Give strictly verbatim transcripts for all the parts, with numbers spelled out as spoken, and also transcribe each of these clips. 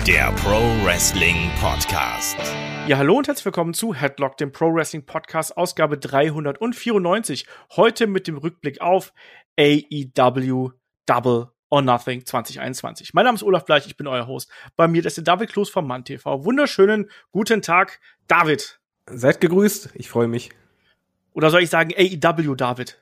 der Pro Wrestling Podcast. Ja, hallo und herzlich willkommen zu Headlock, dem Pro Wrestling Podcast, Ausgabe dreihundertvierundneunzig. Heute mit dem Rückblick auf A E W Double or Nothing zwanzig einundzwanzig. Mein Name ist Olaf Bleich, ich bin euer Host. Bei mir ist der David Kloß vom Mann T V. Wunderschönen guten Tag, David. Seid gegrüßt, ich freue mich. Oder soll ich sagen A E W, David?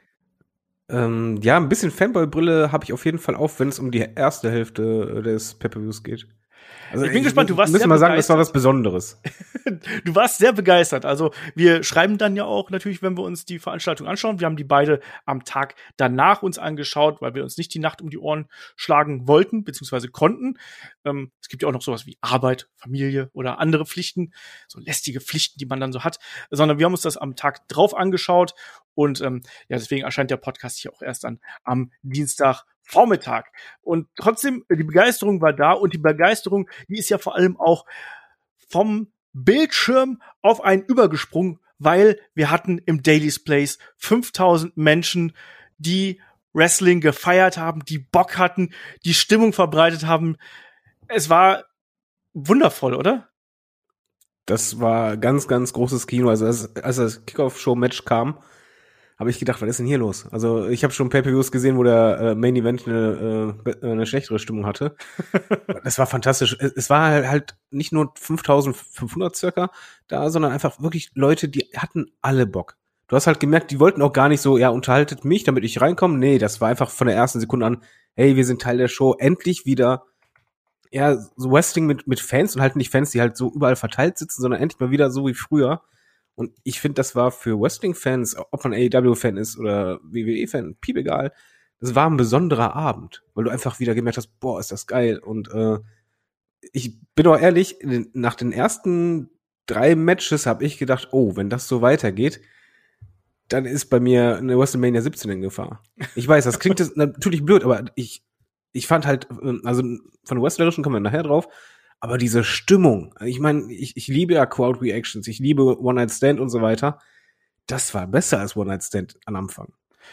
Ähm, ja, ein bisschen Fanboy-Brille habe ich auf jeden Fall auf, wenn es um die erste Hälfte des Pay-Per-Views geht. Also ich bin ich, gespannt, du warst müssen sehr mal sagen, begeistert. das war was Besonderes. Du warst sehr begeistert. Also wir schreiben dann ja auch natürlich, wenn wir uns die Veranstaltung anschauen. Wir haben die beide am Tag danach uns angeschaut, weil wir uns nicht die Nacht um die Ohren schlagen wollten, beziehungsweise konnten. Ähm, es gibt ja auch noch sowas wie Arbeit, Familie oder andere Pflichten, so lästige Pflichten, die man dann so hat. Sondern wir haben uns das am Tag drauf angeschaut. Und ähm, ja, deswegen erscheint der Podcast hier auch erst dann am Dienstagvormittag. Und trotzdem, die Begeisterung war da. Und die Begeisterung, die ist ja vor allem auch vom Bildschirm auf einen übergesprungen, weil wir hatten im Daily's Place fünftausend Menschen, die Wrestling gefeiert haben, die Bock hatten, die Stimmung verbreitet haben. Es war wundervoll, oder? Das war ganz, ganz großes Kino. Also als, als das Kickoff-Show-Match kam, habe ich gedacht, was ist denn hier los? Also ich habe schon Pay-Per-Views gesehen, wo der äh, Main Event eine, äh, eine schlechtere Stimmung hatte. Das war fantastisch. Es, es war halt nicht nur fünftausendfünfhundert circa da, sondern einfach wirklich Leute, die hatten alle Bock. Du hast halt gemerkt, die wollten auch gar nicht so, ja, unterhaltet mich, damit ich reinkomme. Nee, das war einfach von der ersten Sekunde an, hey, wir sind Teil der Show, endlich wieder ja, so Wrestling mit mit Fans und halt nicht Fans, die halt so überall verteilt sitzen, sondern endlich mal wieder so wie früher. Und ich finde, das war für Wrestling-Fans, ob man A E W-Fan ist oder W W E-Fan, piep egal, das war ein besonderer Abend, weil du einfach wieder gemerkt hast, boah, ist das geil. Und äh, ich bin auch ehrlich, nach den ersten drei Matches habe ich gedacht, oh, wenn das so weitergeht, dann ist bei mir eine WrestleMania siebzehn in Gefahr. Ich weiß, das klingt jetzt natürlich blöd, aber ich ich fand halt, also von Wrestlerischen kommen wir nachher drauf, aber diese Stimmung, ich meine, ich, ich liebe ja Crowd-Reactions, ich liebe One-Night-Stand und so weiter. Das war besser als One-Night-Stand am Anfang.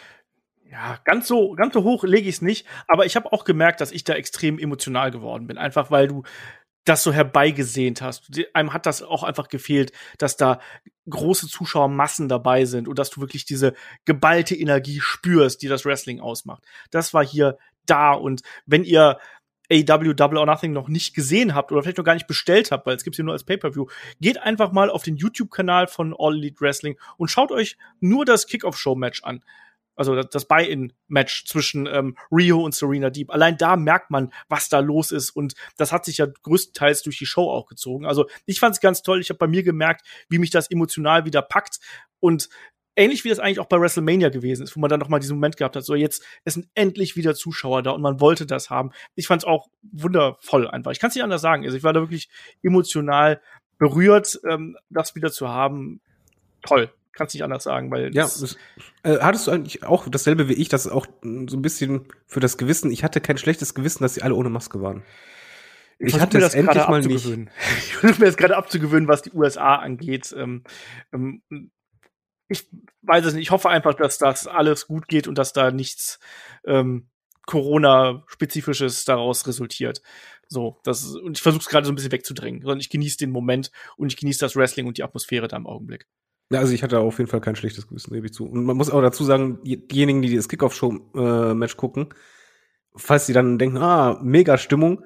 Ja, ganz so, ganz so hoch lege ich es nicht, aber ich habe auch gemerkt, dass ich da extrem emotional geworden bin, einfach weil du das so herbeigesehnt hast. Einem hat das auch einfach gefehlt, dass da große Zuschauermassen dabei sind und dass du wirklich diese geballte Energie spürst, die das Wrestling ausmacht. Das war hier da, und wenn ihr A E W Double or Nothing noch nicht gesehen habt oder vielleicht noch gar nicht bestellt habt, weil es gibt's hier nur als Pay-Per-View, geht einfach mal auf den YouTube-Kanal von All Elite Wrestling und schaut euch nur das Kickoff-Show-Match an. Also das, das Buy-in-Match zwischen ähm, Rio und Serena Deeb. Allein da merkt man, was da los ist, und das hat sich ja größtenteils durch die Show auch gezogen. Also ich fand's ganz toll. Ich habe bei mir gemerkt, wie mich das emotional wieder packt, und ähnlich wie das eigentlich auch bei WrestleMania gewesen ist, wo man dann noch mal diesen Moment gehabt hat, so jetzt, es sind endlich wieder Zuschauer da und man wollte das haben. Ich fand's auch wundervoll einfach. Ich kann's nicht anders sagen. Also ich war da wirklich emotional berührt, ähm, das wieder zu haben. Toll. Kannst nicht anders sagen, weil ja, das, äh, hattest du eigentlich auch dasselbe wie ich, das ist auch so ein bisschen für das Gewissen. Ich hatte kein schlechtes Gewissen, dass sie alle ohne Maske waren. Ich, ich hatte mir das endlich mal nicht. Ich versuche mir das gerade abzugewöhnen, was die U S A angeht. Ähm, ähm, ich weiß es nicht. Ich hoffe einfach, dass das alles gut geht und dass da nichts ähm, Corona-spezifisches daraus resultiert. So, das und ich versuche es gerade so ein bisschen wegzudrängen, sondern ich genieße den Moment und ich genieße das Wrestling und die Atmosphäre da im Augenblick. Ja, also ich hatte auf jeden Fall kein schlechtes Gewissen, gebe ich zu. Und man muss auch dazu sagen, diejenigen, die das Kickoff-Show-Match gucken, falls die dann denken, ah, mega Stimmung,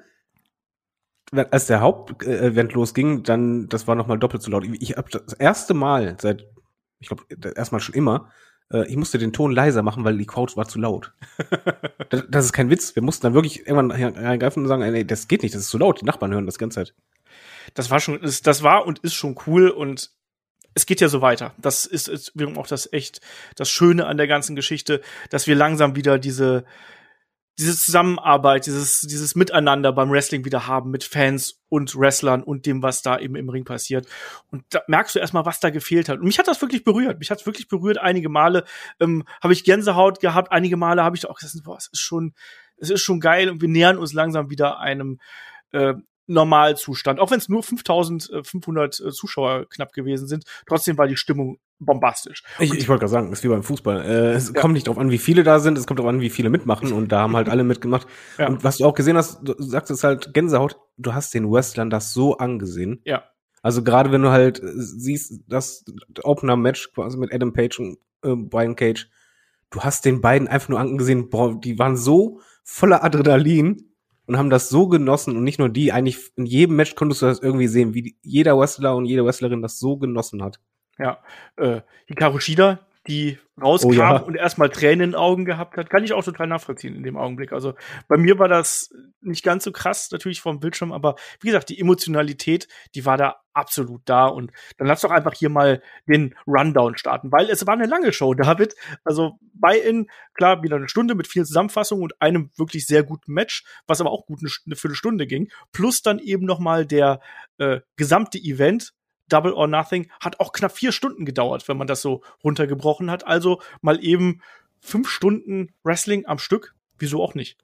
als der Hauptevent losging, dann, das war nochmal doppelt so laut. Ich habe das erste Mal seit, ich glaube, erstmal schon immer, äh, ich musste den Ton leiser machen, weil die Crowd war zu laut. das, das ist kein Witz. Wir mussten dann wirklich irgendwann reingreifen und sagen, ey, das geht nicht, das ist zu laut, die Nachbarn hören das die ganze Zeit. Das war schon, das war und ist schon cool, und es geht ja so weiter. Das ist, ist wiederum auch das echt das Schöne an der ganzen Geschichte, dass wir langsam wieder diese diese Zusammenarbeit, dieses dieses Miteinander beim Wrestling wieder haben mit Fans und Wrestlern und dem, was da eben im Ring passiert. Und da merkst du erstmal, was da gefehlt hat. Und mich hat das wirklich berührt. Mich hat es wirklich berührt. Einige Male ähm, habe ich Gänsehaut gehabt. Einige Male habe ich auch gesagt, boah, es ist schon, es ist schon geil, und wir nähern uns langsam wieder einem äh, Normalzustand. Auch wenn es nur fünftausendfünfhundert äh, Zuschauer knapp gewesen sind, trotzdem war die Stimmung bombastisch. Ich, ich wollte gerade sagen, ist wie beim Fußball. Äh, es ja. kommt nicht drauf an, wie viele da sind, es kommt drauf an, wie viele mitmachen und da haben halt alle mitgemacht. Ja. Und was du auch gesehen hast, du sagst es halt Gänsehaut, du hast den Wrestlern das so angesehen. Ja. Also gerade wenn du halt siehst, das Opener-Match quasi mit Adam Page und äh, Brian Cage, du hast den beiden einfach nur angesehen, boah, die waren so voller Adrenalin und haben das so genossen und nicht nur die, eigentlich in jedem Match konntest du das irgendwie sehen, wie jeder Wrestler und jede Wrestlerin das so genossen hat. Ja, äh, Hikaru Shida, die rauskam oh, ja. und erstmal Tränen in den Augen gehabt hat, kann ich auch total nachvollziehen in dem Augenblick. Also bei mir war das nicht ganz so krass natürlich vom Bildschirm, aber wie gesagt, die Emotionalität, die war da absolut da und dann lass doch einfach hier mal den Rundown starten, weil es war eine lange Show, David. Also Buy-in, klar, wieder eine Stunde mit vielen Zusammenfassungen und einem wirklich sehr guten Match, was aber auch gut eine, eine Viertelstunde ging, plus dann eben noch mal der äh, gesamte Event, Double or Nothing, hat auch knapp vier Stunden gedauert, wenn man das so runtergebrochen hat. Also mal eben fünf Stunden Wrestling am Stück. Wieso auch nicht?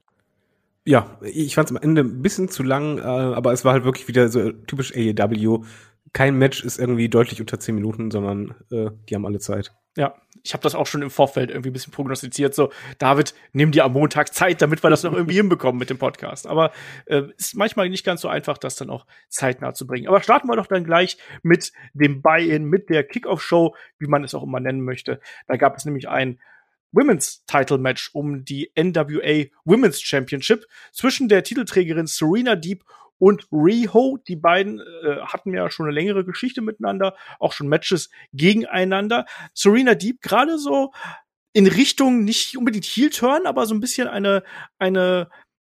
Ja, ich fand es am Ende ein bisschen zu lang, äh, aber es war halt wirklich wieder so typisch A E W. Kein Match ist irgendwie deutlich unter zehn Minuten, sondern äh, die haben alle Zeit. Ja, ich habe das auch schon im Vorfeld irgendwie ein bisschen prognostiziert. So, David, nimm dir am Montag Zeit, damit wir das noch irgendwie hinbekommen mit dem Podcast. Aber äh, ist manchmal nicht ganz so einfach, das dann auch zeitnah zu bringen. Aber starten wir doch dann gleich mit dem Buy-in, mit der Kickoff-Show, wie man es auch immer nennen möchte. Da gab es nämlich ein Women's Title Match um die N W A Women's Championship zwischen der Titelträgerin Serena Deeb und Riho. Die beiden äh, hatten ja schon eine längere Geschichte miteinander, auch schon Matches gegeneinander. Serena Deeb gerade so in Richtung nicht unbedingt Heel-Turn, aber so ein bisschen eine eine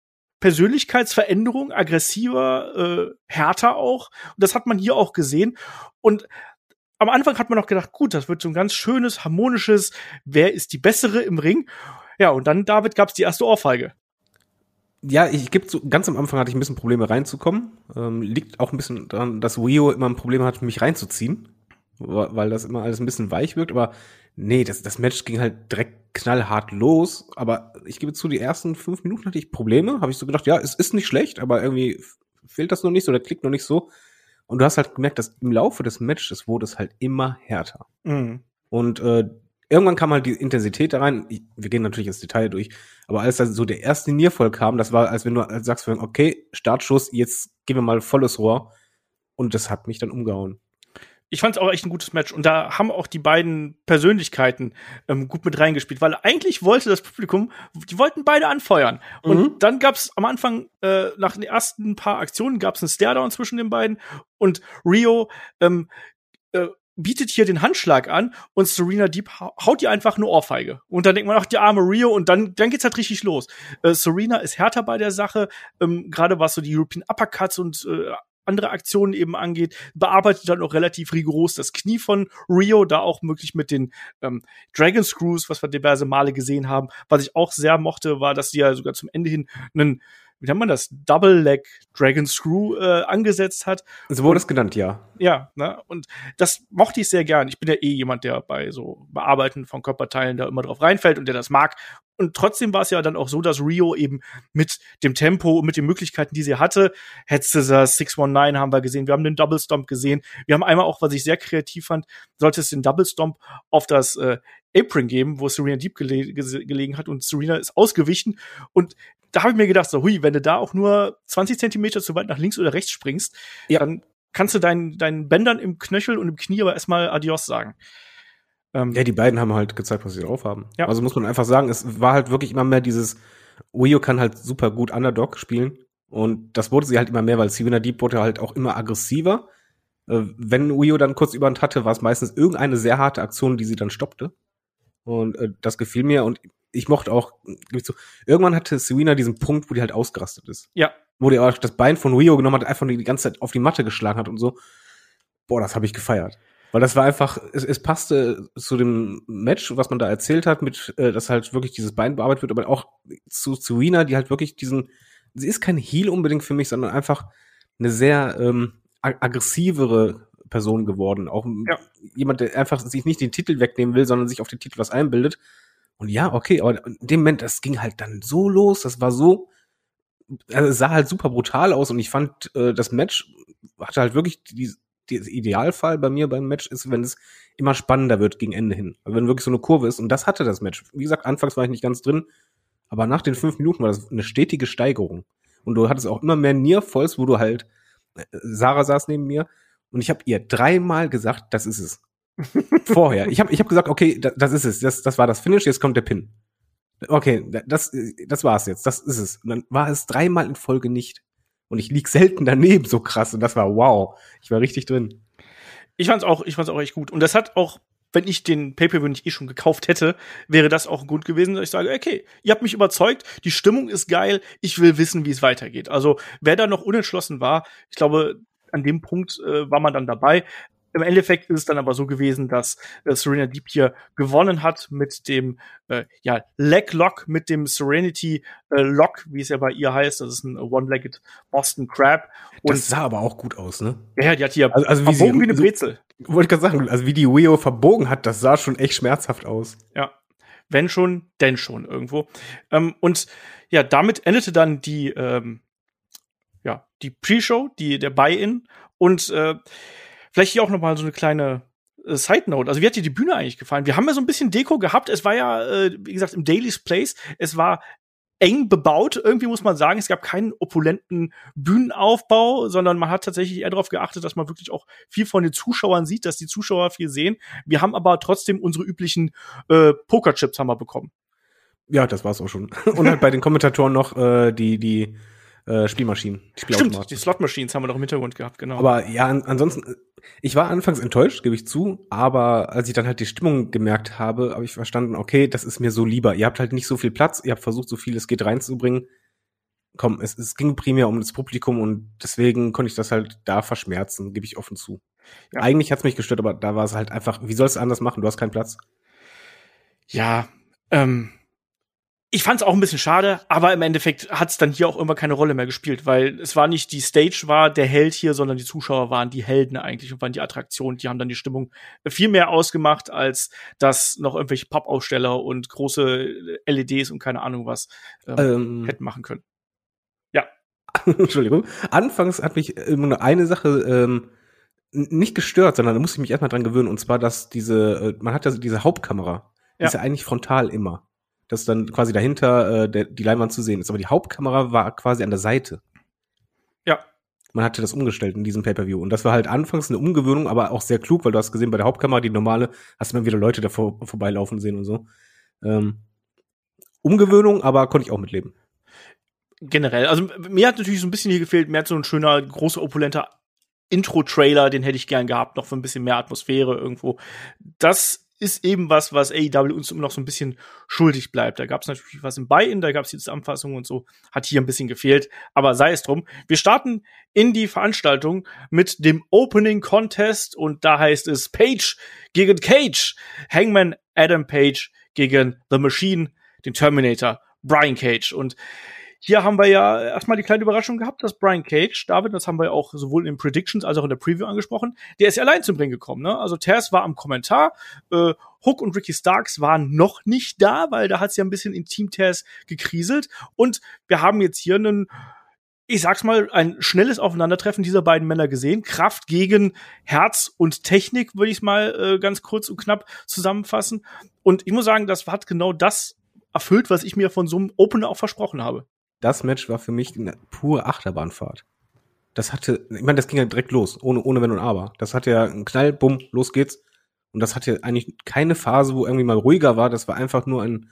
Persönlichkeitsveränderung, aggressiver, äh, härter auch. Und das hat man hier auch gesehen. Und am Anfang hat man noch gedacht, gut, das wird so ein ganz schönes, harmonisches, wer ist die Bessere im Ring? Ja, und dann, David, gab's die erste Ohrfeige. Ja, ich gebe so, ganz am Anfang hatte ich ein bisschen Probleme reinzukommen. Ähm, liegt auch ein bisschen daran, dass Riho immer ein Problem hat, mich reinzuziehen, weil das immer alles ein bisschen weich wirkt. Aber nee, das, das Match ging halt direkt knallhart los. Aber ich gebe zu, die ersten fünf Minuten hatte ich Probleme. Habe ich so gedacht, ja, es ist nicht schlecht, aber irgendwie fehlt das noch nicht so, der klickt noch nicht so. Und du hast halt gemerkt, dass im Laufe des Matches wurde es halt immer härter. Mhm. Und äh, irgendwann kam halt die Intensität da rein. Ich, wir gehen natürlich ins Detail durch. Aber als dann so der erste Nierfall kam, das war, als wenn du als sagst, okay, Startschuss, jetzt gehen wir mal volles Rohr. Und das hat mich dann umgehauen. Ich fand es auch echt ein gutes Match. Und da haben auch die beiden Persönlichkeiten ähm, gut mit reingespielt. Weil eigentlich wollte das Publikum, die wollten beide anfeuern. Und mhm. dann gab's am Anfang, äh, nach den ersten paar Aktionen, gab's einen Staredown zwischen den beiden. Und Riho ähm, äh, bietet hier den Handschlag an und Serena Deeb haut ihr einfach eine Ohrfeige. Und dann denkt man, ach, die arme Riho, und dann, dann geht's halt richtig los. Äh, Serena ist härter bei der Sache, ähm, gerade was so die European Uppercuts und äh, andere Aktionen eben angeht, bearbeitet dann auch relativ rigoros das Knie von Riho, da auch möglich mit den ähm, Dragon Screws, was wir diverse Male gesehen haben. Was ich auch sehr mochte, war, dass sie ja sogar zum Ende hin einen, wie nennt man das, Double Leg Dragon Screw äh, angesetzt hat. So wurde es genannt, ja. Ja, ne? Und das mochte ich sehr gern. Ich bin ja eh jemand, der bei so Bearbeiten von Körperteilen da immer drauf reinfällt und der das mag. Und trotzdem war es ja dann auch so, dass Riho eben mit dem Tempo und mit den Möglichkeiten, die sie hatte, Head Scissors, six one nine haben wir gesehen, wir haben den Double Stomp gesehen, wir haben einmal auch, was ich sehr kreativ fand, sollte es den Double Stomp auf das äh, Apron geben, wo Serena Deeb gele- ge- gelegen hat und Serena ist ausgewichen. Und da habe ich mir gedacht, so, hui, wenn du da auch nur zwanzig Zentimeter zu weit nach links oder rechts springst, ja, dann kannst du deinen, deinen Bändern im Knöchel und im Knie aber erstmal Adios sagen. Ähm, ja, die beiden haben halt gezeigt, was sie drauf haben. Ja. Also muss man einfach sagen, es war halt wirklich immer mehr dieses, Riho kann halt super gut Underdog spielen und das wurde sie halt immer mehr, weil Serena Deeb wurde halt auch immer aggressiver. Äh, wenn Riho dann kurz Überhand hatte, war es meistens irgendeine sehr harte Aktion, die sie dann stoppte. Und äh, das gefiel mir und ich mochte auch, ich so, irgendwann hatte Serena diesen Punkt, wo die halt ausgerastet ist. Ja. Wo die auch das Bein von Riho genommen hat, einfach die ganze Zeit auf die Matte geschlagen hat und so. Boah, das habe ich gefeiert. Weil das war einfach, es, es passte zu dem Match, was man da erzählt hat, mit, äh, dass halt wirklich dieses Bein bearbeitet wird, aber auch zu Serena, die halt wirklich diesen, sie ist kein Heel unbedingt für mich, sondern einfach eine sehr ähm, ag- aggressivere Person geworden. Auch ja. jemand, der einfach sich nicht den Titel wegnehmen will, sondern sich auf den Titel was einbildet. Und ja, okay, aber in dem Moment, das ging halt dann so los, das war so, also es sah halt super brutal aus und ich fand, äh, das Match hatte halt wirklich die, die Idealfall bei mir beim Match ist, wenn es immer spannender wird gegen Ende hin. Also wenn wirklich so eine Kurve ist und das hatte das Match. Wie gesagt, anfangs war ich nicht ganz drin, aber nach den fünf Minuten war das eine stetige Steigerung. Und du hattest auch immer mehr Nearfalls, wo du halt, Sarah saß neben mir und ich habe ihr dreimal gesagt, das ist es. Vorher. Ich habe ich hab gesagt, okay, das, das ist es. Das, das war das Finish, jetzt kommt der Pin. Okay, das, das war's jetzt. Das ist es. Und dann war es dreimal in Folge nicht. Und ich lieg selten daneben so krass. Und das war wow. Ich war richtig drin. Ich fand's auch, ich fand's auch echt gut. Und das hat auch, wenn ich den Pay-Per-View nicht eh schon gekauft hätte, wäre das auch ein Grund gewesen, dass ich sage, okay, ihr habt mich überzeugt, die Stimmung ist geil, ich will wissen, wie es weitergeht. Also, wer da noch unentschlossen war, ich glaube, an dem Punkt äh, war man dann dabei. Im Endeffekt ist es dann aber so gewesen, dass äh, Serena Deeb hier gewonnen hat mit dem äh, ja, Leg Lock, mit dem Serenity äh, Lock, wie es ja bei ihr heißt. Das ist ein One-Legged Boston Crab. Und das sah aber auch gut aus, ne? Ja, die hat hier also, also wie verbogen sie, wie eine Brezel. So, wollte ich gerade sagen, also wie die Weo verbogen hat, das sah schon echt schmerzhaft aus. Ja, wenn schon, denn schon irgendwo. Ähm, und ja, damit endete dann die ähm, ja die Pre-Show, die der Buy-in und äh, vielleicht hier auch noch mal so eine kleine äh, Side-Note. Also, wie hat dir die Bühne eigentlich gefallen? Wir haben ja so ein bisschen Deko gehabt. Es war ja, äh, wie gesagt, im Daily's Place. Es war eng bebaut. Irgendwie muss man sagen, es gab keinen opulenten Bühnenaufbau, sondern man hat tatsächlich eher darauf geachtet, dass man wirklich auch viel von den Zuschauern sieht, dass die Zuschauer viel sehen. Wir haben aber trotzdem unsere üblichen äh, Pokerchips haben wir bekommen. Ja, das war's auch schon. Und halt bei den Kommentatoren noch äh, die die Äh, Spielmaschinen. Die Stimmt, die Slot-Machines haben wir noch im Hintergrund gehabt, genau. Aber ja, an, ansonsten, ich war anfangs enttäuscht, gebe ich zu, aber als ich dann halt die Stimmung gemerkt habe, habe ich verstanden, okay, das ist mir so lieber. Ihr habt halt nicht so viel Platz, ihr habt versucht, so viel es geht reinzubringen. Komm, es, es ging primär um das Publikum und deswegen konnte ich das halt da verschmerzen, gebe ich offen zu. Ja. Eigentlich hat's mich gestört, aber da war es halt einfach, wie sollst du anders machen? Du hast keinen Platz. Ja, ähm, ich fand's auch ein bisschen schade, aber im Endeffekt hat's dann hier auch immer keine Rolle mehr gespielt, weil es war nicht die Stage war der Held hier, sondern die Zuschauer waren die Helden eigentlich und waren die Attraktion. Die haben dann die Stimmung viel mehr ausgemacht, als dass noch irgendwelche Pappaussteller und große L E Ds und keine Ahnung was ähm, ähm. hätten machen können. Ja. Entschuldigung. Anfangs hat mich immer nur eine Sache ähm, nicht gestört, sondern da musste ich mich erstmal dran gewöhnen, und zwar, dass diese, man hat ja diese Hauptkamera, die ja. ist ja eigentlich frontal immer. Dass dann quasi dahinter äh, der, die Leinwand zu sehen ist. Aber die Hauptkamera war quasi an der Seite. Ja. Man hatte das umgestellt in diesem Pay-Per-View. Und das war halt anfangs eine Umgewöhnung, aber auch sehr klug, weil du hast gesehen, bei der Hauptkamera, die normale, hast du immer wieder Leute davor vorbeilaufen sehen und so. Ähm, Umgewöhnung, aber konnte ich auch mitleben. Generell. Also mir hat natürlich so ein bisschen hier gefehlt, mehr so ein schöner, großer, opulenter Intro-Trailer, den hätte ich gern gehabt, noch für ein bisschen mehr Atmosphäre irgendwo. Das ist eben was, was A E W uns immer noch so ein bisschen schuldig bleibt. Da gab es natürlich was im Buy-In, da gab es die Zusammenfassung und so, hat hier ein bisschen gefehlt, aber sei es drum. Wir starten in die Veranstaltung mit dem Opening Contest und da heißt es Page gegen Cage, Hangman Adam Page gegen The Machine, den Terminator, Brian Cage. Und hier haben wir ja erstmal die kleine Überraschung gehabt, dass Brian Cage, David, das haben wir ja auch sowohl in den Predictions als auch in der Preview angesprochen, der ist ja allein zum Ring gekommen, ne? Also Taz war am Kommentar, äh, Hook und Ricky Starks waren noch nicht da, weil da hat's ja ein bisschen in Team Taz gekriselt. Und wir haben jetzt hier einen, ich sag's mal, ein schnelles Aufeinandertreffen dieser beiden Männer gesehen. Kraft gegen Herz und Technik, würde ich mal äh, ganz kurz und knapp zusammenfassen. Und ich muss sagen, das hat genau das erfüllt, was ich mir von so einem Opener auch versprochen habe. Das Match war für mich eine pure Achterbahnfahrt. Das hatte, ich meine, das ging ja direkt los, ohne, ohne Wenn und Aber. Das hatte ja einen Knall, bumm, los geht's. Und das hatte eigentlich keine Phase, wo irgendwie mal ruhiger war. Das war einfach nur ein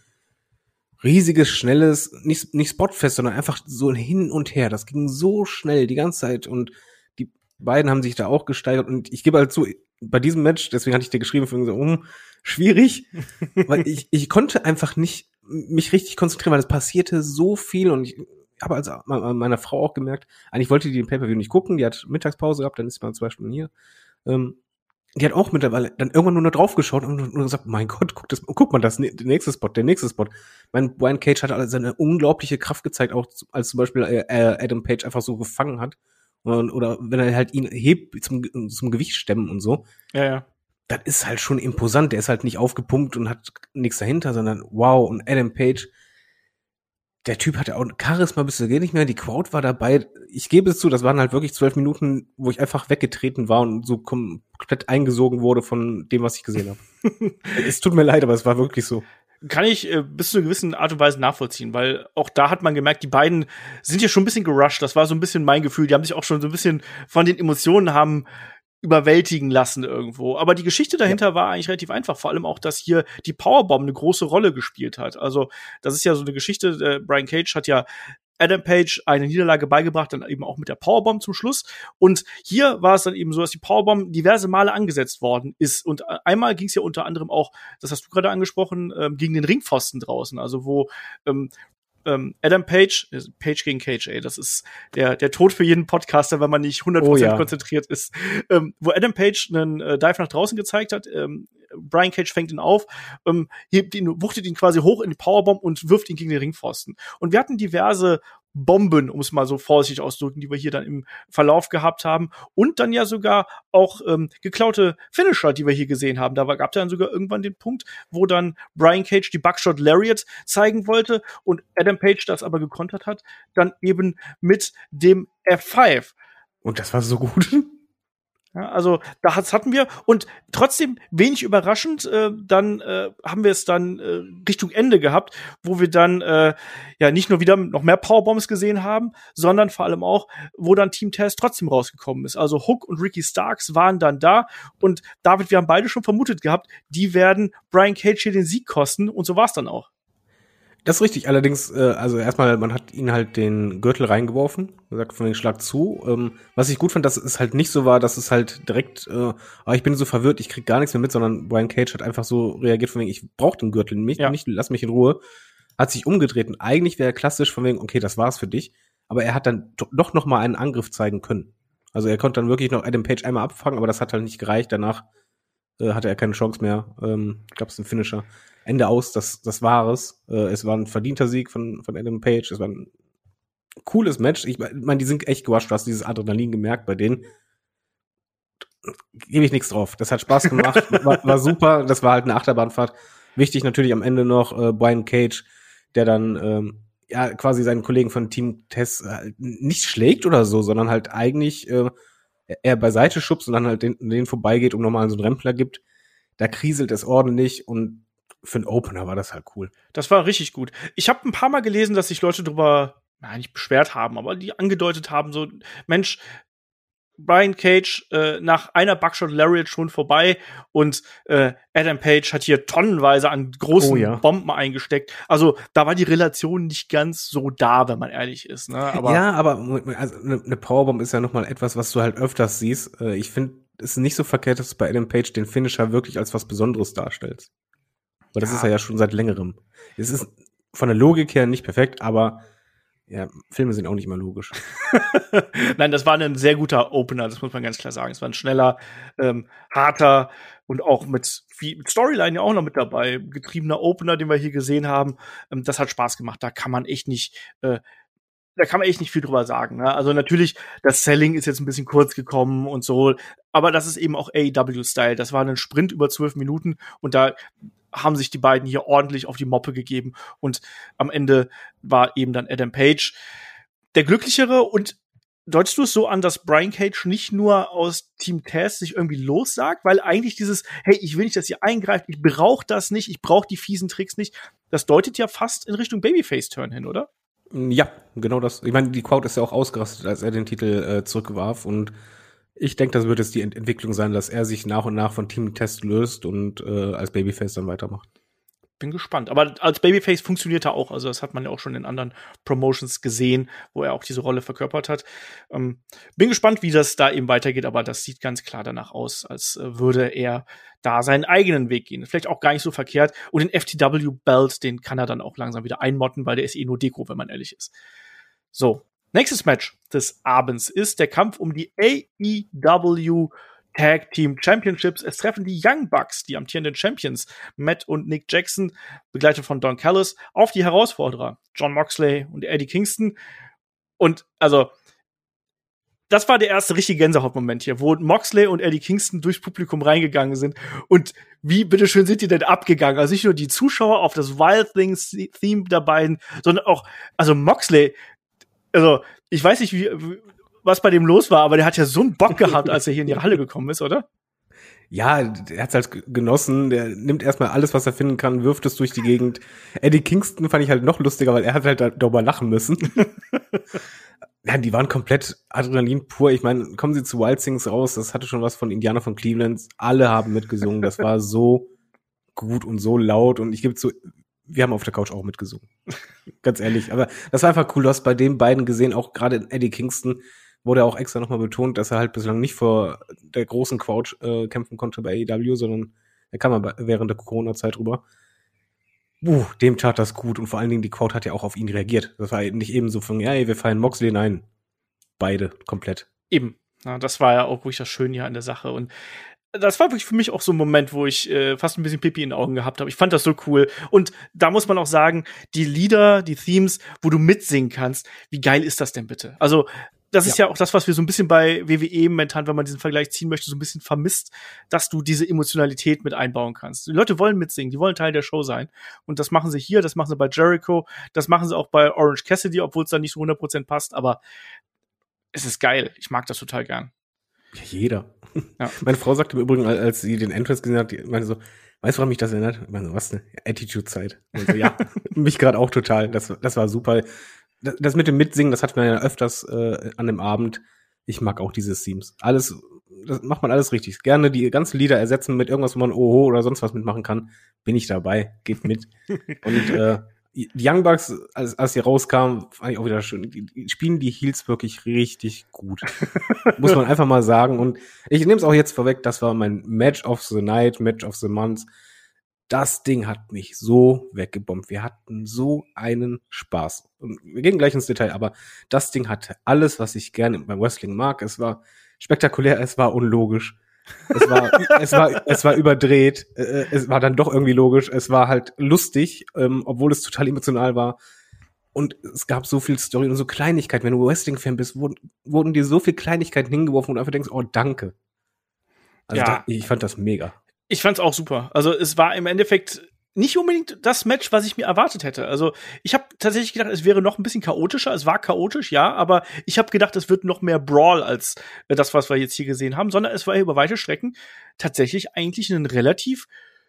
riesiges, schnelles, nicht, nicht spotfest, sondern einfach so hin und her. Das ging so schnell die ganze Zeit und die beiden haben sich da auch gesteigert. Und ich gebe halt zu, bei diesem Match, deswegen hatte ich dir geschrieben, für so, um, schwierig, weil ich, ich konnte einfach nicht mich richtig konzentrieren, weil es passierte so viel und ich habe also meiner Frau auch gemerkt, eigentlich wollte die den Pay-Per-View nicht gucken, die hat Mittagspause gehabt, dann ist man zwei Stunden hier. Ähm, die hat auch mittlerweile dann irgendwann nur noch drauf geschaut und nur gesagt, mein Gott, guck, das, guck mal, das der nächste Spot, der nächste Spot. Mein Brian Cage hat also seine unglaubliche Kraft gezeigt, auch als zum Beispiel äh, Adam Page einfach so gefangen hat. Und, oder wenn er halt ihn hebt zum, zum Gewicht stemmen und so. Ja, ja. Das ist halt schon imposant. Der ist halt nicht aufgepumpt und hat nichts dahinter, sondern wow. Und Adam Page, der Typ hatte auch Charisma bis zu geht nicht mehr, die Crowd war dabei. Ich gebe es zu, das waren halt wirklich zwölf Minuten, wo ich einfach weggetreten war und so komplett eingesogen wurde von dem, was ich gesehen habe. Es tut mir leid, aber es war wirklich so. Kann ich äh, bis zu einer gewissen Art und Weise nachvollziehen, weil auch da hat man gemerkt, die beiden sind ja schon ein bisschen gerusht. Das war so ein bisschen mein Gefühl. Die haben sich auch schon so ein bisschen von den Emotionen haben überwältigen lassen irgendwo. Aber die Geschichte dahinter ja. war eigentlich relativ einfach. Vor allem auch, dass hier die Powerbomb eine große Rolle gespielt hat. Also das ist ja so eine Geschichte. Äh, Brian Cage hat ja Adam Page eine Niederlage beigebracht, dann eben auch mit der Powerbomb zum Schluss. Und hier war es dann eben so, dass die Powerbomb diverse Male angesetzt worden ist. Und einmal ging es ja unter anderem auch, das hast du gerade angesprochen, ähm, gegen den Ringpfosten draußen. Also wo ähm, ähm, Adam Page, Page gegen Cage, ey, das ist der der Tod für jeden Podcaster, wenn man nicht hundert Prozent oh, ja. konzentriert ist. Ähm, wo Adam Page einen äh, Dive nach draußen gezeigt hat, ähm, Brian Cage fängt ihn auf, ähm, hebt ihn, wuchtet ihn quasi hoch in die Powerbomb und wirft ihn gegen den Ringpfosten. Und wir hatten diverse Bomben, um es mal so vorsichtig auszudrücken, die wir hier dann im Verlauf gehabt haben. Und dann ja sogar auch ähm, geklaute Finisher, die wir hier gesehen haben. Da gab es dann sogar irgendwann den Punkt, wo dann Brian Cage die Buckshot Lariat zeigen wollte und Adam Page das aber gekontert hat, dann eben mit dem F fünf. Und das war so gut. Ja, also da hatten wir und trotzdem wenig überraschend, äh, dann äh, haben wir es dann äh, Richtung Ende gehabt, wo wir dann äh, ja nicht nur wieder noch mehr Powerbombs gesehen haben, sondern vor allem auch, wo dann Team Taz trotzdem rausgekommen ist. Also Hook und Ricky Starks waren dann da und David, wir haben beide schon vermutet gehabt, die werden Brian Cage hier den Sieg kosten und so war es dann auch. Das ist richtig, allerdings, äh, also erstmal, man hat ihn halt den Gürtel reingeworfen, gesagt von den Schlag zu. Ähm, was ich gut fand, dass es halt nicht so war, dass es halt direkt, äh, oh, ich bin so verwirrt, ich krieg gar nichts mehr mit, sondern Brian Cage hat einfach so reagiert von wegen, ich brauch den Gürtel nicht, ja. nicht, lass mich in Ruhe. Hat sich umgedreht und eigentlich wäre klassisch von wegen, okay, das war's für dich. Aber er hat dann doch noch mal einen Angriff zeigen können. Also er konnte dann wirklich noch Adam Page einmal abfangen, aber das hat halt nicht gereicht. Danach äh, hatte er keine Chance mehr. Ähm, gab es einen Finisher. Ende aus, das, das war es. Äh, es war ein verdienter Sieg von, von Adam Page. Es war ein cooles Match. Ich meine, die sind echt gewascht. Du hast dieses Adrenalin gemerkt bei denen. Gebe ich nichts drauf. Das hat Spaß gemacht. war, war super. Das war halt eine Achterbahnfahrt. Wichtig natürlich am Ende noch äh, Brian Cage, der dann ähm, ja quasi seinen Kollegen von Team Tess äh, nicht schlägt oder so, sondern halt eigentlich äh, er beiseite schubst und dann halt den, den vorbeigeht und nochmal so einen Rempler gibt. Da kriselt es ordentlich und für einen Opener war das halt cool. Das war richtig gut. Ich habe ein paar Mal gelesen, dass sich Leute drüber, na, nicht beschwert haben, aber die angedeutet haben, so, Mensch, Brian Cage äh, nach einer Buckshot Lariat schon vorbei und äh, Adam Page hat hier tonnenweise an großen oh, ja. Bomben eingesteckt. Also da war die Relation nicht ganz so da, wenn man ehrlich ist. Ne? Aber ja, aber also, eine Powerbomb ist ja noch mal etwas, was du halt öfters siehst. Äh, ich finde, es ist nicht so verkehrt, dass du bei Adam Page den Finisher wirklich als was Besonderes darstellst. Weil das ja. ist er ja schon seit längerem. Es ist von der Logik her nicht perfekt, aber ja, Filme sind auch nicht immer logisch. Nein, das war ein sehr guter Opener, das muss man ganz klar sagen. Es war ein schneller, ähm, harter und auch mit, mit Storyline ja auch noch mit dabei. Getriebener Opener, den wir hier gesehen haben. Ähm, das hat Spaß gemacht. Da kann man echt nicht, äh, da kann man echt nicht viel drüber sagen. Ne? Also natürlich, das Selling ist jetzt ein bisschen kurz gekommen und so, aber das ist eben auch A E W-Style. Das war ein Sprint über zwölf Minuten und da haben sich die beiden hier ordentlich auf die Moppe gegeben und am Ende war eben dann Adam Page der Glücklichere und deutest du es so an, dass Brian Cage nicht nur aus Team Taz sich irgendwie lossagt, weil eigentlich dieses, hey, ich will nicht, dass ihr eingreift, ich brauche das nicht, ich brauche die fiesen Tricks nicht, das deutet ja fast in Richtung Babyface-Turn hin, oder? Ja, genau das. Ich meine, die Crowd ist ja auch ausgerastet, als er den Titel äh, zurückwarf und ich denke, das wird jetzt die Ent- Entwicklung sein, dass er sich nach und nach von Team Test löst und äh, als Babyface dann weitermacht. Bin gespannt. Aber als Babyface funktioniert er auch. Also das hat man ja auch schon in anderen Promotions gesehen, wo er auch diese Rolle verkörpert hat. Ähm, bin gespannt, wie das da eben weitergeht. Aber das sieht ganz klar danach aus, als äh, würde er da seinen eigenen Weg gehen. Vielleicht auch gar nicht so verkehrt. Und den F T W-Belt, den kann er dann auch langsam wieder einmotten, weil der ist eh nur Deko, wenn man ehrlich ist. So. Nächstes Match des Abends ist der Kampf um die A E W Tag Team Championships. Es treffen die Young Bucks, die amtierenden Champions, Matt und Nick Jackson, begleitet von Don Callis, auf die Herausforderer Jon Moxley und Eddie Kingston. Und also das war der erste richtige Gänsehautmoment hier, wo Moxley und Eddie Kingston durchs Publikum reingegangen sind. Und wie, bitteschön, sind die denn abgegangen? Also nicht nur die Zuschauer auf das Wild Things Theme der beiden, sondern auch, also Moxley, also ich weiß nicht, wie, was bei dem los war, aber der hat ja so einen Bock gehabt, als er hier in die Halle gekommen ist, oder? Ja, der hat's halt genossen. Der nimmt erstmal alles, was er finden kann, wirft es durch die Gegend. Eddie Kingston fand ich halt noch lustiger, weil er hat halt darüber lachen müssen. Ja, die waren komplett Adrenalin pur. Ich meine, kommen sie zu Wild Things raus, das hatte schon was von Indianer von Cleveland. Alle haben mitgesungen. Das war so gut und so laut. Und ich gebe zu, wir haben auf der Couch auch mitgesungen. Ganz ehrlich. Aber das war einfach cool. Du hast bei den beiden gesehen, auch gerade Eddie Kingston, wurde auch extra nochmal betont, dass er halt bislang nicht vor der großen Crowd äh, kämpfen konnte bei A E W, sondern er kam mal während der Corona-Zeit rüber. Uh, dem tat das gut und vor allen Dingen die Crowd hat ja auch auf ihn reagiert. Das war nicht eben so von, ja, ey, wir feiern Moxley, nein. Beide, komplett. Eben. Ja, das war ja auch wirklich das Schöne hier an der Sache. Und das war wirklich für mich auch so ein Moment, wo ich äh, fast ein bisschen Pipi in den Augen gehabt habe. Ich fand das so cool. Und da muss man auch sagen, die Lieder, die Themes, wo du mitsingen kannst, wie geil ist das denn bitte? Also, das ist ja. ja auch das, was wir so ein bisschen bei W W E momentan, wenn man diesen Vergleich ziehen möchte, so ein bisschen vermisst, dass du diese Emotionalität mit einbauen kannst. Die Leute wollen mitsingen, die wollen Teil der Show sein. Und das machen sie hier, das machen sie bei Jericho, das machen sie auch bei Orange Cassidy, obwohl es da nicht so hundert Prozent passt. Aber es ist geil. Ich mag das total gern. Ja, jeder. Ja. Meine Frau sagte im Übrigen, als sie den Entrance gesehen hat, die meinte so, weißt du, woran mich das erinnert? Ich meine, was, eine Attitude-Zeit. So, ja, mich gerade auch total. Das, das war super. Das, das mit dem Mitsingen, das hatten wir ja öfters äh, an dem Abend. Ich mag auch diese Themes. Alles, das macht man alles richtig. Gerne die ganzen Lieder ersetzen mit irgendwas, wo man Oho oder sonst was mitmachen kann. Bin ich dabei. Geht mit. Und äh, die Young Bucks, als, als die rauskamen, fand ich auch wieder schön. Die, die spielen die Heels wirklich richtig gut. Muss man einfach mal sagen. Und ich nehme es auch jetzt vorweg, das war mein Match of the Night, Match of the Month. Das Ding hat mich so weggebombt. Wir hatten so einen Spaß. Und wir gehen gleich ins Detail, aber das Ding hatte alles, was ich gerne beim Wrestling mag. Es war spektakulär, es war unlogisch. Es war, es war, es war überdreht. Äh, es war dann doch irgendwie logisch. Es war halt lustig, ähm, obwohl es total emotional war. Und es gab so viel Story und so Kleinigkeiten. Wenn du Wrestling-Fan bist, wurden, wurden dir so viel Kleinigkeiten hingeworfen und du einfach denkst, oh, danke. Also ja. da, ich fand das mega. Ich fand's auch super. Also es war im Endeffekt nicht unbedingt das Match, was ich mir erwartet hätte. Also ich habe tatsächlich gedacht, es wäre noch ein bisschen chaotischer. Es war chaotisch, ja, aber ich habe gedacht, es wird noch mehr Brawl als das, was wir jetzt hier gesehen haben, sondern es war über weite Strecken tatsächlich eigentlich ein relativ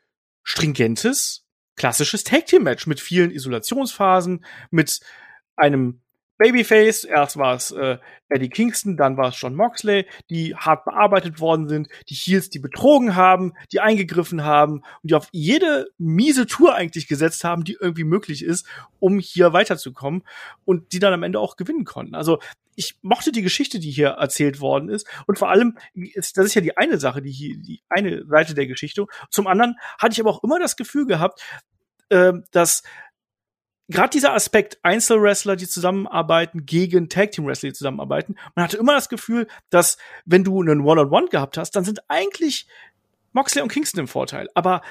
stringentes, klassisches Tag-Team-Match mit vielen Isolationsphasen, mit einem Babyface, erst war es äh, Eddie Kingston, dann war es Jon Moxley, die hart bearbeitet worden sind, die Heels, die betrogen haben, die eingegriffen haben und die auf jede miese Tour eigentlich gesetzt haben, die irgendwie möglich ist, um hier weiterzukommen und die dann am Ende auch gewinnen konnten. Also ich mochte die Geschichte, die hier erzählt worden ist und vor allem, das ist ja die eine Sache, die hier, die eine Seite der Geschichte. Zum anderen hatte ich aber auch immer das Gefühl gehabt, äh, dass gerade dieser Aspekt, Einzelwrestler, die zusammenarbeiten, gegen Tag-Team-Wrestler, die zusammenarbeiten, man hatte immer das Gefühl, dass, wenn du einen One-on-One gehabt hast, dann sind eigentlich Moxley und Kingston im Vorteil. Aber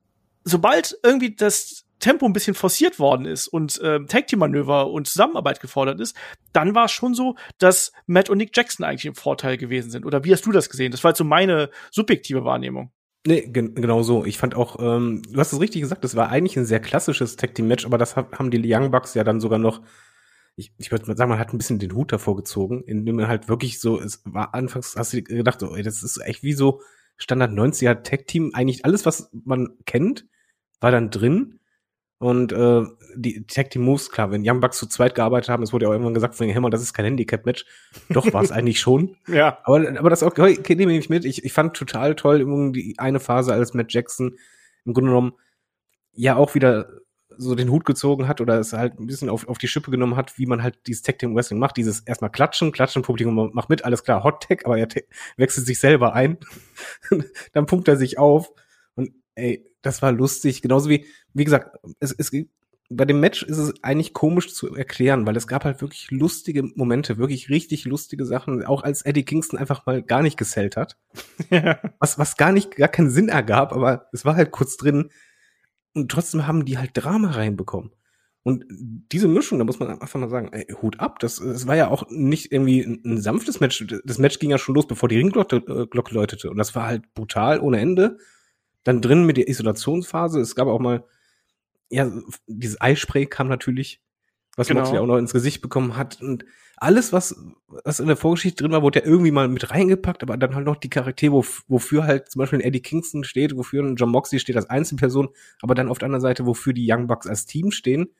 sobald irgendwie das Tempo ein bisschen forciert worden ist und äh, Tag-Team-Manöver und Zusammenarbeit gefordert ist, dann war es schon so, dass Matt und Nick Jackson eigentlich im Vorteil gewesen sind. Oder wie hast du das gesehen? Das war jetzt so meine subjektive Wahrnehmung. Nee, gen- genau so. Ich fand auch, ähm, du hast es richtig gesagt, das war eigentlich ein sehr klassisches Tag-Team-Match, aber das hab, haben die Young Bucks ja dann sogar noch, ich, ich würde mal sagen, man hat ein bisschen den Hut davor gezogen, indem man halt wirklich so, es war anfangs, hast du gedacht, oh, ey, das ist echt wie so Standard neunziger Tag-Team, eigentlich alles, was man kennt, war dann drin. Und äh, die Tag-Team-Moves, klar, wenn Young Bucks zu zweit gearbeitet haben, es wurde ja auch irgendwann gesagt, von Hammer, das ist kein Handicap-Match. Doch, war es eigentlich schon. Ja. Aber, aber das okay, okay, nehme ich mit. Ich, ich fand total toll die eine Phase, als Matt Jackson im Grunde genommen ja auch wieder so den Hut gezogen hat oder es halt ein bisschen auf, auf die Schippe genommen hat, wie man halt dieses Tag-Team-Wrestling macht. Dieses erstmal klatschen, klatschen, Publikum macht mit, alles klar, Hot-Tag, aber er te- wechselt sich selber ein. Dann pumpt er sich auf. Und ey, das war lustig. Genauso wie, wie gesagt, es, es bei dem Match ist es eigentlich komisch zu erklären, weil es gab halt wirklich lustige Momente, wirklich richtig lustige Sachen, auch als Eddie Kingston einfach mal gar nicht gesellt hat. Ja. Was, was gar nicht, gar keinen Sinn ergab, aber es war halt kurz drin. Und trotzdem haben die halt Drama reinbekommen. Und diese Mischung, da muss man einfach mal sagen, ey, Hut ab, das, das war ja auch nicht irgendwie ein, ein sanftes Match. Das Match ging ja schon los, bevor die Ringglocke äh, Glocke läutete. Und das war halt brutal, ohne Ende. Dann drin mit der Isolationsphase. Es gab auch mal, ja, dieses Eispray kam natürlich, was Genau. Moxley auch noch ins Gesicht bekommen hat. Und alles, was, was in der Vorgeschichte drin war, wurde ja irgendwie mal mit reingepackt, aber dann halt noch die Charaktere, wo, wofür halt zum Beispiel ein Eddie Kingston steht, wofür ein Jon Moxley steht als Einzelperson, aber dann auf der anderen Seite, wofür die Young Bucks als Team stehen.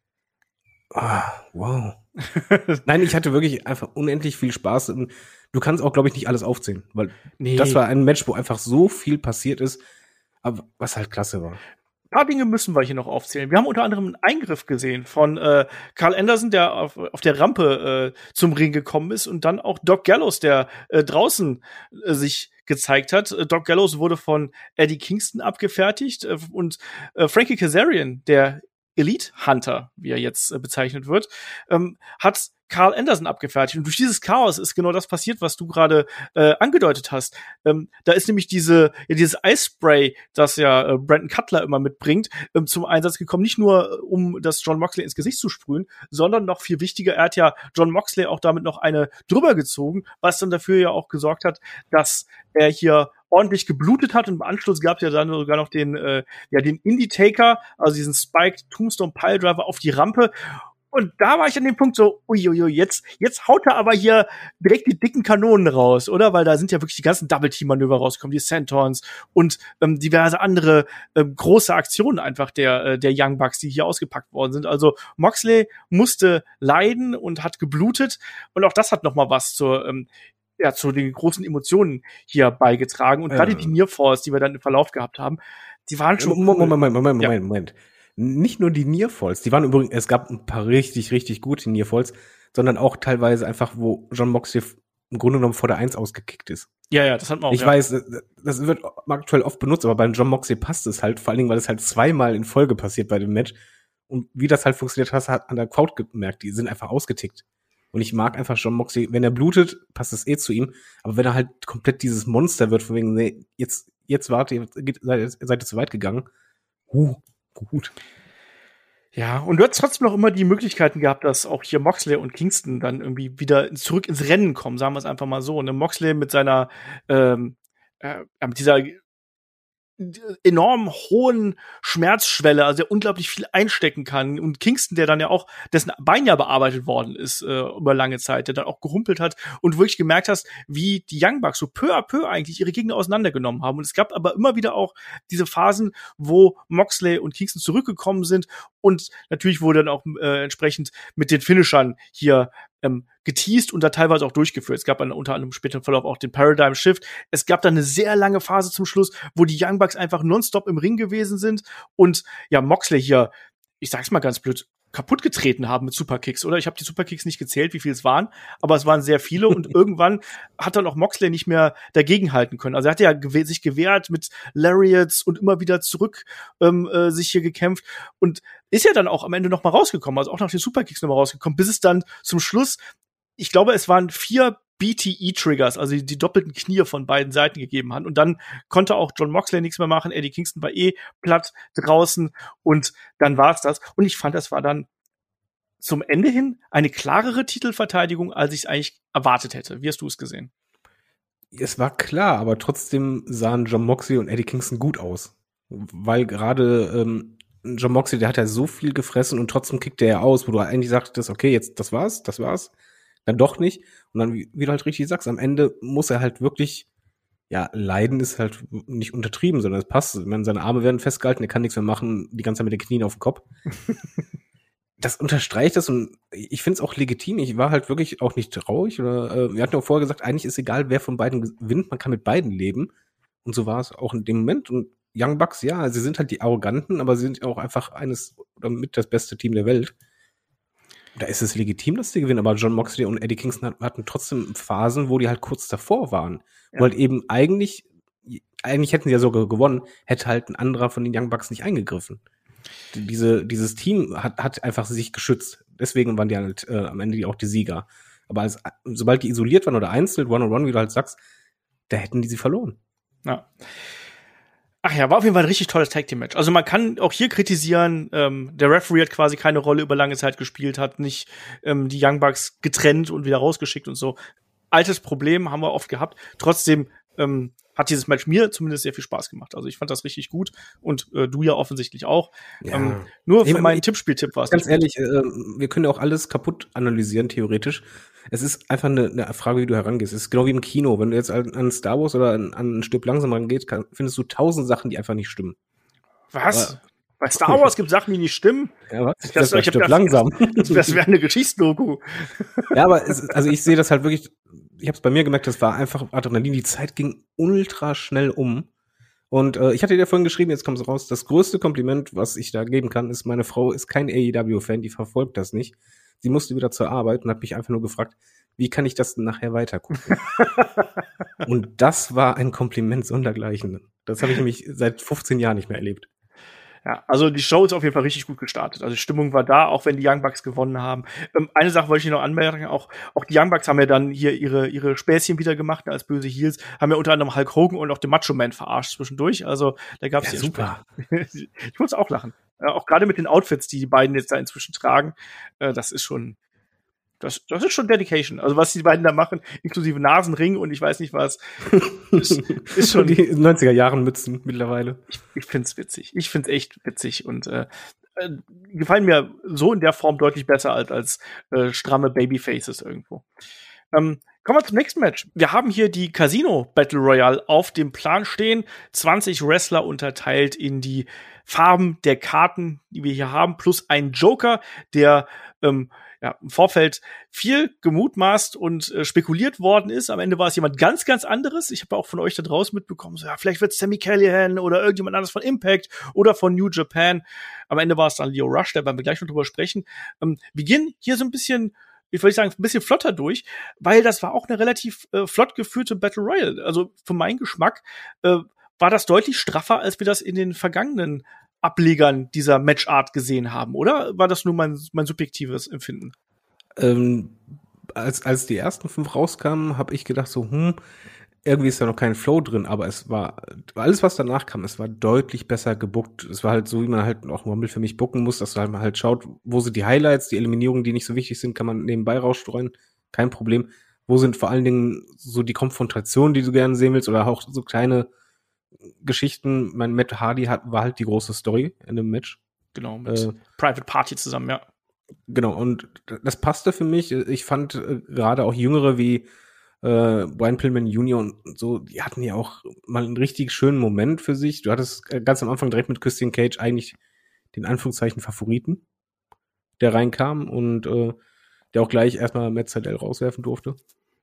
Ah, wow. Nein, ich hatte wirklich einfach unendlich viel Spaß. Du kannst auch, glaube ich, nicht alles aufzählen, weil Nee. das war ein Match, wo einfach so viel passiert ist, aber was halt klasse war. Ein paar Dinge müssen wir hier noch aufzählen. Wir haben unter anderem einen Eingriff gesehen von äh, Carl Anderson, der auf, auf der Rampe äh, zum Ring gekommen ist, und dann auch Doc Gallows, der äh, draußen äh, sich gezeigt hat. Äh, Doc Gallows wurde von Eddie Kingston abgefertigt äh, und äh, Frankie Kazarian, der Elite Hunter, wie er jetzt äh, bezeichnet wird, ähm, hat Carl Anderson abgefertigt. Und durch dieses Chaos ist genau das passiert, was du gerade äh, angedeutet hast. Ähm, da ist nämlich diese, ja, dieses Eispray, das ja äh, Brandon Cutler immer mitbringt, ähm, zum Einsatz gekommen. Nicht nur, äh, um das Jon Moxley ins Gesicht zu sprühen, sondern noch viel wichtiger, er hat ja Jon Moxley auch damit noch eine drüber gezogen, was dann dafür ja auch gesorgt hat, dass er hier ordentlich geblutet hat, und im Anschluss gab es ja dann sogar noch den, äh, ja, den Indie-Taker, also diesen Spiked Tombstone Piledriver auf die Rampe. Und da war ich an dem Punkt so, uiuiui, jetzt, jetzt haut er aber hier direkt die dicken Kanonen raus, oder? Weil da sind ja wirklich die ganzen Double-Team-Manöver rausgekommen, die Sentons und ähm, diverse andere ähm, große Aktionen einfach der, äh, der Young Bucks, die hier ausgepackt worden sind. Also Moxley musste leiden und hat geblutet, und auch das hat noch mal was zur, ähm, ja, zu den großen Emotionen hier beigetragen. Und Ja. gerade die Near Falls, die wir dann im Verlauf gehabt haben, die waren schon Moment, cool. Moment, Moment, Ja. Moment, Moment. Nicht nur die Near Falls, die waren übrigens, es gab ein paar richtig, richtig gute Near Falls, sondern auch teilweise einfach, wo Jon Moxley im Grunde genommen vor der Eins ausgekickt ist. Ja, ja, das hat man auch. Ich ja. weiß, das wird aktuell oft benutzt, aber beim Jon Moxley passt es halt, vor allen Dingen, weil es halt zweimal in Folge passiert bei dem Match. Und wie das halt funktioniert, hast du halt an der Crowd gemerkt, die sind einfach ausgetickt. Und ich mag einfach Jon Moxley, wenn er blutet, passt es eh zu ihm, aber wenn er halt komplett dieses Monster wird, von wegen, nee, jetzt, jetzt warte, ihr seid, seid ihr zu weit gegangen. Huh, gut. Ja, und du hast trotzdem noch immer die Möglichkeiten gehabt, dass auch hier Moxley und Kingston dann irgendwie wieder zurück ins Rennen kommen, sagen wir es einfach mal so. Und Moxley mit seiner, ähm, äh, mit dieser enorm hohen Schmerzschwelle, also der unglaublich viel einstecken kann, und Kingston, der dann ja auch, dessen Bein ja bearbeitet worden ist äh, über lange Zeit, der dann auch gehumpelt hat und wirklich gemerkt hast, wie die Young Bucks so peu à peu eigentlich ihre Gegner auseinandergenommen haben. Und es gab aber immer wieder auch diese Phasen, wo Moxley und Kingston zurückgekommen sind, und natürlich wurde dann auch äh, entsprechend mit den Finishern hier ähm, geteased und da teilweise auch durchgeführt. Es gab dann unter anderem im späteren Verlauf auch den Paradigm Shift. Es gab dann eine sehr lange Phase zum Schluss, wo die Young Bucks einfach nonstop im Ring gewesen sind und ja, Moxley hier, ich sag's mal ganz blöd, kaputt getreten haben mit Superkicks, oder? Ich habe die Superkicks nicht gezählt, wie viel es waren, aber es waren sehr viele, und irgendwann hat dann auch Moxley nicht mehr dagegenhalten können. Also er hat ja gew- sich gewehrt mit Lariats und immer wieder zurück ähm, äh, sich hier gekämpft und ist ja dann auch am Ende noch mal rausgekommen, also auch nach den Superkicks noch mal rausgekommen, bis es dann zum Schluss, ich glaube, es waren vier B T E-Triggers, also die, die doppelten Knie von beiden Seiten gegeben hat. Und dann konnte auch Jon Moxley nichts mehr machen. Eddie Kingston war eh platt draußen, und dann war's das. Und ich fand, das war dann zum Ende hin eine klarere Titelverteidigung, als ich es eigentlich erwartet hätte. Wie hast du es gesehen? Es war klar, aber trotzdem sahen Jon Moxley und Eddie Kingston gut aus. Weil gerade ähm, Jon Moxley, der hat ja so viel gefressen und trotzdem kickt er ja aus, wo du eigentlich sagtest, okay, jetzt das war's, das war's. Dann doch nicht. Und dann, wie, wie du halt richtig sagst, am Ende muss er halt wirklich, ja, leiden ist halt nicht untertrieben, sondern es passt. Ich meine, seine Arme werden festgehalten, er kann nichts mehr machen, die ganze Zeit mit den Knien auf dem Kopf. Das unterstreicht das, und ich finde es auch legitim. Ich war halt wirklich auch nicht traurig. Oder äh, wir hatten auch vorher gesagt, eigentlich ist egal, wer von beiden gewinnt, man kann mit beiden leben. Und so war es auch in dem Moment. Und Young Bucks, ja, sie sind halt die Arroganten, aber sie sind auch einfach eines oder mit das beste Team der Welt. Da ist es legitim, dass die gewinnen, aber Jon Moxley und Eddie Kingston hatten trotzdem Phasen, wo die halt kurz davor waren. Ja. Wo halt eben eigentlich, eigentlich hätten sie ja sogar gewonnen, hätte halt ein anderer von den Young Bucks nicht eingegriffen. Diese, dieses Team hat, hat einfach sich geschützt. Deswegen waren die halt äh, am Ende auch die Sieger. Aber als, sobald die isoliert waren oder einzeln, One-on-One, wie du halt sagst, da hätten die sie verloren. Ja. Ach ja, war auf jeden Fall ein richtig tolles Tag-Team-Match. Also man kann auch hier kritisieren, ähm, der Referee hat quasi keine Rolle über lange Zeit gespielt, hat nicht ähm, die Young Bucks getrennt und wieder rausgeschickt und so. Altes Problem, haben wir oft gehabt. Trotzdem ähm, hat dieses Match mir zumindest sehr viel Spaß gemacht. Also ich fand das richtig gut und äh, du ja offensichtlich auch. Ja. Ähm, nur für ich, meinen Tippspiel-Tipp war es ganz ehrlich, äh, wir können ja auch alles kaputt analysieren, theoretisch. Es ist einfach eine, eine Frage, wie du herangehst. Es ist genau wie im Kino. Wenn du jetzt an, an Star Wars oder an, an ein Stück langsam rangehst, kann, findest du tausend Sachen, die einfach nicht stimmen. Was? Aber bei Star Wars gibt es Sachen, die nicht stimmen? Ja, was? Das, Das, das ich hab Stück das, langsam. Das, das wäre eine Geschichtsdoku. Ja, aber es, also ich sehe das halt wirklich, ich habe es bei mir gemerkt, das war einfach Adrenalin. Die Zeit ging ultra schnell um. Und äh, ich hatte dir vorhin geschrieben, jetzt kommt es raus, das größte Kompliment, was ich da geben kann, ist, meine Frau ist kein A E W-Fan, die verfolgt das nicht. Sie musste wieder zur Arbeit und hat mich einfach nur gefragt, wie kann ich das denn nachher weitergucken? Und das war ein Kompliment sondergleichen. Das habe ich nämlich seit fünfzehn Jahren nicht mehr erlebt. Ja, also die Show ist auf jeden Fall richtig gut gestartet. Also die Stimmung war da, auch wenn die Young Bucks gewonnen haben. Ähm, eine Sache wollte ich noch anmerken, auch, auch die Young Bucks haben ja dann hier ihre, ihre Späßchen wieder gemacht als böse Heels, haben ja unter anderem Hulk Hogan und auch den Macho Man verarscht zwischendurch. Also da gab's Ja, die super. Ich muss auch lachen. Ja, auch gerade mit den Outfits, die die beiden jetzt da inzwischen tragen, äh, das ist schon Das, das ist schon Dedication. Also was die beiden da machen, inklusive Nasenring und ich weiß nicht was, ist, ist schon die neunziger Jahren Mützen mittlerweile. Ich, ich find's witzig. Ich find's echt witzig und äh, äh, gefallen mir so in der Form deutlich besser als als äh, stramme Babyfaces irgendwo. Ähm, kommen wir zum nächsten Match. Wir haben hier die Casino Battle Royale auf dem Plan stehen. zwanzig Wrestler unterteilt in die Farben der Karten, die wir hier haben, plus ein Joker, der ähm, ja, im Vorfeld viel gemutmaßt und äh, spekuliert worden ist. Am Ende war es jemand ganz, ganz anderes. Ich habe auch von euch da draußen mitbekommen, so, ja, vielleicht wird es Sami Callihan oder irgendjemand anderes von Impact oder von New Japan. Am Ende war es dann Lio Rush, da werden wir gleich noch drüber sprechen. Ähm, wir gehen hier so ein bisschen, ich würde sagen, ein bisschen flotter durch, weil das war auch eine relativ äh, flott geführte Battle Royale. Also für meinen Geschmack äh, war das deutlich straffer, als wir das in den vergangenen Ablegern dieser Matchart gesehen haben, oder? War das nur mein, mein subjektives Empfinden? Ähm, als, als die ersten fünf rauskamen, habe ich gedacht so, hm, irgendwie ist da noch kein Flow drin, aber es war, alles was danach kam, es war deutlich besser gebuckt. Es war halt so, wie man halt auch Rumble für mich bucken muss, dass man halt schaut, wo sind die Highlights, die Eliminierungen, die nicht so wichtig sind, kann man nebenbei rausstreuen, kein Problem. Wo sind vor allen Dingen so die Konfrontationen, die du gerne sehen willst, oder auch so kleine Geschichten. Mein Matt Hardy hat, war halt die große Story in dem Match. Genau, mit äh, Private Party zusammen, ja. Genau, und das passte für mich. Ich fand äh, gerade auch Jüngere wie äh, Brian Pillman Junior und so, die hatten ja auch mal einen richtig schönen Moment für sich. Du hattest ganz am Anfang direkt mit Christian Cage eigentlich den Anführungszeichen Favoriten, der reinkam und äh, der auch gleich erstmal Matt Sydal rauswerfen durfte.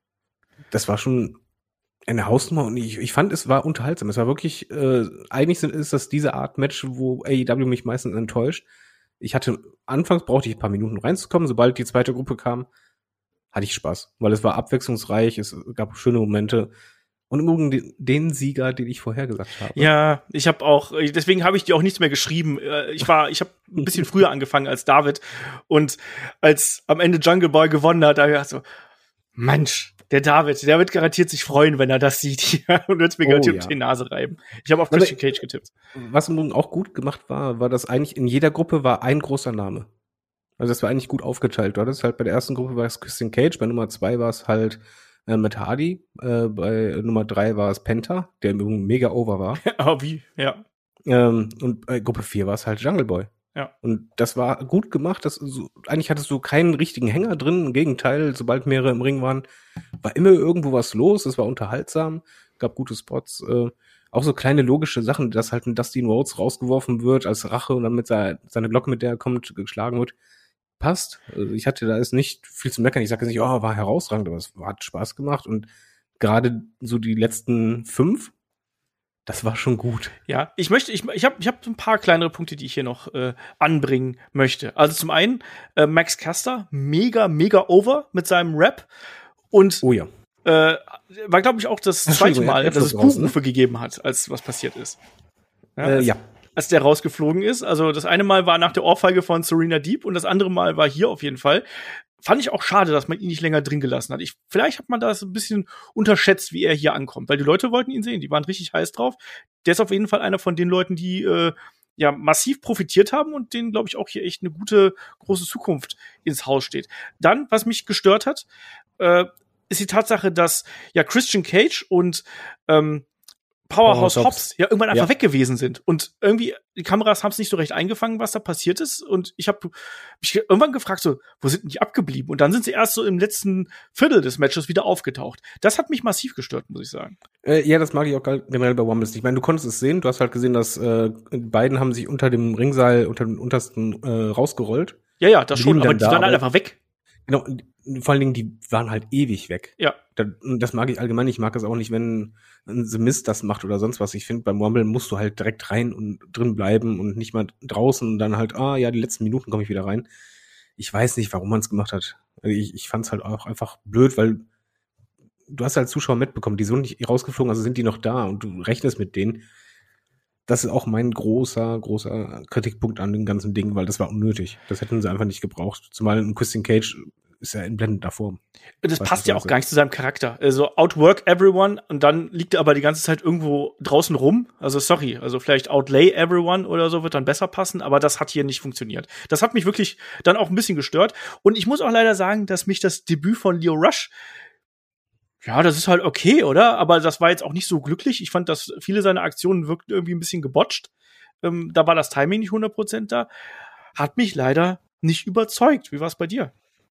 Das war schon eine Hausnummer und ich, ich fand, es war unterhaltsam. Es war wirklich, äh, eigentlich sind, ist das diese Art Match, wo A E W mich meistens enttäuscht. Ich hatte, anfangs brauchte ich ein paar Minuten reinzukommen. Sobald die zweite Gruppe kam, hatte ich Spaß, weil es war abwechslungsreich, es gab schöne Momente. Und im Übrigen den, den Sieger, den ich vorher gesagt habe. Ja, ich habe auch, deswegen habe ich dir auch nichts mehr geschrieben. Ich war, ich habe ein bisschen früher angefangen als David und als am Ende Jungle Boy gewonnen hat, da habe ich gedacht so, Mensch, der David, der wird garantiert sich freuen, wenn er das sieht und wird mir Oh, garantiert ja. auf die Nase reiben. Ich habe auf Christian Cage getippt. Was im Übrigen auch gut gemacht war, war, dass eigentlich in jeder Gruppe war ein großer Name. Also das war eigentlich gut aufgeteilt. Du hattest halt bei der ersten Gruppe war es Christian Cage, bei Nummer zwei war es halt äh, Matt Hardy, äh, bei Nummer drei war es Penta, der im Übrigen mega over war. Aber wie, ja. ähm, und bei Gruppe vier war es halt Jungle Boy. Ja. Und das war gut gemacht. Das, so, eigentlich hattest du keinen richtigen Hänger drin. Im Gegenteil, sobald mehrere im Ring waren, war immer irgendwo was los. Es war unterhaltsam, gab gute Spots. Äh, auch so kleine logische Sachen, dass halt ein Dustin Rhodes rausgeworfen wird als Rache und dann mit seiner, seiner Glocke, mit der er kommt, geschlagen wird. Passt. Also ich hatte da ist nicht viel zu meckern. Ich sage jetzt nicht, oh, war herausragend, aber es hat Spaß gemacht. Und gerade so die letzten fünf, das war schon gut. Ja, ich möchte, ich, ich habe ich hab ein paar kleinere Punkte, die ich hier noch äh, anbringen möchte. Also zum einen, äh, Max Caster, mega, mega over mit seinem Rap. Und Oh ja. äh, war, glaube ich, auch das zweite Entschuldigung, Mal, er- dass es er raus, ne? Buchrufe gegeben hat, als was passiert ist. Ja, Äh, als, ja. als der rausgeflogen ist. Also das eine Mal war nach der Ohrfeige von Serena Deeb und das andere Mal war hier auf jeden Fall. fand ich auch schade, dass man ihn nicht länger drin gelassen hat. Ich, vielleicht hat man das ein bisschen unterschätzt, wie er hier ankommt, weil die Leute wollten ihn sehen, die waren richtig heiß drauf. Der ist auf jeden Fall einer von den Leuten, die äh, ja massiv profitiert haben und denen, glaube ich, auch hier echt eine gute, große Zukunft ins Haus steht. Dann, was mich gestört hat, äh, ist die Tatsache, dass ja Christian Cage und ähm, Powerhouse Hobbs. Hobbs ja irgendwann einfach ja. weg gewesen sind. Und irgendwie, die Kameras haben es nicht so recht eingefangen, was da passiert ist. Und ich habe mich irgendwann gefragt, so, wo sind denn die abgeblieben? Und dann sind sie erst so im letzten Viertel des Matches wieder aufgetaucht. Das hat mich massiv gestört, muss ich sagen. Äh, ja, das mag ich auch generell bei Wumbles nicht. Ich meine, du konntest es sehen, du hast halt gesehen, dass äh, beiden haben sich unter dem Ringseil, unter dem untersten äh, rausgerollt. Ja, ja, das schon, aber die waren halt einfach weg. Genau, vor allen Dingen, die waren halt ewig weg. Ja. Das mag ich allgemein. Ich mag es auch nicht, wenn ein The Miz das macht oder sonst was. Ich finde, beim Rumble musst du halt direkt rein und drin bleiben und nicht mal draußen und dann halt, ah ja, die letzten Minuten komme ich wieder rein. Ich weiß nicht, warum man es gemacht hat. Ich, ich fand es halt auch einfach blöd, weil du hast halt Zuschauer mitbekommen, die sind nicht rausgeflogen, also sind die noch da und du rechnest mit denen. Das ist auch mein großer, großer Kritikpunkt an dem ganzen Ding, weil das war unnötig. Das hätten sie einfach nicht gebraucht. Zumal ein Christian Cage ist ja in blendender Form. Das passt ja auch gar nicht zu seinem Charakter. Also outwork everyone und dann liegt er aber die ganze Zeit irgendwo draußen rum. Also sorry, also vielleicht outlay everyone oder so wird dann besser passen, aber das hat hier nicht funktioniert. Das hat mich wirklich dann auch ein bisschen gestört. Und ich muss auch leider sagen, dass mich das Debüt von Lio Rush, ja, das ist halt okay, oder? Aber das war jetzt auch nicht so glücklich. Ich fand, dass viele seiner Aktionen wirkten irgendwie ein bisschen gebotcht. Ähm, da war das Timing nicht hundert Prozent da. Hat mich leider nicht überzeugt. Wie war es bei dir?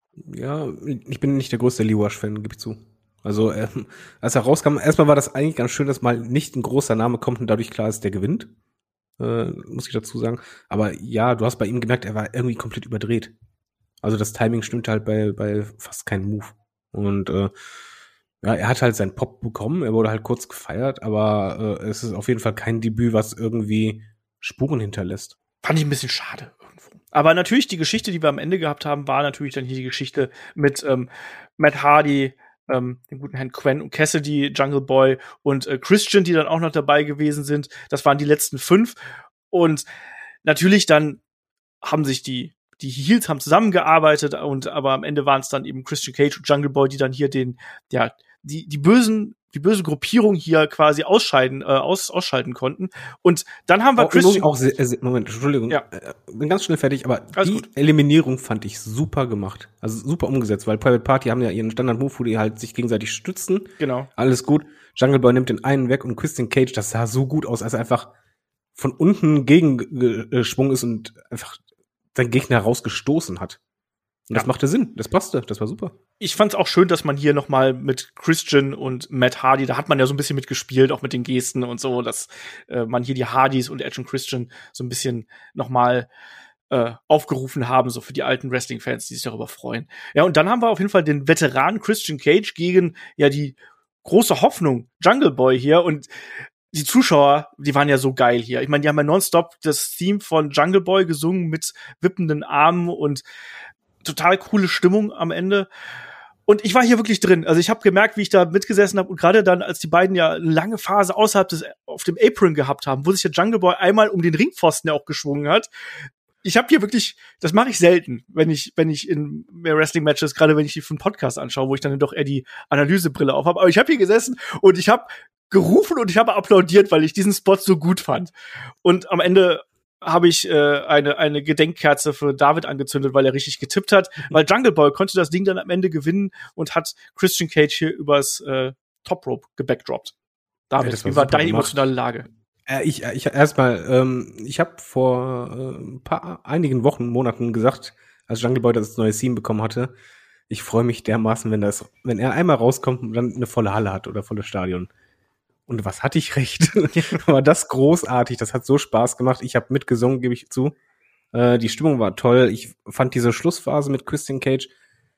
Ja, ich bin nicht der größte Lio Rush-Fan, gebe ich zu. Also, äh, als er rauskam, erstmal war das eigentlich ganz schön, dass mal nicht ein großer Name kommt und dadurch klar ist, der gewinnt. Äh, muss ich dazu sagen. Aber ja, du hast bei ihm gemerkt, er war irgendwie komplett überdreht. Also das Timing stimmte halt bei, bei fast keinem Move. Und äh, ja, er hat halt seinen Pop bekommen, er wurde halt kurz gefeiert, aber äh, es ist auf jeden Fall kein Debüt, was irgendwie Spuren hinterlässt. Fand ich ein bisschen schade irgendwo. Aber natürlich, die Geschichte, die wir am Ende gehabt haben, war natürlich dann hier die Geschichte mit ähm, Matt Hardy, ähm, dem guten Herrn Quen und Cassidy, Jungle Boy und äh, Christian, die dann auch noch dabei gewesen sind. Das waren die letzten fünf. Und natürlich dann haben sich die die Heels haben zusammengearbeitet und aber am Ende waren es dann eben Christian Cage und Jungle Boy, die dann hier den ja die die bösen die böse Gruppierung hier quasi ausscheiden äh, aus ausschalten konnten. Und dann haben wir auch, Christian auch sehr, sehr, Moment, Entschuldigung, ja. äh, bin ganz schnell fertig, aber Alles die gut. Eliminierung fand ich super gemacht, also super umgesetzt, weil Private Party haben ja ihren Standard-Move, wo die halt sich gegenseitig stützen. Genau. Alles gut. Jungle Boy nimmt den einen weg und Christian Cage, das sah so gut aus, als er einfach von unten gegengeschwungen ist und einfach seinen Gegner rausgestoßen hat. Und ja. Das machte Sinn, das passte, das war super. Ich fand's auch schön, dass man hier noch mal mit Christian und Matt Hardy, da hat man ja so ein bisschen mitgespielt, auch mit den Gesten und so, dass äh, man hier die Hardys und Edge und Christian so ein bisschen noch mal äh, aufgerufen haben, so für die alten Wrestling-Fans, die sich darüber freuen. Ja, und dann haben wir auf jeden Fall den Veteran Christian Cage gegen ja die große Hoffnung Jungle Boy hier und die Zuschauer, die waren ja so geil hier. Ich meine, die haben ja nonstop das Theme von Jungle Boy gesungen mit wippenden Armen und total coole Stimmung am Ende. Und ich war hier wirklich drin. Also ich habe gemerkt, wie ich da mitgesessen habe und gerade dann, als die beiden ja eine lange Phase außerhalb des auf dem Apron gehabt haben, wo sich der Jungle Boy einmal um den Ringpfosten ja auch geschwungen hat. Ich habe hier wirklich, das mache ich selten, wenn ich wenn ich in Wrestling-Matches, gerade wenn ich die für einen Podcast anschaue, wo ich dann doch eher die Analysebrille auf habe. Aber ich habe hier gesessen und ich habe gerufen und ich habe applaudiert, weil ich diesen Spot so gut fand. Und am Ende habe ich äh, eine eine Gedenkkerze für David angezündet, weil er richtig getippt hat. Weil Jungle Boy konnte das Ding dann am Ende gewinnen und hat Christian Cage hier übers äh, Top Rope gebackdroppt. David, ja, war wie war deine gemacht. emotionale Lage? Äh, ich ich erstmal, ähm, ich habe vor äh, ein paar einigen Wochen, Monaten gesagt, als Jungle Boy das neue Theme bekommen hatte, ich freue mich dermaßen, wenn das, wenn er einmal rauskommt und dann eine volle Halle hat oder volles Stadion. Und was hatte ich recht? War das großartig, das hat so Spaß gemacht. Ich habe mitgesungen, gebe ich zu. Äh, die Stimmung war toll. Ich fand diese Schlussphase mit Christian Cage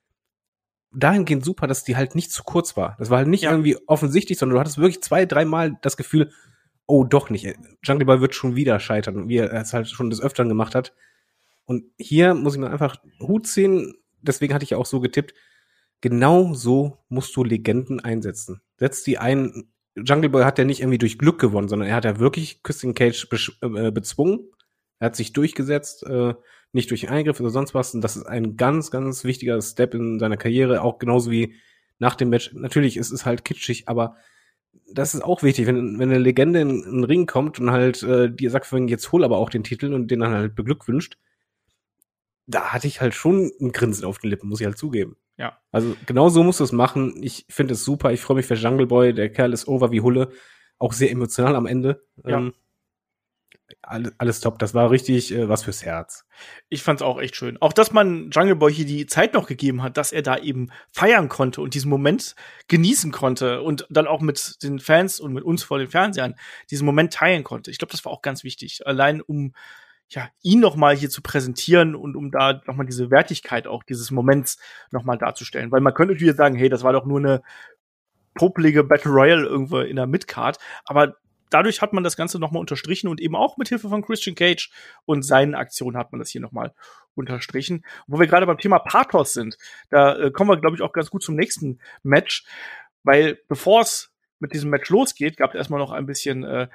dahingehend super, dass die halt nicht zu kurz war. Das war halt nicht ja. irgendwie offensichtlich, sondern du hattest wirklich zwei, dreimal das Gefühl, oh, doch nicht. Jungle Boy wird schon wieder scheitern, wie er es halt schon des Öfteren gemacht hat. Und hier muss ich mir einfach Hut ziehen. Deswegen hatte ich ja auch so getippt. Genau so musst du Legenden einsetzen. Setz die ein. Jungle Boy hat ja nicht irgendwie durch Glück gewonnen, sondern er hat ja wirklich Christian Cage be- äh, bezwungen, Er hat sich durchgesetzt, äh, nicht durch Eingriff oder sonst was. Und das ist ein ganz, ganz wichtiger Step in seiner Karriere, auch genauso wie nach dem Match. Natürlich ist es halt kitschig, aber das ist auch wichtig, wenn, wenn eine Legende in, in den Ring kommt und halt äh, dir sagt, jetzt hol aber auch den Titel und den dann halt beglückwünscht. Da hatte ich halt schon ein Grinsen auf den Lippen, muss ich halt zugeben. Ja. Also genau so musst du es machen. Ich finde es super. Ich freue mich für Jungle Boy. Der Kerl ist over wie Hulle. Auch sehr emotional am Ende. Ja. Ähm, alles, alles top. Das war richtig äh, was fürs Herz. Ich fand's auch echt schön. Auch, dass man Jungle Boy hier die Zeit noch gegeben hat, dass er da eben feiern konnte und diesen Moment genießen konnte und dann auch mit den Fans und mit uns vor den Fernsehern diesen Moment teilen konnte. Ich glaube, das war auch ganz wichtig. Allein um ja, ihn noch mal hier zu präsentieren und um da noch mal diese Wertigkeit auch dieses Moments noch mal darzustellen. Weil man könnte natürlich sagen, hey, das war doch nur eine popelige Battle Royale irgendwo in der Midcard. Aber dadurch hat man das Ganze noch mal unterstrichen und eben auch mit Hilfe von Christian Cage und seinen Aktionen hat man das hier noch mal unterstrichen. Wo wir gerade beim Thema Pathos sind, da äh, kommen wir, glaube ich, auch ganz gut zum nächsten Match. Weil bevor es mit diesem Match losgeht, gab es erstmal noch ein bisschen äh,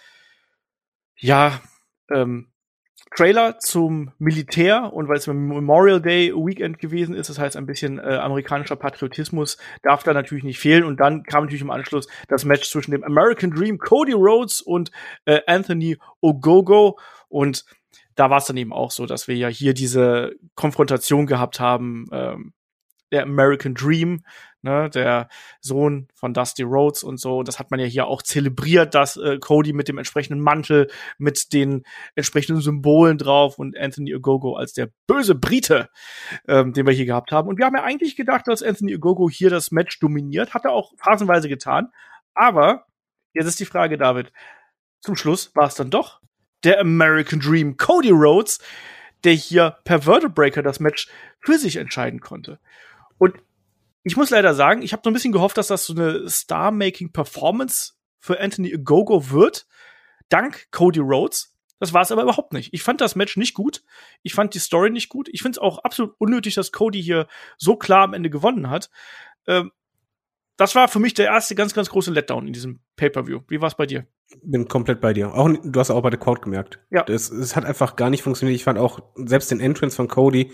ja, ähm, Trailer zum Militär und weil es Memorial Day Weekend gewesen ist, das heißt ein bisschen äh, amerikanischer Patriotismus darf da natürlich nicht fehlen und dann kam natürlich im Anschluss das Match zwischen dem American Dream Cody Rhodes und äh, Anthony Ogogo und da war es dann eben auch so, dass wir ja hier diese Konfrontation gehabt haben, ähm, der American Dream, ne, der Sohn von Dusty Rhodes und so. Das hat man ja hier auch zelebriert, dass äh, Cody mit dem entsprechenden Mantel, mit den entsprechenden Symbolen drauf und Anthony Ogogo als der böse Brite, ähm, den wir hier gehabt haben. Und wir haben ja eigentlich gedacht, dass Anthony Ogogo hier das Match dominiert. Hat er auch phasenweise getan. Aber jetzt ist die Frage, David, zum Schluss war es dann doch der American Dream Cody Rhodes, der hier per Vertebreaker das Match für sich entscheiden konnte. Und ich muss leider sagen, ich habe so ein bisschen gehofft, dass das so eine Star-Making-Performance für Anthony Ogogo wird, dank Cody Rhodes. Das war es aber überhaupt nicht. Ich fand das Match nicht gut. Ich fand die Story nicht gut. Ich finde es auch absolut unnötig, dass Cody hier so klar am Ende gewonnen hat. Ähm, das war für mich der erste ganz, ganz große Letdown in diesem Pay-Per-View. Wie war es bei dir? Bin komplett bei dir. Auch, du hast auch bei der Crowd gemerkt. Ja. Das, das hat einfach gar nicht funktioniert. Ich fand auch selbst den Entrance von Cody,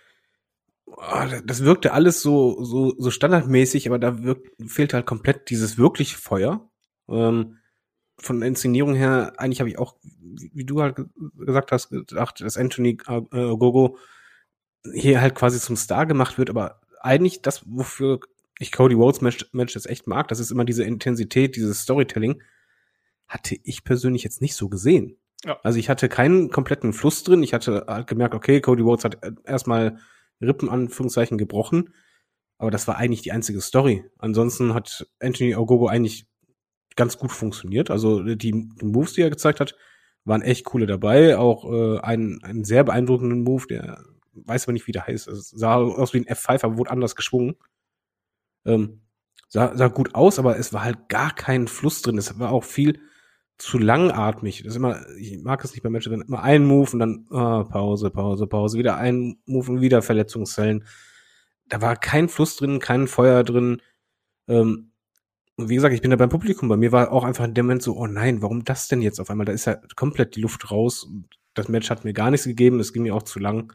das wirkte alles so so so standardmäßig, aber da wirkt, fehlte halt komplett dieses wirkliche Feuer. Ähm, von der Inszenierung her, eigentlich habe ich auch, wie du halt gesagt hast, gedacht, dass Anthony Ogogo hier halt quasi zum Star gemacht wird, aber eigentlich das, wofür ich Cody Rhodes Match, Match jetzt echt mag, das ist immer diese Intensität, dieses Storytelling, hatte ich persönlich jetzt nicht so gesehen. Ja. Also ich hatte keinen kompletten Fluss drin, ich hatte halt gemerkt, okay, Cody Rhodes hat erstmal Rippen, Anführungszeichen, gebrochen. Aber das war eigentlich die einzige Story. Ansonsten hat Anthony Ogogo eigentlich ganz gut funktioniert. Also die, die Moves, die er gezeigt hat, waren echt coole dabei. Auch äh, ein, einen sehr beeindruckenden Move, der weiß aber nicht, wie der heißt. Es sah aus wie ein F fünf, aber wurde anders geschwungen. Ähm, sah, sah gut aus, aber es war halt gar kein Fluss drin. Es war auch viel zu langatmig. Das ist immer, ich mag es nicht bei Matches, dann immer ein Move und dann oh, Pause, Pause, Pause, wieder ein Move und wieder Verletzungszellen. Da war kein Fluss drin, kein Feuer drin. Ähm, und wie gesagt, ich bin da beim Publikum. Bei mir war auch einfach in dem Moment so, oh nein, warum das denn jetzt auf einmal? Da ist ja komplett die Luft raus. Das Match hat mir gar nichts gegeben, es ging mir auch zu lang.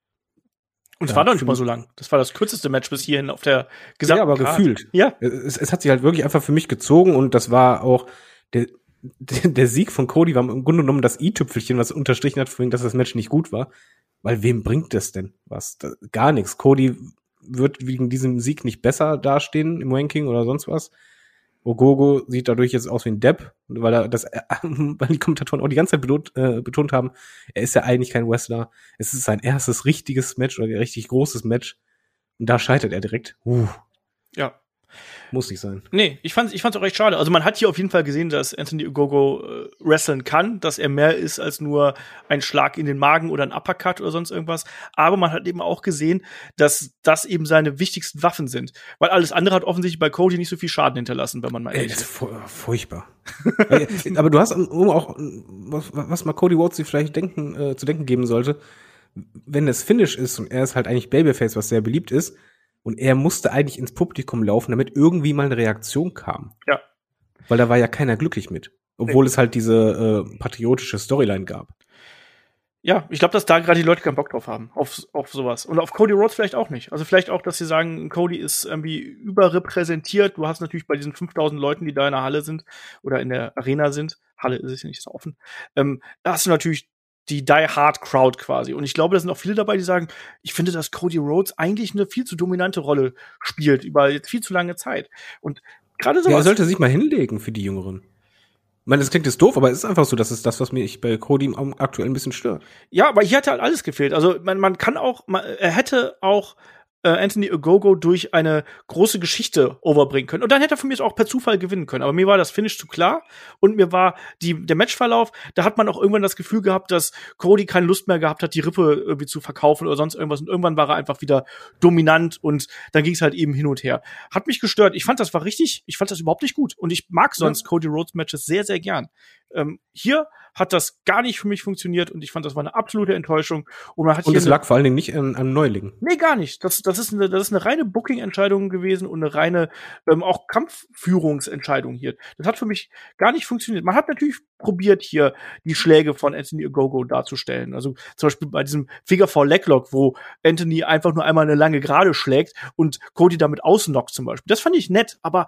Und es war doch nicht mal so lang. Das war das kürzeste Match bis hierhin auf der gesamten Ja, aber Card. gefühlt. Ja. Es, es hat sich halt wirklich einfach für mich gezogen und das war auch der Der Sieg von Cody war im Grunde genommen das i-Tüpfelchen, was unterstrichen hat, dass das Match nicht gut war. Weil wem bringt das denn was? Da, gar nichts. Cody wird wegen diesem Sieg nicht besser dastehen im Ranking oder sonst was. Ogogo sieht dadurch jetzt aus wie ein Depp, weil er das, äh, weil die Kommentatoren auch die ganze Zeit betont, äh, betont haben, er ist ja eigentlich kein Wrestler. Es ist sein erstes richtiges Match oder ein richtig großes Match. Und da scheitert er direkt. Uh. Ja. Muss nicht sein. Nee, ich fand's, ich fand's auch recht schade. Also man hat hier auf jeden Fall gesehen, dass Anthony Ogogo äh, wrestlen kann, dass er mehr ist als nur ein Schlag in den Magen oder ein Uppercut oder sonst irgendwas. Aber man hat eben auch gesehen, dass das eben seine wichtigsten Waffen sind. Weil alles andere hat offensichtlich bei Cody nicht so viel Schaden hinterlassen, wenn man mal Ey, ehrlich das ist ist. fu- furchtbar. Aber du hast auch, was, was mal Cody Rhodes sich vielleicht denken, äh, zu denken geben sollte, wenn das Finish ist und er ist halt eigentlich Babyface, was sehr beliebt ist, und er musste eigentlich ins Publikum laufen, damit irgendwie mal eine Reaktion kam. Ja. Weil da war ja keiner glücklich mit. Obwohl nee. es halt diese äh, patriotische Storyline gab. Ja, ich glaube, dass da gerade die Leute keinen Bock drauf haben, auf, auf sowas. Und auf Cody Rhodes vielleicht auch nicht. Also vielleicht auch, dass sie sagen, Cody ist irgendwie überrepräsentiert. Du hast natürlich bei diesen fünftausend Leuten, die da in der Halle sind oder in der Arena sind, Halle ist es ja nicht so offen, ähm, da hast du natürlich die Die-Hard-Crowd quasi. Und ich glaube, da sind auch viele dabei, die sagen, ich finde, dass Cody Rhodes eigentlich eine viel zu dominante Rolle spielt über jetzt viel zu lange Zeit. Und gerade sowas. Ja, er sollte sich mal hinlegen für die Jüngeren. Ich meine, das klingt jetzt doof, aber es ist einfach so, das ist das, was mich bei Cody aktuell ein bisschen stört. Ja, aber hier hat halt alles gefehlt. Also man, man kann auch, man, er hätte auch äh, Anthony Ogogo durch eine große Geschichte overbringen können. Und dann hätte er von mir auch per Zufall gewinnen können. Aber mir war das Finish zu klar und mir war die, der Matchverlauf, da hat man auch irgendwann das Gefühl gehabt, dass Cody keine Lust mehr gehabt hat, die Rippe irgendwie zu verkaufen oder sonst irgendwas. Und irgendwann war er einfach wieder dominant und dann ging es halt eben hin und her. Hat mich gestört. Ich fand, das war richtig, ich fand das überhaupt nicht gut. Und ich mag sonst ja. Cody Rhodes Matches sehr, sehr gern. Ähm, hier hat das gar nicht für mich funktioniert und ich fand, das war eine absolute Enttäuschung. Und, man hat und hier es lag vor allen Dingen nicht an, an Neulingen. Nee, gar nicht. Das, das, ist eine, das ist eine reine Booking-Entscheidung gewesen und eine reine ähm, auch Kampfführungsentscheidung hier. Das hat für mich gar nicht funktioniert. Man hat natürlich probiert, hier die Schläge von Anthony Ogogo darzustellen. Also zum Beispiel bei diesem Figure four Leglock, wo Anthony einfach nur einmal eine lange Gerade schlägt und Cody damit ausnockt zum Beispiel. Das fand ich nett, aber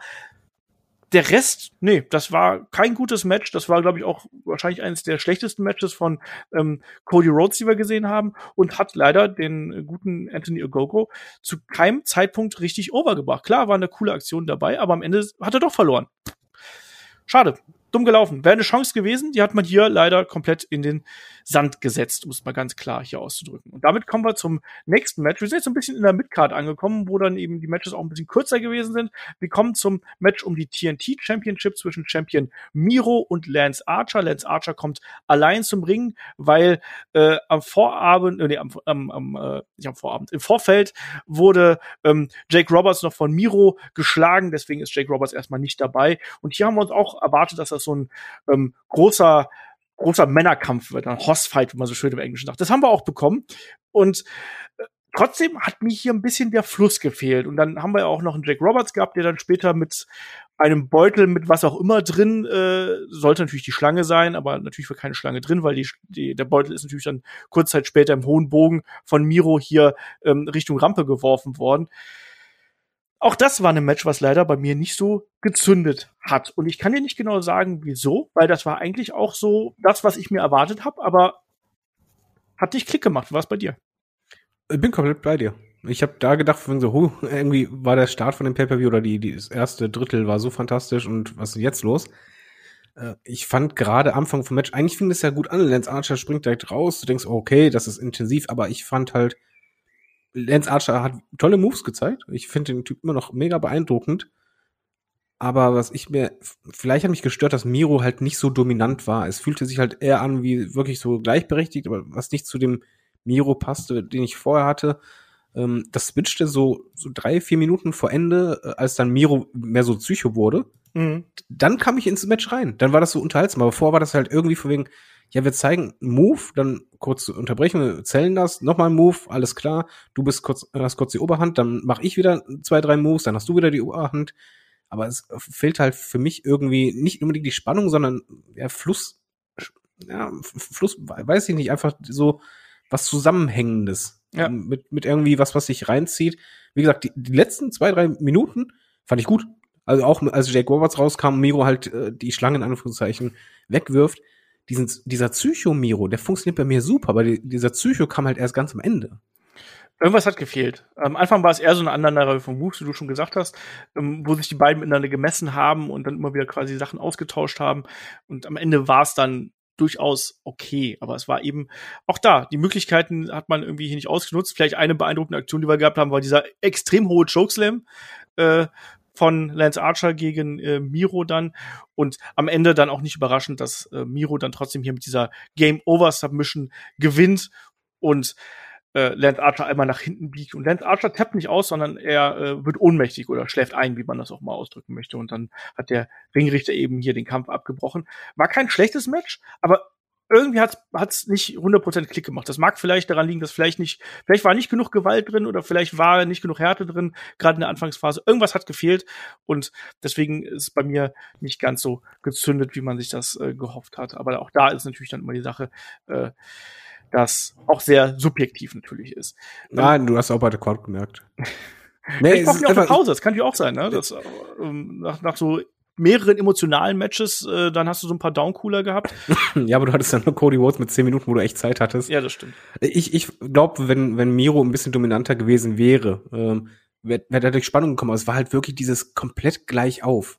der Rest, nee, das war kein gutes Match. Das war, glaube ich, auch wahrscheinlich eines der schlechtesten Matches von ähm, Cody Rhodes, die wir gesehen haben, und hat leider den äh, guten Anthony Ogogo zu keinem Zeitpunkt richtig overgebracht. Klar, war eine coole Aktion dabei, aber am Ende hat er doch verloren. Schade. Dumm gelaufen. Wäre eine Chance gewesen, die hat man hier leider komplett in den Sand gesetzt, um es mal ganz klar hier auszudrücken. Und damit kommen wir zum nächsten Match. Wir sind jetzt so ein bisschen in der Midcard angekommen, wo dann eben die Matches auch ein bisschen kürzer gewesen sind. Wir kommen zum Match um die T N T Championship zwischen Champion Miro und Lance Archer. Lance Archer kommt allein zum Ring, weil äh, am Vorabend, äh, nee, am, am, am, äh, nicht am Vorabend, im Vorfeld wurde ähm, Jake Roberts noch von Miro geschlagen, deswegen ist Jake Roberts erstmal nicht dabei. Und hier haben wir uns auch erwartet, dass das so ein ähm, großer großer Männerkampf wird, ein Hossfight, wie man so schön im Englischen sagt. Das haben wir auch bekommen. Und äh, trotzdem hat mir hier ein bisschen der Fluss gefehlt. Und dann haben wir ja auch noch einen Jake Roberts gehabt, der dann später mit einem Beutel mit was auch immer drin, äh, sollte natürlich die Schlange sein, aber natürlich war keine Schlange drin, weil die, die, der Beutel ist natürlich dann kurz Zeit später im hohen Bogen von Miro hier ähm, Richtung Rampe geworfen worden. Auch das war ein Match, was leider bei mir nicht so gezündet hat. Und ich kann dir nicht genau sagen, wieso, weil das war eigentlich auch so das, was ich mir erwartet habe, aber hat nicht Klick gemacht. Wie war es bei dir? Ich bin komplett bei dir. Ich habe da gedacht, wenn so, huh, irgendwie war der Start von dem Pay-Per-View oder die, die das erste Drittel war so fantastisch und was ist jetzt los? Äh, ich fand gerade Anfang vom Match, eigentlich fing das ja gut an. Lance Archer springt direkt raus, du denkst, okay, das ist intensiv, aber ich fand halt, Lance Archer hat tolle Moves gezeigt. Ich finde den Typ immer noch mega beeindruckend. Aber was ich mir, vielleicht hat mich gestört, dass Miro halt nicht so dominant war. Es fühlte sich halt eher an wie wirklich so gleichberechtigt, aber was nicht zu dem Miro passte, den ich vorher hatte. Ähm, das switchte so, so drei, vier Minuten vor Ende, als dann Miro mehr so Psycho wurde. Mhm. Dann kam ich ins Match rein. Dann war das so unterhaltsam. Aber vorher war das halt irgendwie von wegen, ja, wir zeigen einen Move, dann kurz unterbrechen, wir zählen das, nochmal ein Move, alles klar, du bist kurz, hast kurz die Oberhand, dann mache ich wieder zwei, drei Moves, dann hast du wieder die Oberhand. Aber es fehlt halt für mich irgendwie nicht unbedingt die Spannung, sondern ja, Fluss, ja, Fluss, weiß ich nicht, einfach so was Zusammenhängendes. Ja. Mit, mit irgendwie was, was sich reinzieht. Wie gesagt, die, die letzten zwei, drei Minuten fand ich gut. Also auch als Jake Roberts rauskam, Miro halt äh, die Schlange in Anführungszeichen wegwirft. Diesen, dieser Psycho-Miro, der funktioniert bei mir super, aber die, dieser Psycho kam halt erst ganz am Ende. Irgendwas hat gefehlt. Am Anfang war es eher so eine Aneinanderreihung von Moves, wie du schon gesagt hast, ähm, wo sich die beiden miteinander gemessen haben und dann immer wieder quasi Sachen ausgetauscht haben. Und am Ende war es dann durchaus okay. Aber es war eben auch da. Die Möglichkeiten hat man irgendwie hier nicht ausgenutzt. Vielleicht eine beeindruckende Aktion, die wir gehabt haben, war dieser extrem hohe Chokeslam äh, von Lance Archer gegen äh, Miro dann. Und am Ende dann auch nicht überraschend, dass äh, Miro dann trotzdem hier mit dieser Game-Over-Submission gewinnt und äh, Lance Archer einmal nach hinten biegt. Und Lance Archer tappt nicht aus, sondern er äh, wird ohnmächtig oder schläft ein, wie man das auch mal ausdrücken möchte. Und dann hat der Ringrichter eben hier den Kampf abgebrochen. War kein schlechtes Match, aber irgendwie hat's hat's nicht hundert Prozent Klick gemacht. Das mag vielleicht daran liegen, dass vielleicht nicht, vielleicht war nicht genug Gewalt drin oder vielleicht war nicht genug Härte drin, gerade in der Anfangsphase. Irgendwas hat gefehlt und deswegen ist es bei mir nicht ganz so gezündet, wie man sich das äh, gehofft hat. Aber auch da ist natürlich dann immer die Sache, äh, dass auch sehr subjektiv natürlich ist. Nein, du hast auch bei der Crowd gemerkt. Nee, ich brauche auch eine Pause, das kann natürlich auch sein, ne? Das, ähm, nach, nach so mehreren emotionalen Matches, äh, dann hast du so ein paar Downcooler gehabt. Ja, aber du hattest dann nur Cody Rhodes mit zehn Minuten, wo du echt Zeit hattest. Ja, das stimmt. Ich, ich glaube, wenn, wenn Miro ein bisschen dominanter gewesen wäre, ähm, wäre wär dadurch Spannung gekommen. Aber es war halt wirklich dieses komplett gleich auf.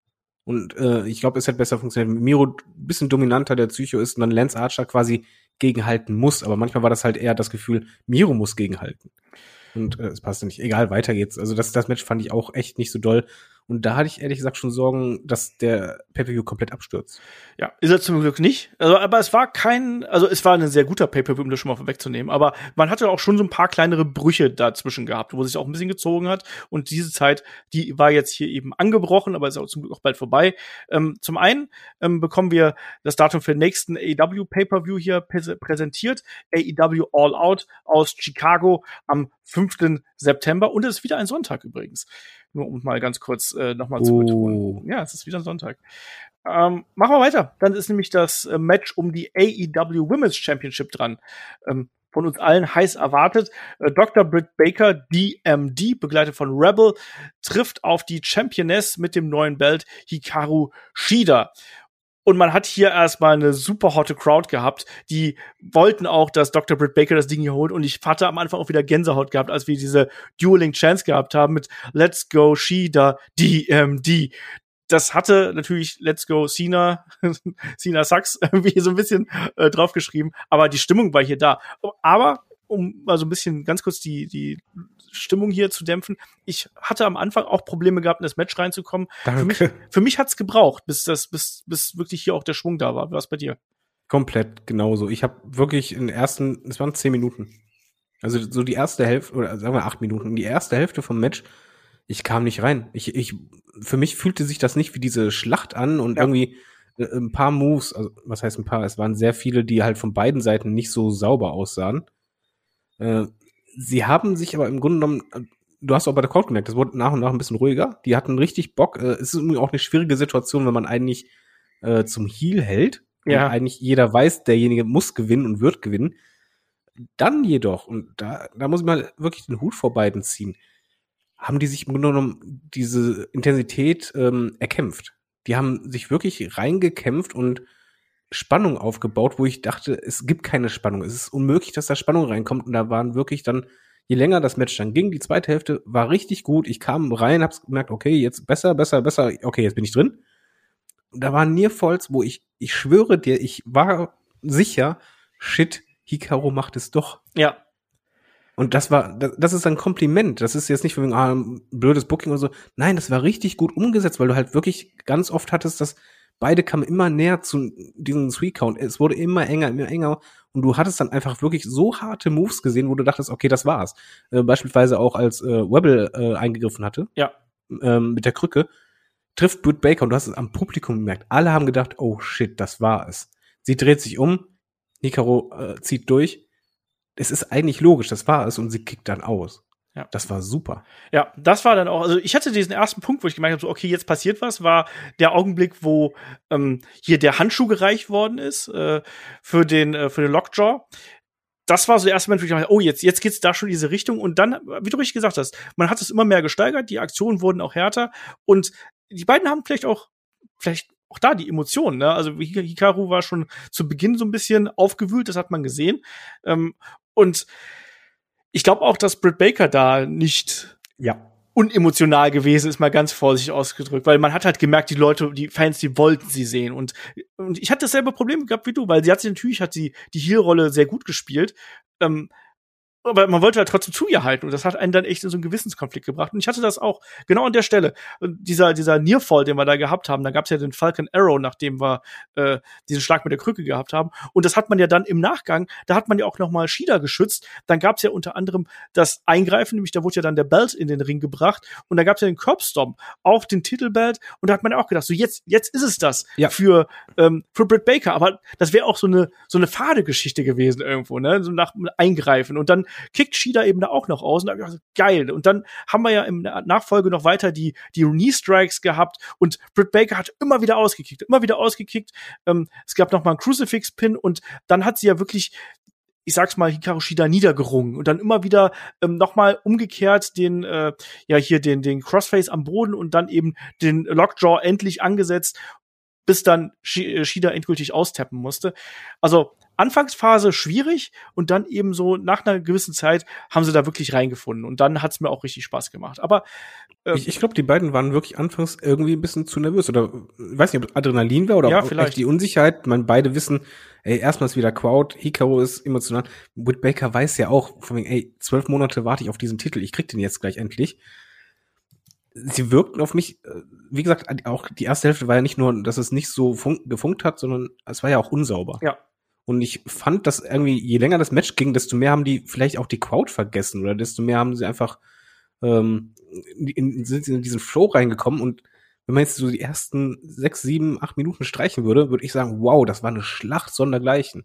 Und äh, ich glaube, es hätte besser funktioniert. Wenn Miro ein bisschen dominanter der Psycho ist und dann Lance Archer quasi gegenhalten muss. Aber manchmal war das halt eher das Gefühl, Miro muss gegenhalten. Und äh, es passte nicht. Egal, weiter geht's. Also das, das Match fand ich auch echt nicht so doll. Und da hatte ich ehrlich gesagt schon Sorgen, dass der Pay-Per-View komplett abstürzt. Ja, ist er zum Glück nicht. Also, aber es war kein, also es war ein sehr guter Pay-Per-View, um das schon mal vorwegzunehmen. Aber man hatte auch schon so ein paar kleinere Brüche dazwischen gehabt, wo es sich auch ein bisschen gezogen hat. Und diese Zeit, die war jetzt hier eben angebrochen, aber ist auch zum Glück auch bald vorbei. Ähm, zum einen ähm, bekommen wir das Datum für den nächsten A E W Pay-Per-View hier präs- präsentiert. A E W All Out aus Chicago am fünften September. Und es ist wieder ein Sonntag übrigens. Nur um mal ganz kurz äh, nochmal zu betonen. Ja, es ist wieder ein Sonntag. Ähm, machen wir weiter. Dann ist nämlich das äh, Match um die A E W Women's Championship dran. Ähm, von uns allen heiß erwartet. Äh, Doktor Britt Baker, D M D, begleitet von Rebel, trifft auf die Championess mit dem neuen Belt, Hikaru Shida. Und man hat hier erstmal eine super hotte Crowd gehabt. Die wollten auch, dass Doktor Britt Baker das Ding hier holt. Und ich hatte am Anfang auch wieder Gänsehaut gehabt, als wir diese Dueling Chance gehabt haben mit Let's Go Shida D M D. Das hatte natürlich Let's Go Cena, Cena Sucks irgendwie so ein bisschen äh, draufgeschrieben. Aber die Stimmung war hier da. Aber um mal so ein bisschen ganz kurz die, die Stimmung hier zu dämpfen. Ich hatte am Anfang auch Probleme gehabt, in das Match reinzukommen. Danke. Für mich, für mich hat's gebraucht, bis das, bis, bis wirklich hier auch der Schwung da war. Was bei dir? Komplett genauso. Ich habe wirklich in den ersten, es waren zehn Minuten. Also so die erste Hälfte, oder sagen wir acht Minuten, die erste Hälfte vom Match, ich kam nicht rein. Ich, ich, für mich fühlte sich das nicht wie diese Schlacht an und ja. irgendwie äh, ein paar Moves, also was heißt ein paar? Es waren sehr viele, die halt von beiden Seiten nicht so sauber aussahen. Äh, sie haben sich aber im Grunde genommen, du hast auch bei der Crowd gemerkt, das wurde nach und nach ein bisschen ruhiger. Die hatten richtig Bock. Äh, es ist irgendwie auch eine schwierige Situation, wenn man eigentlich äh, zum Heel hält. Ja. Und eigentlich jeder weiß, derjenige muss gewinnen und wird gewinnen. Dann jedoch, und da, da muss ich mal wirklich den Hut vor beiden ziehen, haben die sich im Grunde genommen diese Intensität ähm, erkämpft. Die haben sich wirklich reingekämpft und Spannung aufgebaut, wo ich dachte, es gibt keine Spannung. Es ist unmöglich, dass da Spannung reinkommt. Und da waren wirklich dann, je länger das Match dann ging, die zweite Hälfte war richtig gut. Ich kam rein, hab's gemerkt, okay, jetzt besser, besser, besser. Okay, jetzt bin ich drin. Und da waren Nearfalls, wo ich, ich schwöre dir, ich war sicher, shit, Hikaru macht es doch. Ja. Und das war, das, das ist ein Kompliment. Das ist jetzt nicht von ah, blödes Booking oder so. Nein, das war richtig gut umgesetzt, weil du halt wirklich ganz oft hattest, dass beide kamen immer näher zu diesem Three-Count. Es wurde immer enger, immer enger. Und du hattest dann einfach wirklich so harte Moves gesehen, wo du dachtest, okay, das war's. Äh, beispielsweise auch als äh, Webber äh, eingegriffen hatte. Ja. Ähm, mit der Krücke. Trifft Britt Baker und du hast es am Publikum gemerkt. Alle haben gedacht, oh shit, das war es. Sie dreht sich um. Hikaru äh, zieht durch. Es ist eigentlich logisch, das war es. Und sie kickt dann aus. Ja. Das war super. Ja, das war dann auch, also ich hatte diesen ersten Punkt, wo ich gemerkt habe, so, okay, jetzt passiert was, war der Augenblick, wo ähm, hier der Handschuh gereicht worden ist äh, für den äh, für den Lockjaw. Das war so der erste Moment, wo ich dachte, oh, jetzt jetzt geht's da schon in diese Richtung. Und dann, wie du richtig gesagt hast, man hat es immer mehr gesteigert, die Aktionen wurden auch härter. Und die beiden haben vielleicht auch, vielleicht auch da die Emotionen, ne? Also Hikaru war schon zu Beginn so ein bisschen aufgewühlt, das hat man gesehen. Ähm, und ich glaube auch, dass Britt Baker da nicht ja. unemotional gewesen ist, mal ganz vorsichtig ausgedrückt, weil man hat halt gemerkt, die Leute, die Fans, die wollten sie sehen. Und, und ich hatte dasselbe Problem gehabt wie du, weil sie hat sich natürlich, hat sie die Heel-Rolle sehr gut gespielt. Ähm, aber man wollte halt trotzdem zu ihr halten und das hat einen dann echt in so einen Gewissenskonflikt gebracht. Und ich hatte das auch genau an der Stelle. Und dieser, dieser Nearfall, den wir da gehabt haben, da gab's ja den Falcon Arrow, nachdem wir äh, diesen Schlag mit der Krücke gehabt haben. Und das hat man ja dann im Nachgang, da hat man ja auch noch mal Shida geschützt. Dann gab's ja unter anderem das Eingreifen, nämlich da wurde ja dann der Belt in den Ring gebracht und da gab's ja den Curbstomp auf den Titelbelt und da hat man ja auch gedacht, so jetzt, jetzt ist es das ja. für ähm, für Britt Baker. Aber das wäre auch so eine so eine fade Geschichte gewesen irgendwo, ne, so nach Eingreifen. Und dann kickt Shida eben da auch noch aus und da hab ich gedacht, geil. Und dann haben wir ja im Nachfolge noch weiter die die Knee-Strikes gehabt und Britt Baker hat immer wieder ausgekickt, immer wieder ausgekickt. Ähm, es gab noch mal einen Crucifix-Pin und dann hat sie ja wirklich, ich sag's mal, Hikaru Shida niedergerungen und dann immer wieder ähm, noch mal umgekehrt den, äh, ja hier den den Crossface am Boden und dann eben den Lockjaw endlich angesetzt, bis dann Shida endgültig austappen musste. Also Anfangsphase schwierig und dann eben so nach einer gewissen Zeit haben sie da wirklich reingefunden und dann hat's mir auch richtig Spaß gemacht. Aber äh, ich, ich glaube, die beiden waren wirklich anfangs irgendwie ein bisschen zu nervös oder ich weiß nicht, ob Adrenalin war oder ja, ob vielleicht echt die Unsicherheit. Man beide wissen, ey, erstmal ist wieder Crowd, Hikaru ist emotional. Britt Baker weiß ja auch, von wegen, ey, zwölf Monate warte ich auf diesen Titel, ich krieg den jetzt gleich endlich. Sie wirkten auf mich, wie gesagt, auch die erste Hälfte war ja nicht nur, dass es nicht so fun- gefunkt hat, sondern es war ja auch unsauber. Ja. Und ich fand, dass irgendwie, je länger das Match ging, desto mehr haben die vielleicht auch die Crowd vergessen oder desto mehr haben sie einfach ähm, in, sind in diesen Flow reingekommen. Und wenn man jetzt so die ersten sechs, sieben, acht Minuten streichen würde, würde ich sagen, wow, das war eine Schlacht sondergleichen.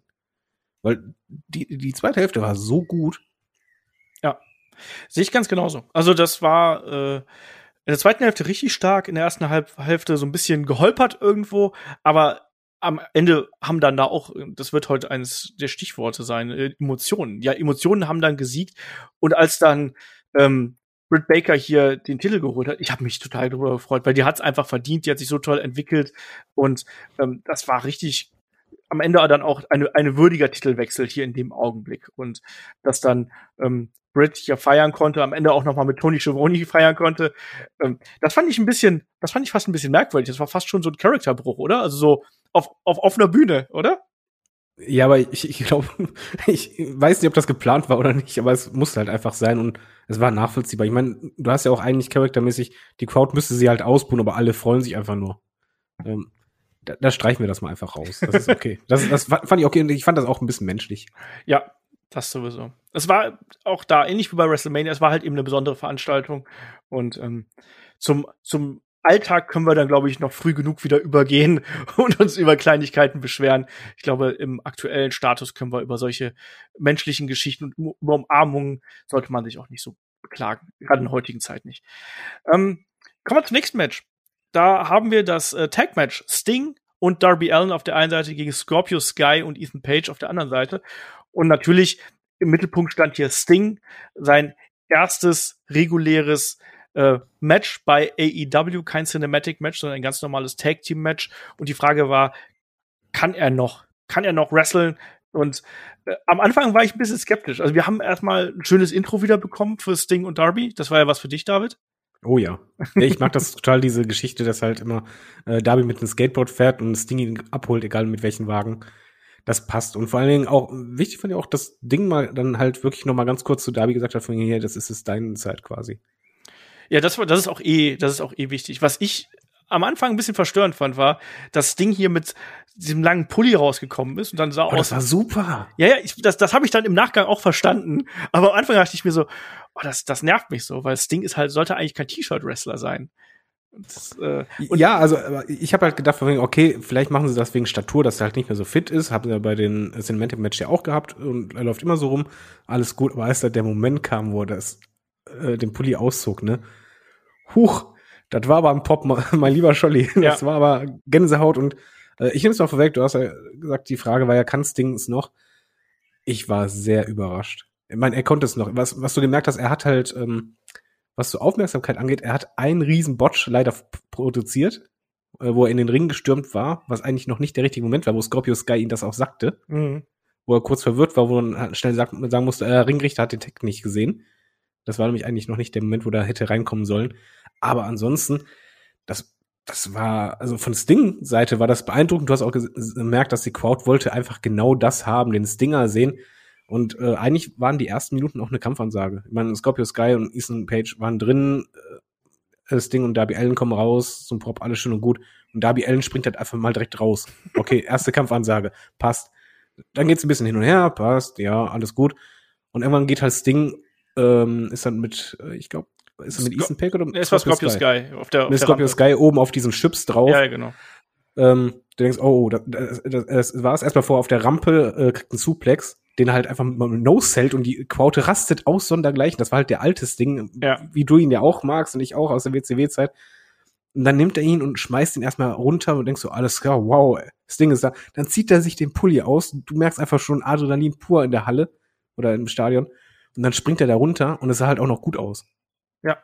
Weil die, die zweite Hälfte war so gut. Ja, sehe ich ganz genauso. Also das war äh, in der zweiten Hälfte richtig stark, in der ersten Halb- Hälfte so ein bisschen geholpert irgendwo, aber am Ende haben dann da auch, das wird heute eines der Stichworte sein, Emotionen. Ja, Emotionen haben dann gesiegt. Und als dann ähm, Britt Baker hier den Titel geholt hat, ich habe mich total darüber gefreut, weil die hat's einfach verdient, die hat sich so toll entwickelt. Und ähm, das war richtig am Ende dann auch eine, eine würdiger Titelwechsel hier in dem Augenblick. Und dass dann ähm, Britt hier feiern konnte, am Ende auch noch mal mit Tony Schiavone feiern konnte. Ähm, das fand ich ein bisschen, das fand ich fast ein bisschen merkwürdig. Das war fast schon so ein Charakterbruch, oder? Also so auf, auf offener Bühne, oder? Ja, aber ich, ich glaube, ich weiß nicht, ob das geplant war oder nicht, aber es musste halt einfach sein und es war nachvollziehbar. Ich meine, du hast ja auch eigentlich charaktermäßig, die Crowd müsste sie halt ausbuhen, aber alle freuen sich einfach nur. Ähm, da, da streichen wir das mal einfach raus. Das ist okay. das, das fand ich okay und ich fand das auch ein bisschen menschlich. Ja, das sowieso. Es war auch da ähnlich wie bei WrestleMania, es war halt eben eine besondere Veranstaltung und ähm, zum zum Alltag können wir dann, glaube ich, noch früh genug wieder übergehen und uns über Kleinigkeiten beschweren. Ich glaube, im aktuellen Status können wir über solche menschlichen Geschichten und über Umarmungen sollte man sich auch nicht so beklagen, gerade in der heutigen Zeit nicht. Ähm, kommen wir zum nächsten Match. Da haben wir das äh, Tag-Match Sting und Darby Allin auf der einen Seite gegen Scorpio Sky und Ethan Page auf der anderen Seite. Und natürlich im Mittelpunkt stand hier Sting, sein erstes reguläres äh, Match bei A E W, kein Cinematic-Match, sondern ein ganz normales Tag-Team-Match. Und die Frage war, kann er noch? Kann er noch wrestlen? Und äh, am Anfang war ich ein bisschen skeptisch. Also wir haben erstmal ein schönes Intro wieder bekommen für Sting und Darby. Das war ja was für dich, David. Oh ja. ja ich mag das total, diese Geschichte, dass halt immer äh, Darby mit einem Skateboard fährt und Sting ihn abholt, egal mit welchen Wagen. Das passt. Und vor allen Dingen auch, wichtig fand ich auch, das Ding mal dann halt wirklich noch mal ganz kurz zu Darby gesagt hat, von hier, das ist es deine Zeit quasi. Ja, das war, das ist auch eh, das ist auch eh wichtig. Was ich am Anfang ein bisschen verstörend fand, war, dass das Ding hier mit diesem langen Pulli rausgekommen ist und dann sah oh, aus. Das war super. Ja, ja, ich, das, das habe ich dann im Nachgang auch verstanden. Aber am Anfang dachte ich mir so, oh, das, das nervt mich so, weil Sting ist halt, sollte eigentlich kein T-Shirt-Wrestler sein. Das, äh, und ja, also ich habe halt gedacht, okay, vielleicht machen sie das wegen Statur, dass er halt nicht mehr so fit ist. Haben sie ja bei den Cinematic Match ja auch gehabt und er läuft immer so rum. Alles gut, aber als da der Moment kam, wo er das, äh, den Pulli auszog, ne? Huch, das war aber ein Pop, mein lieber Scholli. Das ja. war aber Gänsehaut und äh, ich nehme es mal vorweg, du hast ja gesagt, die Frage war ja, kann Sting es noch? Ich war sehr überrascht. Ich meine, er konnte es noch. Was, was du gemerkt hast, er hat halt, ähm, was so Aufmerksamkeit angeht, er hat einen riesen Botch leider f- produziert, äh, wo er in den Ring gestürmt war, was eigentlich noch nicht der richtige Moment war, wo Scorpio Sky ihn das auch sagte. Mhm. Wo er kurz verwirrt war, wo er schnell sagt, sagen musste, der äh, Ringrichter hat den Tag nicht gesehen. Das war nämlich eigentlich noch nicht der Moment, wo er hätte reinkommen sollen. Aber ansonsten, das, das war, also von Sting-Seite war das beeindruckend. Du hast auch gemerkt, dass die Crowd wollte einfach genau das haben, den Stinger sehen. Und äh, eigentlich waren die ersten Minuten auch eine Kampfansage. Ich meine, Scorpio Sky und Ethan Page waren drin, äh, das Ding und Darby Allin kommen raus, zum Prop, alles schön und gut. Und Darby Allin springt halt einfach mal direkt raus. Okay, erste Kampfansage, passt. Dann geht's ein bisschen hin und her, passt, ja, alles gut. Und irgendwann geht halt Sting, ähm, ist dann mit, äh, ich glaube, ist er mit Ethan Page oder? Es war Scorpio Sky. Sky auf der, auf mit der Scorpio Rampe. Sky oben auf diesen Chips drauf. Ja, genau. Ähm, du denkst, oh, das, das, das, das war es erstmal vor auf der Rampe, äh, kriegt einen Suplex, den er halt einfach mit einem No-Sellt und die Quote rastet aus sondergleichen. Das war halt der altes Ding, ja. wie du ihn ja auch magst und ich auch aus der W C W-Zeit. Und dann nimmt er ihn und schmeißt ihn erstmal runter und denkst so, alles klar, wow, das Ding ist da. Dann zieht er sich den Pulli aus und du merkst einfach schon Adrenalin pur in der Halle oder im Stadion. Und dann springt er da runter und es sah halt auch noch gut aus. Ja.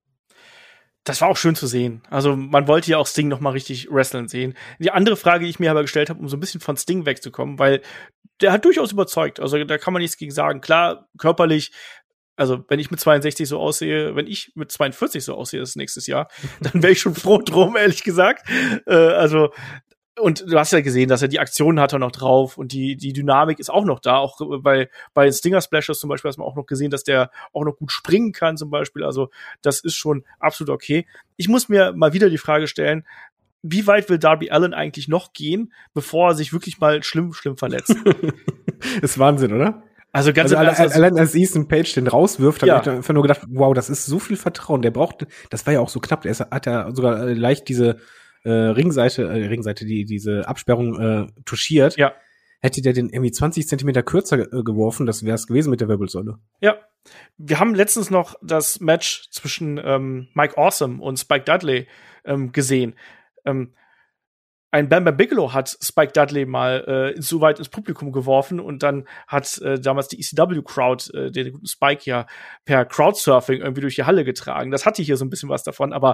Das war auch schön zu sehen. Also man wollte ja auch Sting noch mal richtig wrestlen sehen. Die andere Frage, die ich mir aber gestellt habe, um so ein bisschen von Sting wegzukommen, weil der hat durchaus überzeugt. Also da kann man nichts gegen sagen. Klar, körperlich, also wenn ich mit zweiundsechzig so aussehe, wenn ich mit zweiundvierzig so aussehe das nächstes Jahr, dann wäre ich schon froh drum, ehrlich gesagt. Äh, also und du hast ja gesehen, dass er die Aktionen hat er noch drauf und die die Dynamik ist auch noch da. Auch bei bei Stinger Splashes zum Beispiel hat man auch noch gesehen, dass der auch noch gut springen kann zum Beispiel. Also das ist schon absolut okay. Ich muss mir mal wieder die Frage stellen, wie weit will Darby Allin eigentlich noch gehen, bevor er sich wirklich mal schlimm schlimm verletzt? Ist Wahnsinn, oder? Also ganz also, also, allein als Ethan Page den rauswirft, ja. habe ich einfach nur gedacht, wow, das ist so viel Vertrauen. Der braucht, das war ja auch so knapp. Der ist, hat ja sogar leicht diese äh, Ringseite, äh, Ringseite, die diese Absperrung äh, touchiert. Ja. Hätte der den irgendwie zwanzig Zentimeter kürzer äh, geworfen, das wäre es gewesen mit der Wirbelsäule. Ja. Wir haben letztens noch das Match zwischen ähm, Mike Awesome und Spike Dudley ähm, gesehen. Ähm, Ein Bam Bam Bigelow hat Spike Dudley mal äh, so weit ins Publikum geworfen und dann hat äh, damals die E C W-Crowd äh, den guten Spike ja per Crowdsurfing irgendwie durch die Halle getragen. Das hatte hier so ein bisschen was davon, aber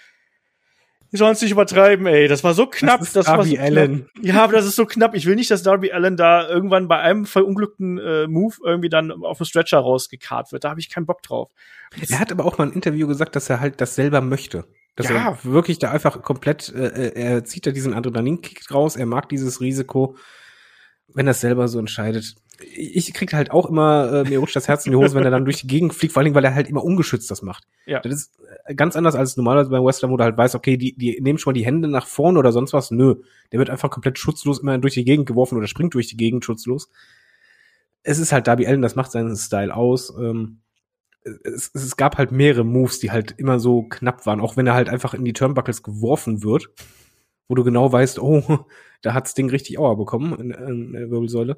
die sollen es nicht übertreiben, ey. Das war so knapp. Das ist das Darby war so Allin. Knapp. Ja, aber das ist so knapp. Ich will nicht, dass Darby Allin da irgendwann bei einem verunglückten äh, Move irgendwie dann auf den Stretcher rausgekarrt wird. Da habe ich keinen Bock drauf. Er hat aber auch mal ein Interview gesagt, dass er halt das selber möchte. Dass ja. er wirklich da einfach komplett, äh, er zieht da diesen Adrenalinkick raus, er mag dieses Risiko, wenn er es selber so entscheidet. Ich krieg halt auch immer, äh, mir rutscht das Herz in die Hose, wenn er dann durch die Gegend fliegt, vor allem, weil er halt immer ungeschützt das macht. Ja. Das ist ganz anders als normalerweise beim Wrestler, wo du halt weißt, okay, die, die nehmen schon mal die Hände nach vorne oder sonst was. Nö, der wird einfach komplett schutzlos immer durch die Gegend geworfen oder springt durch die Gegend schutzlos. Es ist halt Darby Allin, das macht seinen Style aus. Ähm, Es, es gab halt mehrere Moves, die halt immer so knapp waren, auch wenn er halt einfach in die Turnbuckles geworfen wird, wo du genau weißt, oh, da hat's Ding richtig Aua bekommen in, in der Wirbelsäule.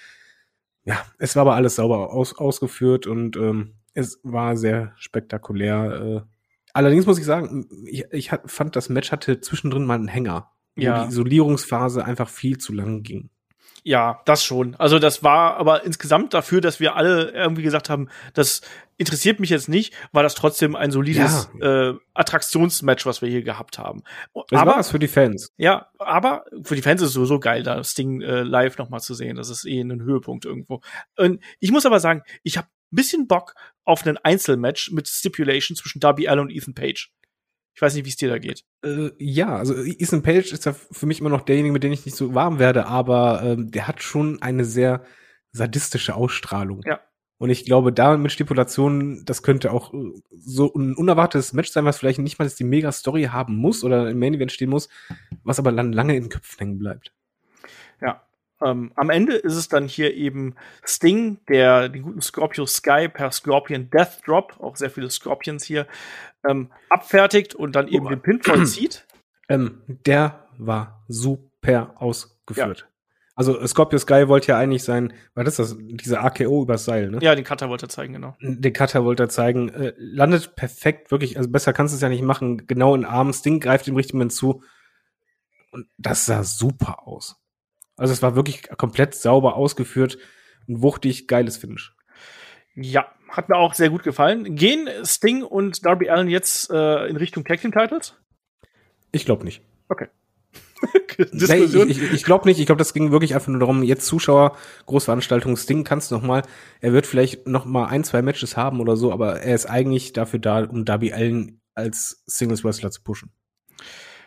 Ja, es war aber alles sauber aus, ausgeführt und ähm, es war sehr spektakulär. Äh. Allerdings muss ich sagen, ich, ich hat, fand, das Match hatte zwischendrin mal einen Hänger, ja. wo die Isolierungsphase einfach viel zu lang ging. Ja, das schon. Also das war aber insgesamt dafür, dass wir alle irgendwie gesagt haben, das interessiert mich jetzt nicht, war das trotzdem ein solides ja. äh, Attraktionsmatch, was wir hier gehabt haben. Das aber war es für die Fans. Ja, aber für die Fans ist es sowieso geil, da das Ding äh, live noch mal zu sehen. Das ist eh ein Höhepunkt irgendwo. Und ich muss aber sagen, ich habe ein bisschen Bock auf ein Einzelmatch mit Stipulation zwischen Darby Allin und Ethan Page. Ich weiß nicht, wie es dir da geht. Äh, ja, also Ethan Page ist ja für mich immer noch derjenige, mit dem ich nicht so warm werde, aber ähm, der hat schon eine sehr sadistische Ausstrahlung. Ja. Und ich glaube, da mit Stipulationen, das könnte auch so ein unerwartetes Match sein, was vielleicht nicht mal die Mega-Story haben muss oder im Main-Event stehen muss, was aber dann lange in den Köpfen hängen bleibt. Ja. Ähm, am Ende ist es dann hier eben Sting, der den guten Scorpio Sky per Scorpion Death Drop, auch sehr viele Scorpions hier, ähm, abfertigt und dann eben oh. den Pin vollzieht. Ähm, der war super ausgeführt. Ja. Also Scorpio Sky wollte ja eigentlich sein, was ist das, diese A K O übers Seil, ne? Ja, den Cutter wollte er zeigen, genau. Den Cutter wollte er zeigen, äh, landet perfekt, wirklich, also besser kannst du es ja nicht machen, genau in den Arm, Sting greift im richtigen Moment zu und das sah super aus. Also es war wirklich komplett sauber ausgeführt, ein wuchtig, geiles Finish. Ja, hat mir auch sehr gut gefallen. Gehen Sting und Darby Allin jetzt äh, in Richtung Tag Team Titles? Ich glaube nicht. Okay. Diskussion. Ich, ich, ich glaube nicht. Ich glaube, das ging wirklich einfach nur darum, jetzt Zuschauer, Großveranstaltung, Sting kannst noch mal. Er wird vielleicht noch mal ein, zwei Matches haben oder so, aber er ist eigentlich dafür da, um Darby Allin als Singles Wrestler zu pushen.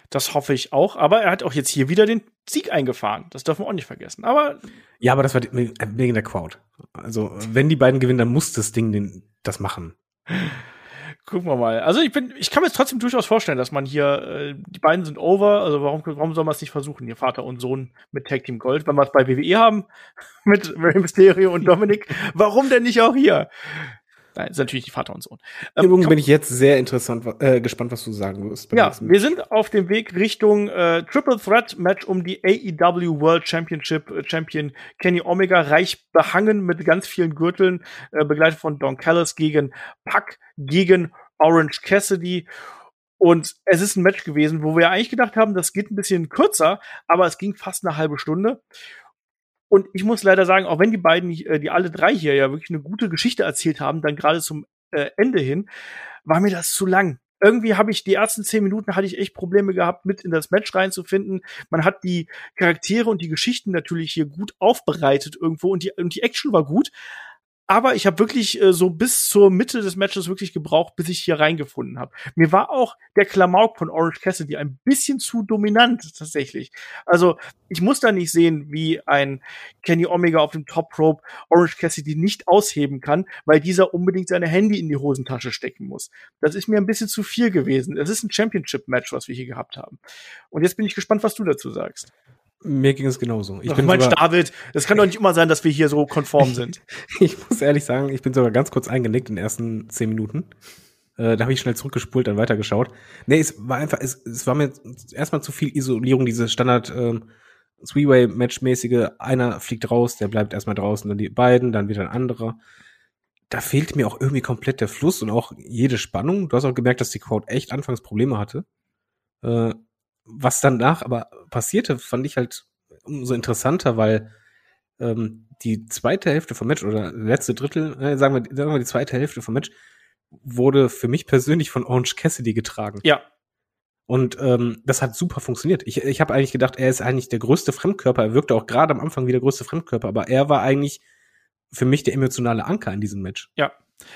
Das hoffe ich auch. Aber er hat auch jetzt hier wieder den Sieg eingefahren. Das dürfen wir auch nicht vergessen. Aber ja, aber das war die, wegen der Crowd. Also, wenn die beiden gewinnen, dann muss das Ding den, das machen. Gucken wir mal. Also ich bin, ich kann mir jetzt trotzdem durchaus vorstellen, dass man hier, äh, die beiden sind over, also warum, warum soll man es nicht versuchen, hier Vater und Sohn mit Tag Team Gold, wenn wir es bei W W E haben, mit Rey Mysterio und Dominik, warum denn nicht auch hier? Nein, ist natürlich nicht Vater und Sohn. Ähm, Übrigens bin ich jetzt sehr interessant, äh, gespannt, was du sagen wirst. Ja, wir sind auf dem Weg Richtung äh, Triple Threat Match um die A E W World Championship. Äh, Champion Kenny Omega, reich behangen mit ganz vielen Gürteln, äh, begleitet von Don Callis gegen Pac, gegen Orange Cassidy. Und es ist ein Match gewesen, wo wir eigentlich gedacht haben, das geht ein bisschen kürzer, aber es ging fast eine halbe Stunde. Und ich muss leider sagen, auch wenn die beiden, die alle drei hier ja wirklich eine gute Geschichte erzählt haben, dann gerade zum äh, Ende hin, war mir das zu lang. Irgendwie habe ich die ersten zehn Minuten hatte ich echt Probleme gehabt, mit in das Match reinzufinden. Man hat die Charaktere und die Geschichten natürlich hier gut aufbereitet irgendwo und die, und die Action war gut. Aber ich habe wirklich äh, so bis zur Mitte des Matches wirklich gebraucht, bis ich hier reingefunden habe. Mir war auch der Klamauk von Orange Cassidy ein bisschen zu dominant tatsächlich. Also ich muss da nicht sehen, wie ein Kenny Omega auf dem Top Rope Orange Cassidy nicht ausheben kann, weil dieser unbedingt seine Handy in die Hosentasche stecken muss. Das ist mir ein bisschen zu viel gewesen. Es ist ein Championship-Match, was wir hier gehabt haben. Und jetzt bin ich gespannt, was du dazu sagst. Mir ging es genauso. Ich Ach, bin Mensch, sogar, David, es kann doch nicht immer sein, dass wir hier so konform sind. Ich muss ehrlich sagen, ich bin sogar ganz kurz eingenickt in den ersten zehn Minuten. Äh, da habe ich schnell zurückgespult, dann weitergeschaut. Nee, es war einfach, es, es war mir erstmal zu viel Isolierung, diese Standard ähm, Three-Way-Match-mäßige, einer fliegt raus, der bleibt erstmal draußen, dann die beiden, dann wieder ein anderer. Da fehlt mir auch irgendwie komplett der Fluss und auch jede Spannung. Du hast auch gemerkt, dass die Crowd echt anfangs Probleme hatte. Äh, Was danach aber passierte, fand ich halt umso interessanter, weil ähm, die zweite Hälfte vom Match oder letzte Drittel, äh, sagen wir, sagen wir die zweite Hälfte vom Match, wurde für mich persönlich von Orange Cassidy getragen. Ja. Und ähm, das hat super funktioniert. Ich, ich habe eigentlich gedacht, er ist eigentlich der größte Fremdkörper. Er wirkte auch gerade am Anfang wie der größte Fremdkörper, aber er war eigentlich für mich der emotionale Anker in diesem Match. Ja.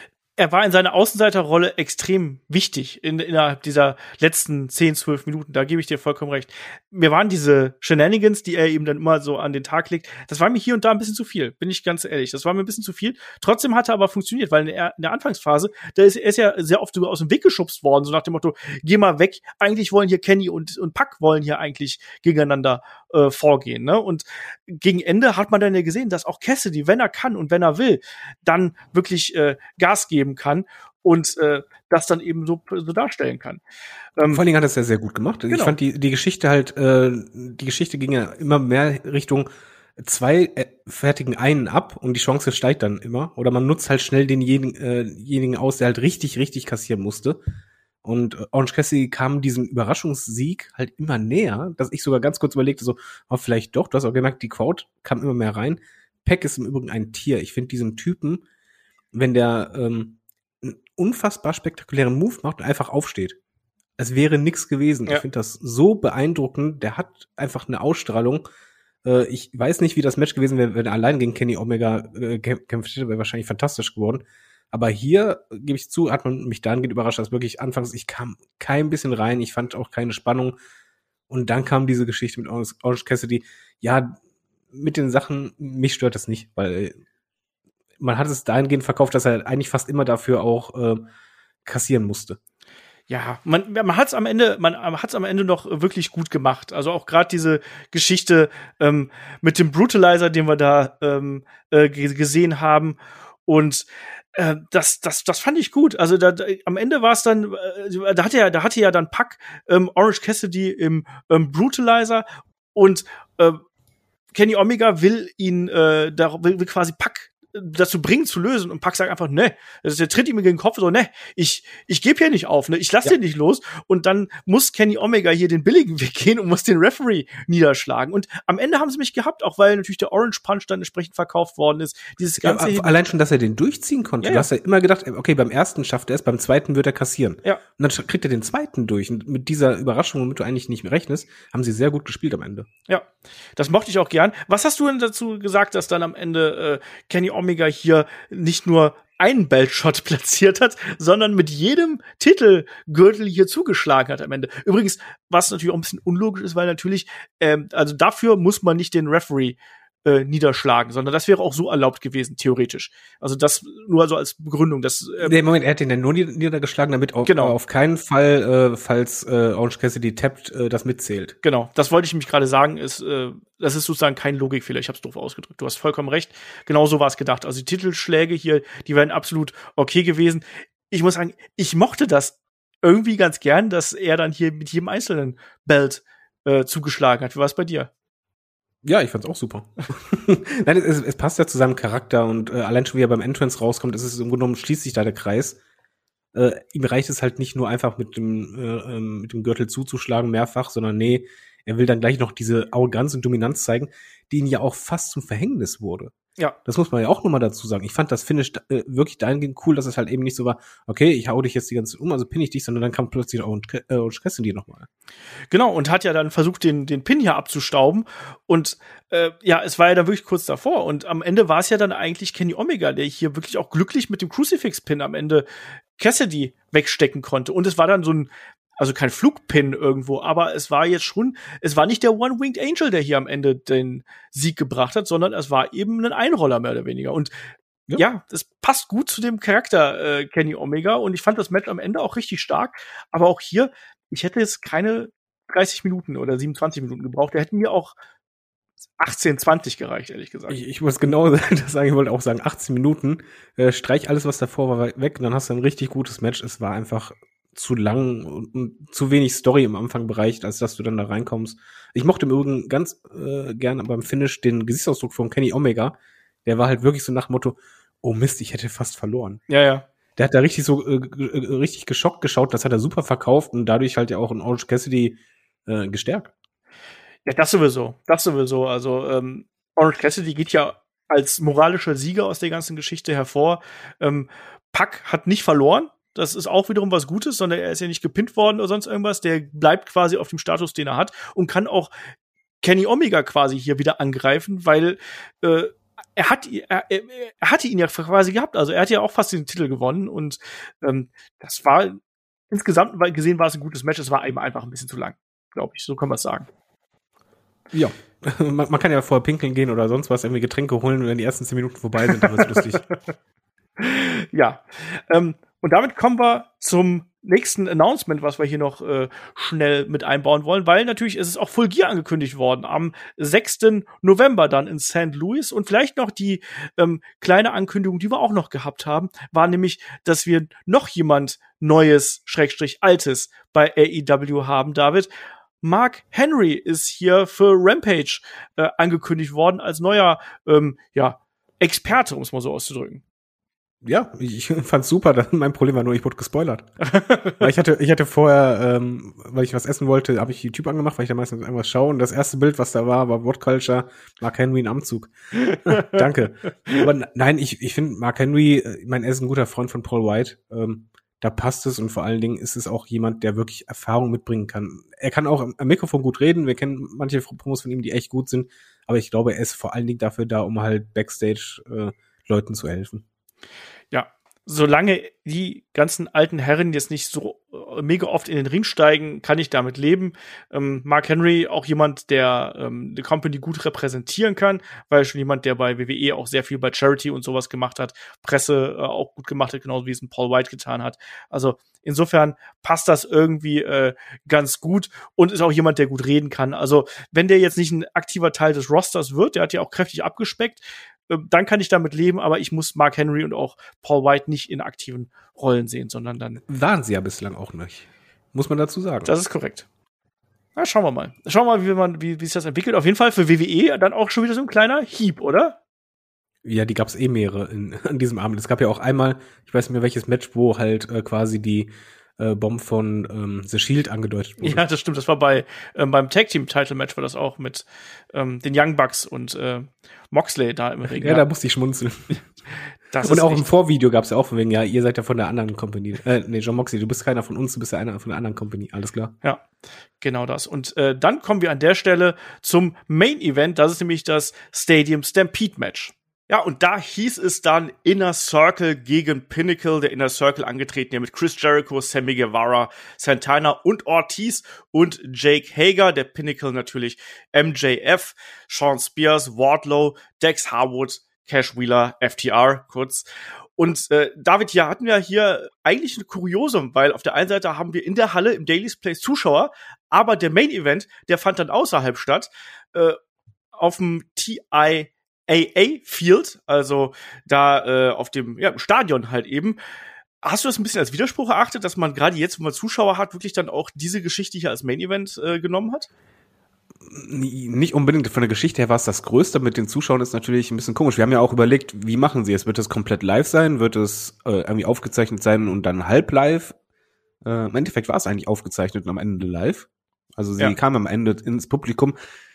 Er war in seiner Außenseiterrolle extrem wichtig in, innerhalb dieser letzten zehn, zwölf Minuten. Da gebe ich dir vollkommen recht. Mir waren diese Shenanigans, die er eben dann immer so an den Tag legt, das war mir hier und da ein bisschen zu viel, bin ich ganz ehrlich. Das war mir ein bisschen zu viel. Trotzdem hat er aber funktioniert, weil in der, in der Anfangsphase, da ist er ist ja sehr oft sogar aus dem Weg geschubst worden, so nach dem Motto, geh mal weg. Eigentlich wollen hier Kenny und, und Pac wollen hier eigentlich gegeneinander äh, vorgehen. Ne? Und gegen Ende hat man dann ja gesehen, dass auch Cassidy, wenn er kann und wenn er will, dann wirklich äh, Gas geben kann und äh, das dann eben so, so darstellen kann. Ähm, Vor allen Dingen hat er es ja sehr gut gemacht. Genau. Ich fand die die Geschichte halt, äh, die Geschichte ging ja immer mehr Richtung zwei äh, fertigen einen ab und die Chance steigt dann immer. Oder man nutzt halt schnell denjenigen äh, jenigen aus, der halt richtig, richtig kassieren musste. Und äh, Orange Cassidy kam diesem Überraschungssieg halt immer näher, dass ich sogar ganz kurz überlegte, so, oh, vielleicht doch. Du hast auch gemerkt, die Crowd kam immer mehr rein. Pac ist im Übrigen ein Tier. Ich finde diesen Typen, wenn der ähm, einen unfassbar spektakulären Move macht und einfach aufsteht. Es wäre nix gewesen. Ja. Ich finde das so beeindruckend. Der hat einfach eine Ausstrahlung. Äh, ich weiß nicht, wie das Match gewesen wäre, wenn er allein gegen Kenny Omega äh, kämpft hätte, wäre wahrscheinlich fantastisch geworden. Aber hier, gebe ich zu, hat man mich dahingehend überrascht, dass wirklich anfangs, ich kam kein bisschen rein, ich fand auch keine Spannung. Und dann kam diese Geschichte mit Orange Cassidy. Ja, mit den Sachen, mich stört das nicht, weil man hat es dahingehend verkauft, dass er eigentlich fast immer dafür auch äh, kassieren musste. Ja, man, man hat's am Ende, man hat's am Ende noch wirklich gut gemacht. Also auch gerade diese Geschichte ähm, mit dem Brutalizer, den wir da ähm, äh, gesehen haben. Und äh, das, das, das fand ich gut. Also da, da, am Ende war es dann, äh, da hatte ja, da hatte ja dann Pac ähm, Orange Cassidy im ähm, Brutalizer und äh, Kenny Omega will ihn, äh, da will, will quasi Pac dazu bringen zu lösen und Pac sagt einfach, ne, der tritt ihm gegen den Kopf so, ne, ich ich gebe hier nicht auf, ne, ich lass ja. den nicht los und dann muss Kenny Omega hier den billigen Weg gehen und muss den Referee niederschlagen und am Ende haben sie mich gehabt, auch weil natürlich der Orange Punch dann entsprechend verkauft worden ist, dieses ganze ja, allein schon, dass er den durchziehen konnte, ja, du ja. hast ja immer gedacht, okay, beim ersten schafft er es, beim zweiten wird er kassieren ja. und dann kriegt er den zweiten durch und mit dieser Überraschung, womit du eigentlich nicht mehr rechnest, haben sie sehr gut gespielt am Ende. Ja, das mochte ich auch gern. Was hast du denn dazu gesagt, dass dann am Ende äh, Kenny Omega hier nicht nur einen Belt-Shot platziert hat, sondern mit jedem Titelgürtel hier zugeschlagen hat am Ende. Übrigens, was natürlich auch ein bisschen unlogisch ist, weil natürlich, ähm, also dafür muss man nicht den Referee Äh, niederschlagen, sondern das wäre auch so erlaubt gewesen, theoretisch. Also das nur so als Begründung. Dass, ähm, nee, Moment, er hat ihn dann nur niedergeschlagen, damit auf, genau. auf keinen Fall, äh, falls äh, Orange Cassidy tappt, äh, das mitzählt. Genau, das wollte ich nämlich gerade sagen, ist, äh, das ist sozusagen kein Logikfehler, ich habe es doof ausgedrückt. Du hast vollkommen recht, genau so war es gedacht. Also die Titelschläge hier, die wären absolut okay gewesen. Ich muss sagen, ich mochte das irgendwie ganz gern, dass er dann hier mit jedem einzelnen Belt äh, zugeschlagen hat. Wie war es bei dir? Ja, ich fand's auch super. Nein, es, es passt ja zu seinem Charakter und äh, allein schon wie er beim Entrance rauskommt, ist es im Grunde genommen, schließt sich da der Kreis. Äh, ihm reicht es halt nicht nur einfach mit dem äh, ähm, mit dem Gürtel zuzuschlagen mehrfach, sondern nee, er will dann gleich noch diese Arroganz und Dominanz zeigen, die ihn ja auch fast zum Verhängnis wurde. Ja. Das muss man ja auch nochmal dazu sagen. Ich fand das Finish äh, wirklich dahingehend cool, dass es halt eben nicht so war, okay, ich hau dich jetzt die ganze Zeit um, also pinne ich dich, sondern dann kam plötzlich auch Orange Cassidy nochmal. Genau, und hat ja dann versucht, den, den Pin hier abzustauben. Und äh, ja, es war ja dann wirklich kurz davor. Und am Ende war es ja dann eigentlich Kenny Omega, der hier wirklich auch glücklich mit dem Crucifix-Pin am Ende Cassidy wegstecken konnte. Und es war dann so ein, also kein Flugpin irgendwo, aber es war jetzt schon, es war nicht der One-Winged Angel, der hier am Ende den Sieg gebracht hat, sondern es war eben ein Einroller mehr oder weniger. Und ja, ja das passt gut zu dem Charakter äh, Kenny Omega. Und ich fand das Match am Ende auch richtig stark. Aber auch hier, ich hätte jetzt keine dreißig Minuten oder siebenundzwanzig Minuten gebraucht. Der hätte mir auch achtzehn, zwanzig gereicht, ehrlich gesagt. Ich, ich muss genau das sagen, ich wollte auch sagen, achtzehn Minuten, äh, streich alles, was davor war, weg, und dann hast du ein richtig gutes Match. Es war einfach zu lang und, und zu wenig Story im Anfangbereich, als dass du dann da reinkommst. Ich mochte im Übrigen ganz äh, gerne beim Finish den Gesichtsausdruck von Kenny Omega. Der war halt wirklich so nach dem Motto, oh Mist, ich hätte fast verloren. Ja, ja. Der hat da richtig so äh, äh, richtig geschockt geschaut, das hat er super verkauft und dadurch halt ja auch in Orange Cassidy äh, gestärkt. Ja, das sowieso, das sowieso. Also ähm, Orange Cassidy geht ja als moralischer Sieger aus der ganzen Geschichte hervor. Ähm, Pac hat nicht verloren. Das ist auch wiederum was Gutes, sondern er ist ja nicht gepinnt worden oder sonst irgendwas. Der bleibt quasi auf dem Status, den er hat, und kann auch Kenny Omega quasi hier wieder angreifen, weil äh, er hat er, er, er hatte ihn ja quasi gehabt. Also er hat ja auch fast den Titel gewonnen und ähm, das war insgesamt gesehen war es ein gutes Match. Es war eben einfach ein bisschen zu lang, glaube ich. So kann man es sagen. Ja, man, man kann ja vorher pinkeln gehen oder sonst was, irgendwie Getränke holen, wenn die ersten zehn Minuten vorbei sind, dann ist lustig. Ja, ähm, und damit kommen wir zum nächsten Announcement, was wir hier noch äh, schnell mit einbauen wollen, weil natürlich ist es auch Full Gear angekündigt worden am sechsten November dann in Sankt Louis, und vielleicht noch die ähm, kleine Ankündigung, die wir auch noch gehabt haben, war nämlich, dass wir noch jemand Neues, Schrägstrich Altes bei A E W haben, David. Mark Henry ist hier für Rampage äh, angekündigt worden als neuer ähm, ja, Experte, um es mal so auszudrücken. Ja, ich fand's super. Das, mein Problem war nur, ich wurde gespoilert. weil ich hatte, ich hatte vorher, ähm, weil ich was essen wollte, habe ich YouTube angemacht, weil ich da meistens irgendwas schaue. Und das erste Bild, was da war, war What Culture, Mark Henry in Anzug. Danke. Aber nein, ich, ich finde Mark Henry, ich meine, er ist ein guter Freund von Paul White. Ähm, da passt es, und vor allen Dingen ist es auch jemand, der wirklich Erfahrung mitbringen kann. Er kann auch am Mikrofon gut reden. Wir kennen manche Promos von ihm, die echt gut sind. Aber ich glaube, er ist vor allen Dingen dafür da, um halt Backstage äh, Leuten zu helfen. Ja, solange die ganzen alten Herren jetzt nicht so äh, mega oft in den Ring steigen, kann ich damit leben. Ähm, Mark Henry, auch jemand, der ähm, die Company gut repräsentieren kann, weil schon jemand, der bei W W E auch sehr viel bei Charity und sowas gemacht hat, Presse äh, auch gut gemacht hat, genauso wie es ein Paul White getan hat. Also insofern passt das irgendwie äh, ganz gut und ist auch jemand, der gut reden kann. Also wenn der jetzt nicht ein aktiver Teil des Rosters wird, der hat ja auch kräftig abgespeckt, dann kann ich damit leben, aber ich muss Mark Henry und auch Paul White nicht in aktiven Rollen sehen, sondern dann. Waren sie ja bislang auch nicht. Muss man dazu sagen. Das ist korrekt. Na, schauen wir mal. Schauen wir mal, wie man, wie, wie sich das entwickelt. Auf jeden Fall für W W E dann auch schon wieder so ein kleiner Hieb, oder? Ja, die gab's eh mehrere in, an diesem Abend. Es gab ja auch einmal, ich weiß nicht mehr welches Match, wo halt äh, quasi die äh, Bomb von ähm, The Shield angedeutet wurde. Ja, das stimmt. Das war bei ähm, beim Tag Team Title Match war das auch mit ähm, den Young Bucks und äh, Moxley da im Ring. Ja, da musste ich schmunzeln. Das und ist auch echt. Im Vorvideo gab's ja auch von wegen, ja, ihr seid ja von der anderen Company. Äh, nee, John Moxley, du bist keiner von uns, du bist ja einer von der anderen Company. Alles klar. Ja, genau das. Und äh, dann kommen wir an der Stelle zum Main Event. Das ist nämlich das Stadium Stampede Match. Ja, und da hieß es dann Inner Circle gegen Pinnacle, der Inner Circle angetreten, der mit Chris Jericho, Sammy Guevara, Santana und Ortiz und Jake Hager, der Pinnacle natürlich M J F, Sean Spears, Wardlow, Dex Harwood, Cash Wheeler, F T R, kurz. Und äh, David, hier hatten wir hier eigentlich ein Kuriosum, weil auf der einen Seite haben wir in der Halle im Daily's Place Zuschauer, aber der Main Event, der fand dann außerhalb statt, äh, auf dem T I A A Field, also da äh, auf dem ja, Stadion halt eben. Hast du das ein bisschen als Widerspruch erachtet, dass man gerade jetzt, wo man Zuschauer hat, wirklich dann auch diese Geschichte hier als Main Event äh, genommen hat? Nicht unbedingt. Von der Geschichte her war es das Größte. Mit den Zuschauern ist natürlich ein bisschen komisch. Wir haben ja auch überlegt, wie machen sie es? Wird es komplett live sein? Wird es äh, irgendwie aufgezeichnet sein und dann halb live? Äh, Im Endeffekt war es eigentlich aufgezeichnet und am Ende live. Also sie ja. kam am Ende ins Publikum.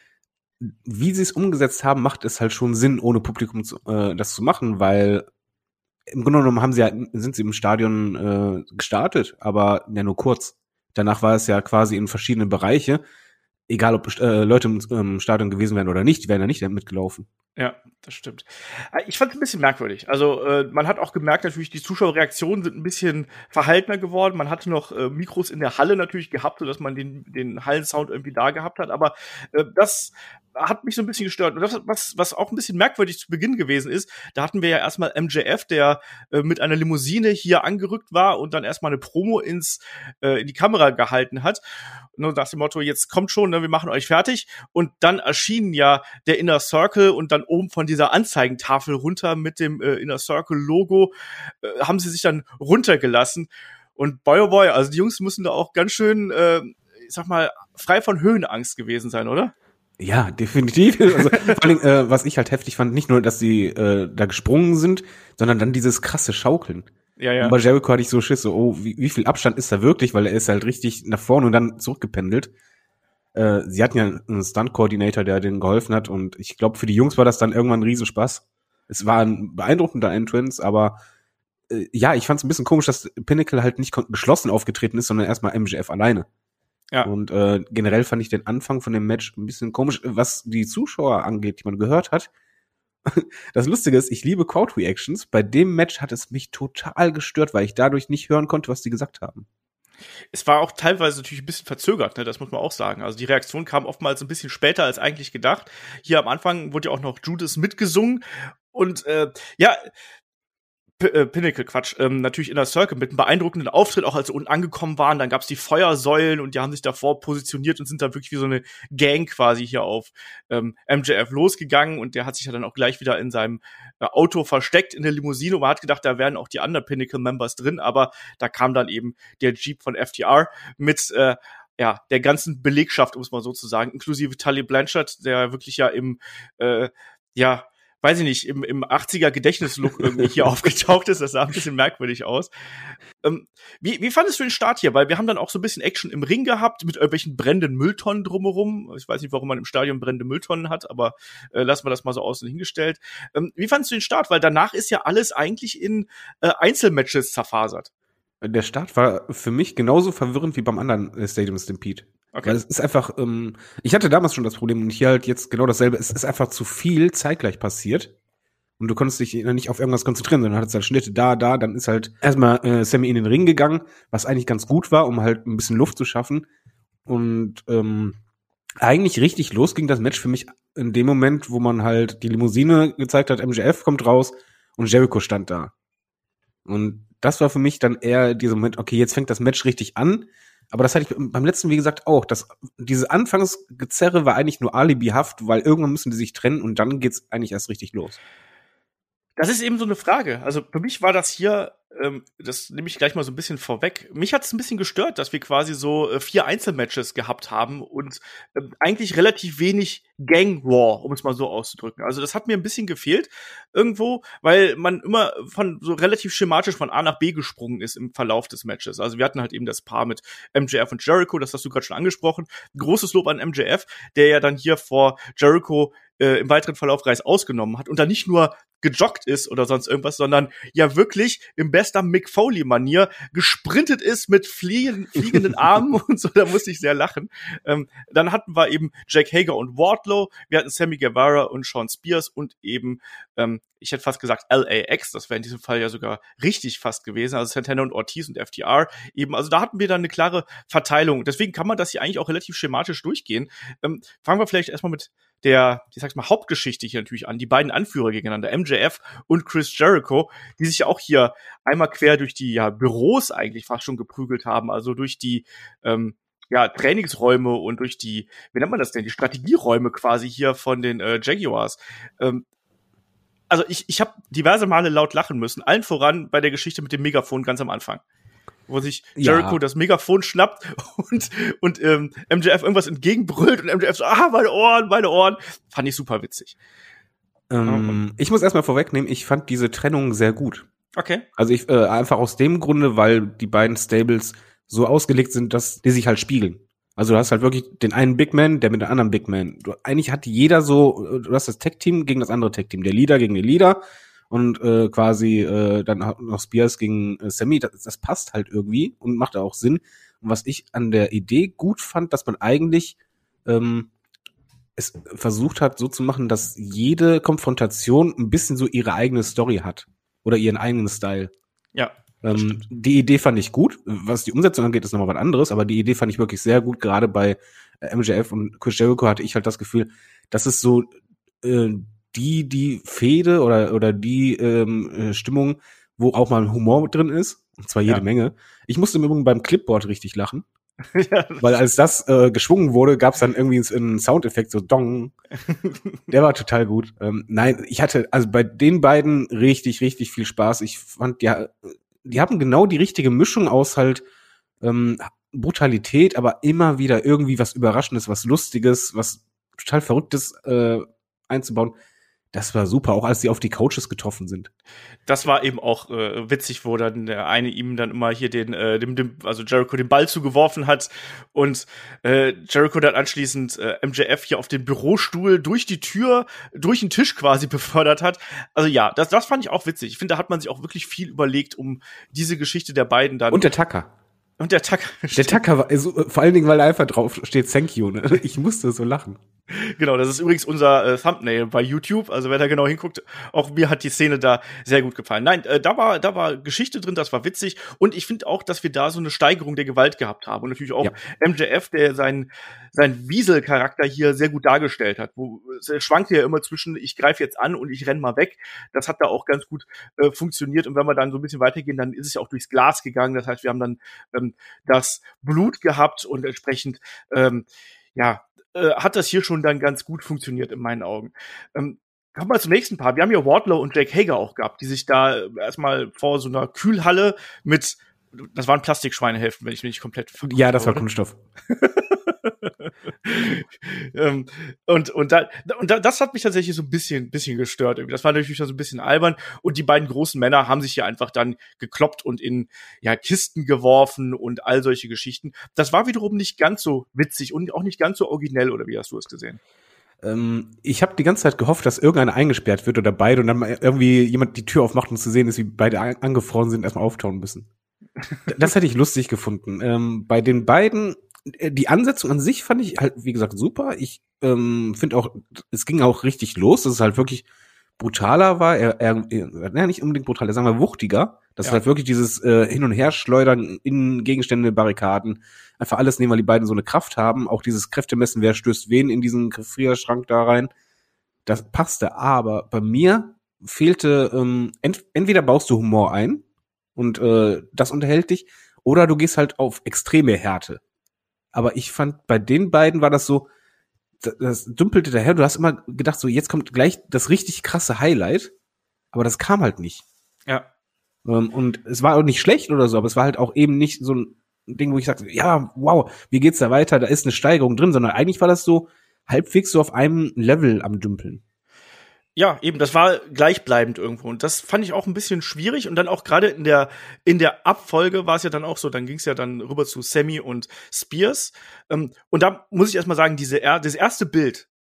Wie sie es umgesetzt haben, macht es halt schon Sinn, ohne Publikum zu, äh, das zu machen, weil im Grunde genommen haben sie ja, sind sie im Stadion äh, gestartet, aber ja nur kurz. Danach war es ja quasi in verschiedene Bereiche. Egal, ob äh, Leute im, im Stadion gewesen wären oder nicht, die wären ja nicht mitgelaufen. Ja, das stimmt. Ich fand es ein bisschen merkwürdig. Also äh, man hat auch gemerkt, natürlich, die Zuschauerreaktionen sind ein bisschen verhaltener geworden. Man hatte noch äh, Mikros in der Halle natürlich gehabt, sodass man den, den Hallensound irgendwie da gehabt hat. Aber äh, das hat mich so ein bisschen gestört. Und das, was, was auch ein bisschen merkwürdig zu Beginn gewesen ist, da hatten wir ja erstmal M J F, der äh, mit einer Limousine hier angerückt war und dann erstmal eine Promo ins äh, in die Kamera gehalten hat. Nur nach dem Motto, jetzt kommt schon, ne, wir machen euch fertig. Und dann erschien ja der Inner Circle und dann oben von dieser Anzeigentafel runter mit dem äh, Inner Circle Logo äh, haben sie sich dann runtergelassen. Und boy oh boy, also die Jungs müssen da auch ganz schön, äh, ich sag mal, frei von Höhenangst gewesen sein, oder? Ja, definitiv. Also, vor allem, äh, was ich halt heftig fand, nicht nur, dass sie äh, da gesprungen sind, sondern dann dieses krasse Schaukeln. Ja, ja. Und bei Jericho hatte ich so Schiss, so, oh, wie, wie viel Abstand ist da wirklich, weil er ist halt richtig nach vorne und dann zurückgependelt. Äh, sie hatten ja einen Stunt-Coordinator, der denen geholfen hat und ich glaube, für die Jungs war das dann irgendwann ein Riesenspaß. Es war ein beeindruckender Entrance, aber äh, ja, ich fand es ein bisschen komisch, dass Pinnacle halt nicht geschlossen aufgetreten ist, sondern erstmal M J F alleine. Ja. Und äh, generell fand ich den Anfang von dem Match ein bisschen komisch, was die Zuschauer angeht, die man gehört hat. Das Lustige ist, ich liebe Crowd-Reactions. Bei dem Match hat es mich total gestört, weil ich dadurch nicht hören konnte, was die gesagt haben. Es war auch teilweise natürlich ein bisschen verzögert, ne? Das muss man auch sagen. Also die Reaktion kam oftmals ein bisschen später als eigentlich gedacht. Hier am Anfang wurde ja auch noch Judas mitgesungen. Und äh, ja, P- äh, Pinnacle, Quatsch, ähm, natürlich Inner Circle mit einem beeindruckenden Auftritt, auch als sie unten angekommen waren, dann gab's die Feuersäulen und die haben sich davor positioniert und sind dann wirklich wie so eine Gang quasi hier auf ähm, M J F losgegangen und der hat sich ja dann auch gleich wieder in seinem äh, Auto versteckt in der Limousine und man hat gedacht, da wären auch die anderen Pinnacle-Members drin, aber da kam dann eben der Jeep von F T R mit äh, ja, der ganzen Belegschaft, um es mal so zu sagen, inklusive Tully Blanchard, der wirklich ja im äh, ja weiß ich nicht, im, im achtziger-Gedächtnislook irgendwie hier aufgetaucht ist. Das sah ein bisschen merkwürdig aus. Ähm, wie, wie fandest du den Start hier? Weil wir haben dann auch so ein bisschen Action im Ring gehabt, mit irgendwelchen brennenden Mülltonnen drumherum. Ich weiß nicht, warum man im Stadion brennende Mülltonnen hat, aber äh, lassen wir das mal so außen hingestellt. Ähm, wie fandest du den Start? Weil danach ist ja alles eigentlich in äh, Einzelmatches zerfasert. Der Start war für mich genauso verwirrend wie beim anderen äh, Stadium Stampede. Okay. Weil es ist einfach, ähm, ich hatte damals schon das Problem und hier halt jetzt genau dasselbe. Es ist einfach zu viel zeitgleich passiert und du konntest dich nicht auf irgendwas konzentrieren, sondern hattest halt Schnitte da, da, dann ist halt erstmal äh, Sammy in den Ring gegangen, was eigentlich ganz gut war, um halt ein bisschen Luft zu schaffen und ähm, eigentlich richtig los ging das Match für mich in dem Moment, wo man halt die Limousine gezeigt hat, M J F kommt raus und Jericho stand da. Und das war für mich dann eher dieser Moment, okay, jetzt fängt das Match richtig an. Aber das hatte ich beim letzten, wie gesagt, auch. Das, diese Anfangsgezerre war eigentlich nur alibihaft, weil irgendwann müssen die sich trennen und dann geht's eigentlich erst richtig los. Das ist eben so eine Frage. Also für mich war das hier, ähm, das nehme ich gleich mal so ein bisschen vorweg. Mich hat es ein bisschen gestört, dass wir quasi so äh, vier Einzelmatches gehabt haben und äh, eigentlich relativ wenig Gang War, um es mal so auszudrücken. Also das hat mir ein bisschen gefehlt irgendwo, weil man immer von so relativ schematisch von A nach B gesprungen ist im Verlauf des Matches. Also wir hatten halt eben das Paar mit M J F und Jericho, das hast du gerade schon angesprochen. Großes Lob an M J F, der ja dann hier vor Jericho äh, im weiteren Verlauf Reis ausgenommen hat und da nicht nur gejoggt ist oder sonst irgendwas, sondern ja wirklich im bester Mick Foley-Manier gesprintet ist mit fliegen, fliegenden Armen und so, da musste ich sehr lachen. Ähm, dann hatten wir eben Jake Hager und Wardlow, wir hatten Sammy Guevara und Sean Spears und eben, ähm, ich hätte fast gesagt L A X, das wäre in diesem Fall ja sogar richtig fast gewesen, also Santana und Ortiz und F T R eben, also da hatten wir dann eine klare Verteilung. Deswegen kann man das hier eigentlich auch relativ schematisch durchgehen. Ähm, fangen wir vielleicht erstmal mit der, ich sag's mal, Hauptgeschichte hier natürlich an, die beiden Anführer gegeneinander, M J F und Chris Jericho, die sich ja auch hier einmal quer durch die ja, Büros eigentlich fast schon geprügelt haben, also durch die ähm, ja, Trainingsräume und durch die, wie nennt man das denn, die Strategieräume quasi hier von den äh, Jaguars. Ähm, also ich, ich habe diverse Male laut lachen müssen, allen voran bei der Geschichte mit dem Megafon ganz am Anfang, wo sich Jericho ja. das Megafon schnappt und und ähm, M J F irgendwas entgegenbrüllt und M J F so, ah, meine Ohren, meine Ohren. Fand ich super witzig. Ähm, ich muss erstmal vorwegnehmen, ich fand diese Trennung sehr gut. Okay. Also ich äh, einfach aus dem Grunde, weil die beiden Stables so ausgelegt sind, dass die sich halt spiegeln. Also du hast halt wirklich den einen Big Man, der mit dem anderen Big Man. Du, eigentlich hat jeder so, du hast das Tag-Team gegen das andere Tag-Team, der Leader gegen den Leader und äh, quasi äh, dann noch Spears gegen äh, Sammy. Das, das passt halt irgendwie und macht auch Sinn. Und was ich an der Idee gut fand, dass man eigentlich ähm, es versucht hat, so zu machen, dass jede Konfrontation ein bisschen so ihre eigene Story hat oder ihren eigenen Style. Ja. Ähm, die Idee fand ich gut. Was die Umsetzung angeht, ist nochmal was anderes, aber die Idee fand ich wirklich sehr gut. Gerade bei äh, M J F und Chris Jericho hatte ich halt das Gefühl, das ist so äh, die die Fehde oder oder die ähm, äh, Stimmung, wo auch mal Humor drin ist, und zwar jede ja. Menge. Ich musste im Übrigen beim Clipboard richtig lachen. Ja, weil als das äh, geschwungen wurde, gab es dann irgendwie einen Soundeffekt, so Dong. Der war total gut. Ähm, nein, ich hatte also bei den beiden richtig, richtig viel Spaß. Ich fand, ja, die haben genau die richtige Mischung aus halt ähm, Brutalität, aber immer wieder irgendwie was Überraschendes, was Lustiges, was total Verrücktes äh, einzubauen. Das war super, auch als sie auf die Coaches getroffen sind. Das war eben auch äh, witzig, wo dann der eine ihm dann immer hier den, äh, dem, dem, also Jericho den Ball zugeworfen hat und äh, Jericho dann anschließend äh, M J F hier auf den Bürostuhl durch die Tür, durch den Tisch quasi befördert hat. Also ja, das, das fand ich auch witzig. Ich finde, da hat man sich auch wirklich viel überlegt, um diese Geschichte der beiden dann. Und der Tucker. Und der Tucker. Der Tucker war, also, vor allen Dingen, weil da einfach drauf steht, thank you, ne? Ich musste so lachen. Genau, das ist übrigens unser äh, Thumbnail bei YouTube. Also wer da genau hinguckt, auch mir hat die Szene da sehr gut gefallen. Nein, äh, da war da war Geschichte drin, das war witzig. Und ich finde auch, dass wir da so eine Steigerung der Gewalt gehabt haben. Und natürlich auch ja. M J F, der seinen seinen Wiesel-Charakter hier sehr gut dargestellt hat. Wo er schwankte ja immer zwischen, ich greife jetzt an und ich renn mal weg. Das hat da auch ganz gut äh, funktioniert. Und wenn wir dann so ein bisschen weitergehen, dann ist es ja auch durchs Glas gegangen. Das heißt, wir haben dann ähm, das Blut gehabt und entsprechend ähm, ja hat das hier schon dann ganz gut funktioniert in meinen Augen. Ähm, kommen wir zum nächsten Part. Wir haben hier Wardlow und Jake Hager auch gehabt, die sich da erstmal vor so einer Kühlhalle mit, das waren Plastikschweinehälften, wenn ich mich nicht komplett verguckt Ja, das war wurde. Kunststoff. ähm, und und da und da, das hat mich tatsächlich so ein bisschen bisschen gestört. Das war natürlich so ein bisschen albern. Und die beiden großen Männer haben sich hier einfach dann gekloppt und in ja Kisten geworfen und all solche Geschichten. Das war wiederum nicht ganz so witzig und auch nicht ganz so originell. Oder wie hast du es gesehen? Ähm, ich habe die ganze Zeit gehofft, dass irgendeiner eingesperrt wird oder beide und dann mal irgendwie jemand die Tür aufmacht und zu sehen ist, wie beide angefroren sind, erstmal auftauen müssen. Das hätte ich lustig gefunden. Ähm, bei den beiden die Ansetzung an sich fand ich halt, wie gesagt, super. Ich ähm, finde auch, es ging auch richtig los, dass es halt wirklich brutaler war. Er, er, er ja, nicht unbedingt brutaler, sagen wir wuchtiger. Das ja. ist halt wirklich dieses äh, Hin- und Herschleudern in Gegenstände, Barrikaden. Einfach alles nehmen, weil die beiden so eine Kraft haben. Auch dieses Kräftemessen, wer stößt wen in diesen Gefrierschrank da rein. Das passte. Aber bei mir fehlte, ähm, ent, entweder baust du Humor ein und äh, das unterhält dich, oder du gehst halt auf extreme Härte. Aber ich fand, bei den beiden war das so, das, das dümpelte daher. Du hast immer gedacht, so jetzt kommt gleich das richtig krasse Highlight. Aber das kam halt nicht. Ja. Ähm, und es war auch nicht schlecht oder so, aber es war halt auch eben nicht so ein Ding, wo ich sagte, ja, wow, wie geht's da weiter? Da ist eine Steigerung drin, sondern eigentlich war das so halbwegs so auf einem Level am Dümpeln. Ja, eben, das war gleichbleibend irgendwo. Und das fand ich auch ein bisschen schwierig. Und dann auch gerade in der in der Abfolge war es ja dann auch so, dann ging es ja dann rüber zu Sammy und Spears. Ähm, und da muss ich erstmal sagen, diese das erste Bild,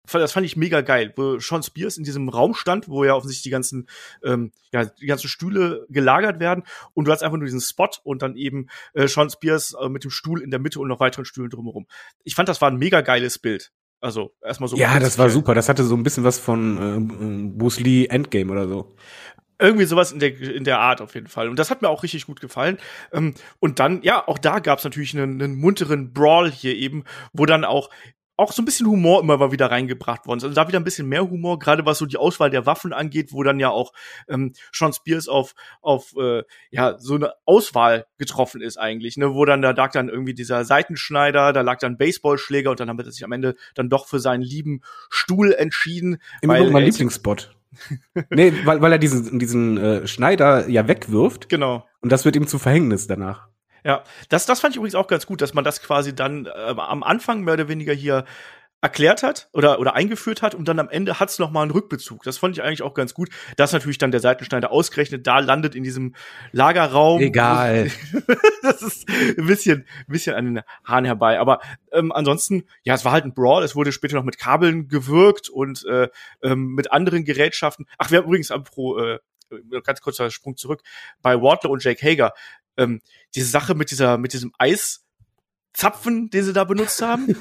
Das fand ich mega geil, wo Sean Spears in diesem Raum stand, wo ja offensichtlich die ganzen, ähm, ja, die ganzen Stühle gelagert werden und du hast einfach nur diesen Spot und dann eben äh, Sean Spears äh, mit dem Stuhl in der Mitte und noch weiteren Stühlen drumherum. Ich fand, das war ein mega geiles Bild. Also erstmal so. Ja, das war super. Das hatte so ein bisschen was von ähm, Bruce Lee Endgame oder so. Irgendwie sowas in der in der Art auf jeden Fall. Und das hat mir auch richtig gut gefallen. Ähm, und dann, ja, auch da gab's natürlich einen, einen munteren Brawl hier eben, wo dann auch auch so ein bisschen Humor immer mal wieder reingebracht worden ist. Also da wieder ein bisschen mehr Humor, gerade was so die Auswahl der Waffen angeht, wo dann ja auch ähm, Sean Spears auf auf äh, ja so eine Auswahl getroffen ist eigentlich, ne, wo dann da lag dann irgendwie dieser Seitenschneider, da lag dann Baseballschläger und dann haben wir sich am Ende dann doch für seinen lieben Stuhl entschieden. Immer noch mein Lieblingsspot. Nee, weil weil er diesen diesen äh, Schneider ja wegwirft. Genau. Und das wird ihm zu Verhängnis danach. Ja, das, das fand ich übrigens auch ganz gut, dass man das quasi dann äh, am Anfang mehr oder weniger hier erklärt hat oder oder eingeführt hat und dann am Ende hat's noch mal einen Rückbezug. Das fand ich eigentlich auch ganz gut, dass natürlich dann der Seitenschneider ausgerechnet da landet in diesem Lagerraum. Egal. Das ist ein bisschen ein bisschen an den Haaren herbei, aber ähm, ansonsten, ja, es war halt ein Brawl, es wurde später noch mit Kabeln gewirkt und äh, ähm, mit anderen Gerätschaften. Ach, wir haben übrigens apropos äh, ganz kurzer Sprung zurück bei Wardlow und Jake Hager. Ähm, diese Sache mit dieser, mit diesem Eiszapfen, den sie da benutzt haben.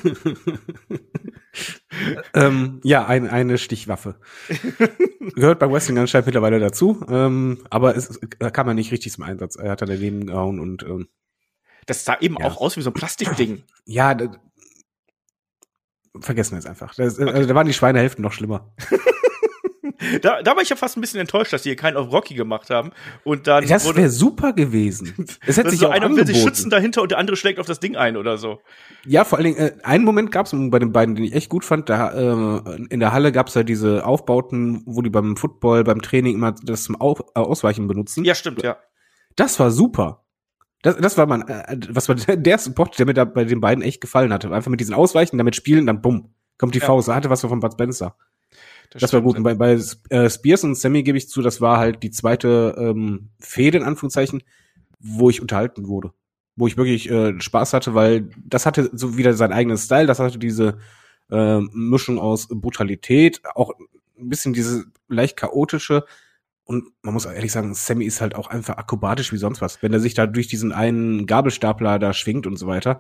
ähm, ja, ein, eine Stichwaffe. Gehört beim Wrestling anscheinend mittlerweile dazu, ähm, aber es da kam er nicht richtig zum Einsatz. Er hat da daneben gehauen und ähm, das sah eben ja auch aus wie so ein Plastikding. Ja, da, vergessen wir es einfach. Das, okay. Also, da waren die Schweinehälften noch schlimmer. Da, da war ich ja fast ein bisschen enttäuscht, dass die hier keinen auf Rocky gemacht haben. Und dann das wäre super gewesen. Es hätte sich so auch einer angeboten. will sich schützen dahinter und der andere schlägt auf das Ding ein oder so. Ja, vor allen Dingen, äh, einen Moment gab es bei den beiden, den ich echt gut fand. Da äh, in der Halle gab es ja diese Aufbauten, wo die beim Football, beim Training immer das zum Auf, äh, Ausweichen benutzen. Ja, stimmt, ja. Das war super. Das, das war man, äh, was war der Support, der mir da bei den beiden echt gefallen hatte. Einfach mit diesen Ausweichen, damit spielen, dann bumm, kommt die ja. Faust. Er hatte was von Bud Spencer. Das, das war gut. Und bei, bei äh, Spears und Sammy gebe ich zu, das war halt die zweite ähm, Fehde, in Anführungszeichen, wo ich unterhalten wurde. Wo ich wirklich äh, Spaß hatte, weil das hatte so wieder seinen eigenen Style, das hatte diese äh, Mischung aus Brutalität, auch ein bisschen diese leicht chaotische. Und man muss ehrlich sagen, Sammy ist halt auch einfach akrobatisch wie sonst was. Wenn er sich da durch diesen einen Gabelstapler da schwingt und so weiter,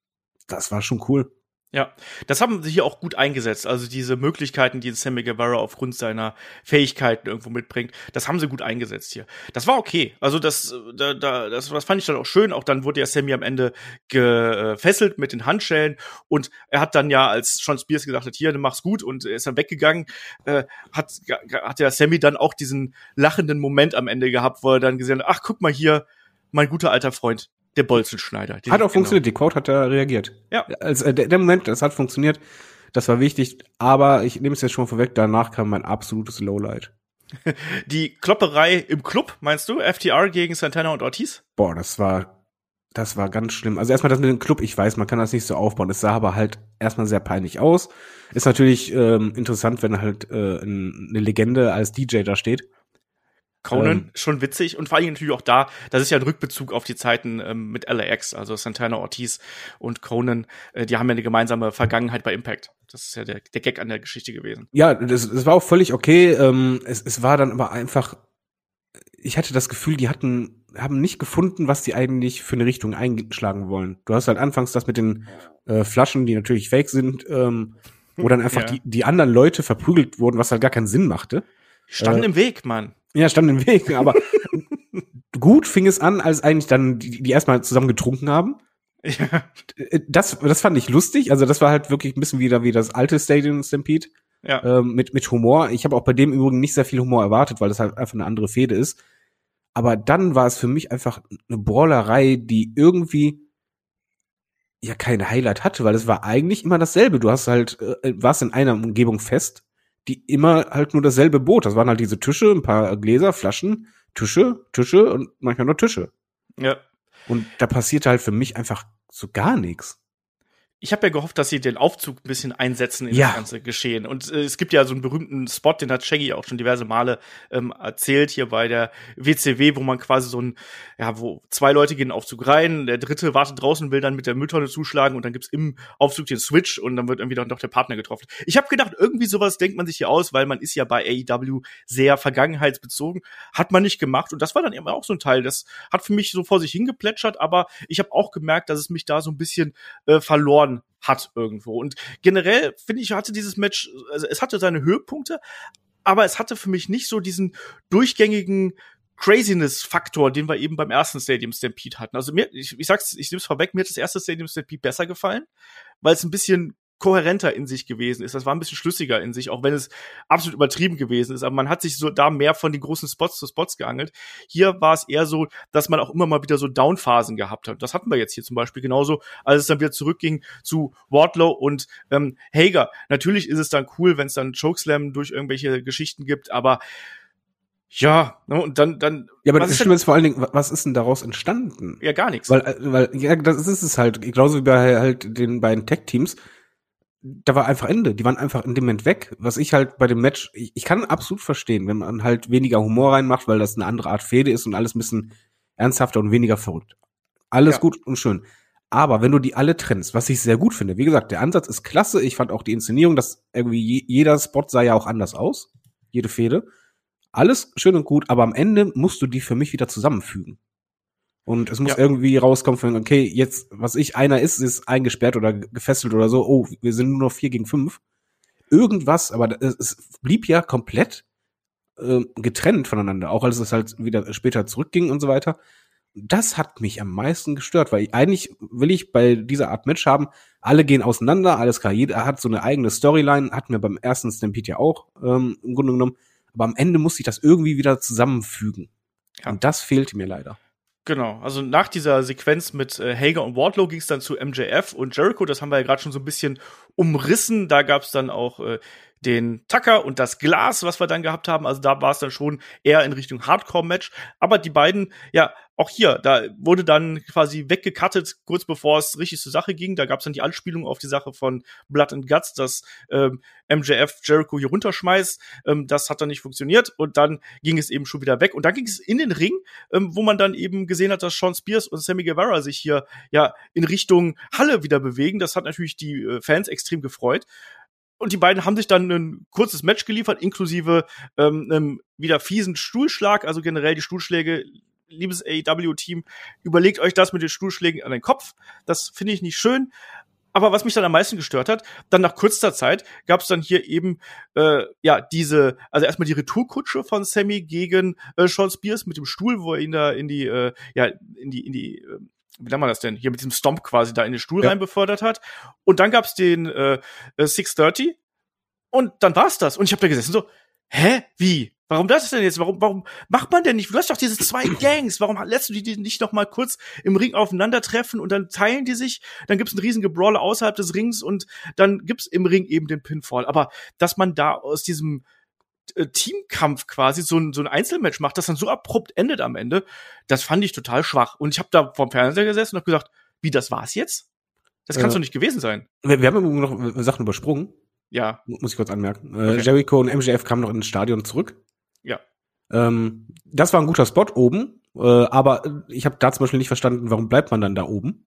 das war schon cool. Ja, das haben sie hier auch gut eingesetzt. Also diese Möglichkeiten, die Sammy Guevara aufgrund seiner Fähigkeiten irgendwo mitbringt, das haben sie gut eingesetzt hier. Das war okay. Also das, da, da, das, das fand ich dann auch schön. Auch dann wurde ja Sammy am Ende gefesselt mit den Handschellen und er hat dann ja, als Sean Spears gesagt hat, hier, du mach's gut und er ist dann weggegangen, äh, hat, hat ja Sammy dann auch diesen lachenden Moment am Ende gehabt, wo er dann gesehen hat, ach, guck mal hier, mein guter alter Freund. Der Bolzenschneider. Hat auch genau. funktioniert, die Quote hat da reagiert. Ja. Also, äh, der, der Moment, das hat funktioniert, das war wichtig, aber ich nehme es jetzt schon vorweg, danach kam mein absolutes Lowlight. Die Klopperei im Club, meinst du? F T R gegen Santana und Ortiz? Boah, das war, das war ganz schlimm. Also erstmal das mit dem Club, ich weiß, man kann das nicht so aufbauen, es sah aber halt erstmal sehr peinlich aus. Ist natürlich ähm, interessant, wenn halt äh, eine Legende als D J da steht. Conan, ähm, schon witzig und vor allem natürlich auch da, das ist ja ein Rückbezug auf die Zeiten ähm, mit L A X, also Santana Ortiz und Conan, äh, die haben ja eine gemeinsame Vergangenheit bei Impact. Das ist ja der, der Gag an der Geschichte gewesen. Ja, das, das war auch völlig okay. Ähm, es, es war dann aber einfach, ich hatte das Gefühl, die hatten, haben nicht gefunden, was die eigentlich für eine Richtung einschlagen wollen. Du hast halt anfangs das mit den äh, Flaschen, die natürlich fake sind, ähm, wo dann einfach ja. die, die anderen Leute verprügelt wurden, was halt gar keinen Sinn machte. Standen äh, im Weg, Mann. Ja, stand im Weg, aber gut fing es an, als eigentlich dann die, die erstmal zusammen getrunken haben. Ja. Das, das fand ich lustig. Also das war halt wirklich ein bisschen wieder wie das alte Stadium Stampede. Ja. Ähm, mit, mit Humor. Ich habe auch bei dem übrigens nicht sehr viel Humor erwartet, weil das halt einfach eine andere Fehde ist. Aber dann war es für mich einfach eine Brawlerei, die irgendwie ja kein Highlight hatte, weil es war eigentlich immer dasselbe. Du hast halt, äh, warst in einer Umgebung fest, die immer halt nur dasselbe bot. Das waren halt diese Tische, ein paar Gläser, Flaschen, Tische, Tische und manchmal nur Tische. Ja. Und da passierte halt für mich einfach so gar nichts. Ich habe ja gehofft, dass sie den Aufzug ein bisschen einsetzen in Ja. das ganze Geschehen. Und äh, es gibt ja so einen berühmten Spot, den hat Shaggy auch schon diverse Male ähm, erzählt, hier bei der W C W, wo man quasi so ein, ja, wo zwei Leute gehen in den Aufzug rein, der dritte wartet draußen, will dann mit der Mülltonne zuschlagen und dann gibt's im Aufzug den Switch und dann wird irgendwie dann doch der Partner getroffen. Ich habe gedacht, irgendwie sowas denkt man sich hier aus, weil man ist ja bei A E W sehr vergangenheitsbezogen. Hat man nicht gemacht und das war dann eben auch so ein Teil, das hat für mich so vor sich hingeplätschert, aber ich habe auch gemerkt, dass es mich da so ein bisschen äh, verloren hat irgendwo. Und generell, finde ich, hatte dieses Match, also es hatte seine Höhepunkte, aber es hatte für mich nicht so diesen durchgängigen Craziness-Faktor, den wir eben beim ersten Stadium Stampede hatten. Also mir, ich, ich sag's, ich nehme es vorweg, mir hat das erste Stadium Stampede besser gefallen, weil es ein bisschen kohärenter in sich gewesen ist. Das war ein bisschen schlüssiger in sich, auch wenn es absolut übertrieben gewesen ist. Aber man hat sich so da mehr von den großen Spots zu Spots geangelt. Hier war es eher so, dass man auch immer mal wieder so Downphasen gehabt hat. Das hatten wir jetzt hier zum Beispiel genauso, als es dann wieder zurückging zu Wardlow und ähm, Hager. Natürlich ist es dann cool, wenn es dann Chokeslam durch irgendwelche Geschichten gibt, aber ja, ne, und dann, dann. Ja, aber was das ist Schlimme ist vor allen Dingen, was ist denn daraus entstanden? Ja, gar nichts. Weil, weil, ja, das ist es halt, genauso wie bei halt den beiden Tech-Teams. Da war einfach Ende. Die waren einfach in dem Moment weg. Was ich halt bei dem Match, ich, ich kann absolut verstehen, wenn man halt weniger Humor reinmacht, weil das eine andere Art Fehde ist und alles ein bisschen ernsthafter und weniger verrückt. Alles Ja. gut und schön. Aber wenn du die alle trennst, was ich sehr gut finde, wie gesagt, der Ansatz ist klasse. Ich fand auch die Inszenierung, dass irgendwie je, jeder Spot sah ja auch anders aus. Jede Fehde. Alles schön und gut, aber am Ende musst du die für mich wieder zusammenfügen. Und es muss Ja. irgendwie rauskommen von, okay, jetzt, was ich, einer ist, ist eingesperrt oder gefesselt oder so, oh, wir sind nur noch vier gegen fünf. Irgendwas, aber es, es blieb ja komplett äh, getrennt voneinander, auch als es halt wieder später zurückging und so weiter. Das hat mich am meisten gestört, weil eigentlich will ich bei dieser Art Match haben, alle gehen auseinander, alles klar, jeder hat so eine eigene Storyline, hatten wir beim ersten Stampede ja auch ähm, im Grunde genommen, aber am Ende muss ich das irgendwie wieder zusammenfügen. Ja. Und das fehlte mir leider. Genau, also nach dieser Sequenz mit äh, Hager und Wardlow ging es dann zu M J F und Jericho, das haben wir ja gerade schon so ein bisschen umrissen, da gab es dann auch äh, den Tucker und das Glas, was wir dann gehabt haben, also da war es dann schon eher in Richtung Hardcore-Match, aber die beiden, ja, auch hier, da wurde dann quasi weggecuttet, kurz bevor es richtig zur Sache ging, da gab es dann die Anspielung auf die Sache von Blood and Guts, dass ähm, M J F Jericho hier runterschmeißt, ähm, das hat dann nicht funktioniert und dann ging es eben schon wieder weg und dann ging es in den Ring, ähm, wo man dann eben gesehen hat, dass Sean Spears und Sammy Guevara sich hier ja in Richtung Halle wieder bewegen, das hat natürlich die äh, Fans extrem gefreut. Und die beiden haben sich dann ein kurzes Match geliefert, inklusive ähm, einem wieder fiesen Stuhlschlag, also generell die Stuhlschläge, liebes A E W-Team, überlegt euch das mit den Stuhlschlägen an den Kopf, das finde ich nicht schön. Aber was mich dann am meisten gestört hat, dann nach kurzer Zeit gab es dann hier eben äh, ja diese, also erstmal die Retourkutsche von Sammy gegen äh, Sean Spears mit dem Stuhl, wo er ihn da in die, äh, ja, in die, in die, äh, wie nennt man das denn, hier mit diesem Stomp quasi da in den Stuhl Ja. rein befördert hat. Und dann gab's den äh, six thirty und dann war's das. Und ich habe da gesessen so, hä, wie? Warum das denn jetzt? Warum, warum macht man denn nicht? Du hast doch diese zwei Gangs. Warum lässt du die nicht noch mal kurz im Ring aufeinandertreffen und dann teilen die sich? Dann gibt's einen riesigen Brawler außerhalb des Rings und dann gibt's im Ring eben den Pinfall. Aber dass man da aus diesem äh, Teamkampf quasi so ein, so ein Einzelmatch macht, das dann so abrupt endet am Ende, das fand ich total schwach. Und ich habe da vorm Fernseher gesessen und hab gesagt, wie, das war's jetzt? Das kann's Äh, doch nicht gewesen sein. Wir, wir haben noch Sachen übersprungen, Ja, muss ich kurz anmerken. Äh, Okay. Jericho und M J F kamen noch ins Stadion zurück. ja. Ähm, das war ein guter Spot oben, äh, aber ich habe da zum Beispiel nicht verstanden, warum bleibt man dann da oben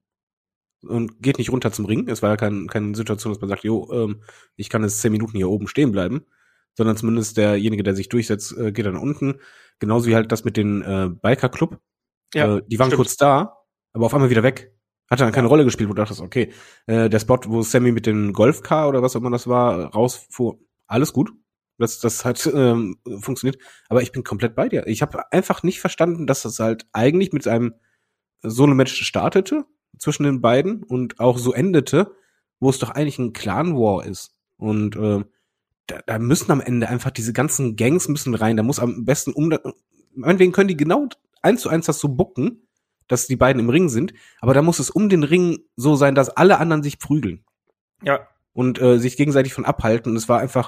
und geht nicht runter zum Ring. Es war ja kein, keine Situation, dass man sagt, jo, ähm, ich kann jetzt zehn Minuten hier oben stehen bleiben, sondern zumindest derjenige, der sich durchsetzt, äh, geht dann unten. Genauso wie halt das mit den äh, Biker Club. Ja, äh, die waren stimmt. kurz da, aber auf einmal wieder weg. Hat dann keine Rolle gespielt, wo du dachtest, okay, äh, der Spot, wo Sammy mit dem Golfcar oder was auch immer das war, rausfuhr, alles gut. Das, das hat ähm, funktioniert. Aber ich bin komplett bei dir. Ich habe einfach nicht verstanden, dass das halt eigentlich mit einem Solo-Match startete zwischen den beiden und auch so endete, wo es doch eigentlich ein Clan-War ist. Und ähm, da, da müssen am Ende einfach diese ganzen Gangs müssen rein. Da muss am besten um, meinetwegen können die genau eins zu eins das so bucken, dass die beiden im Ring sind. Aber da muss es um den Ring so sein, dass alle anderen sich prügeln Ja, und äh, sich gegenseitig von abhalten. Und es war einfach,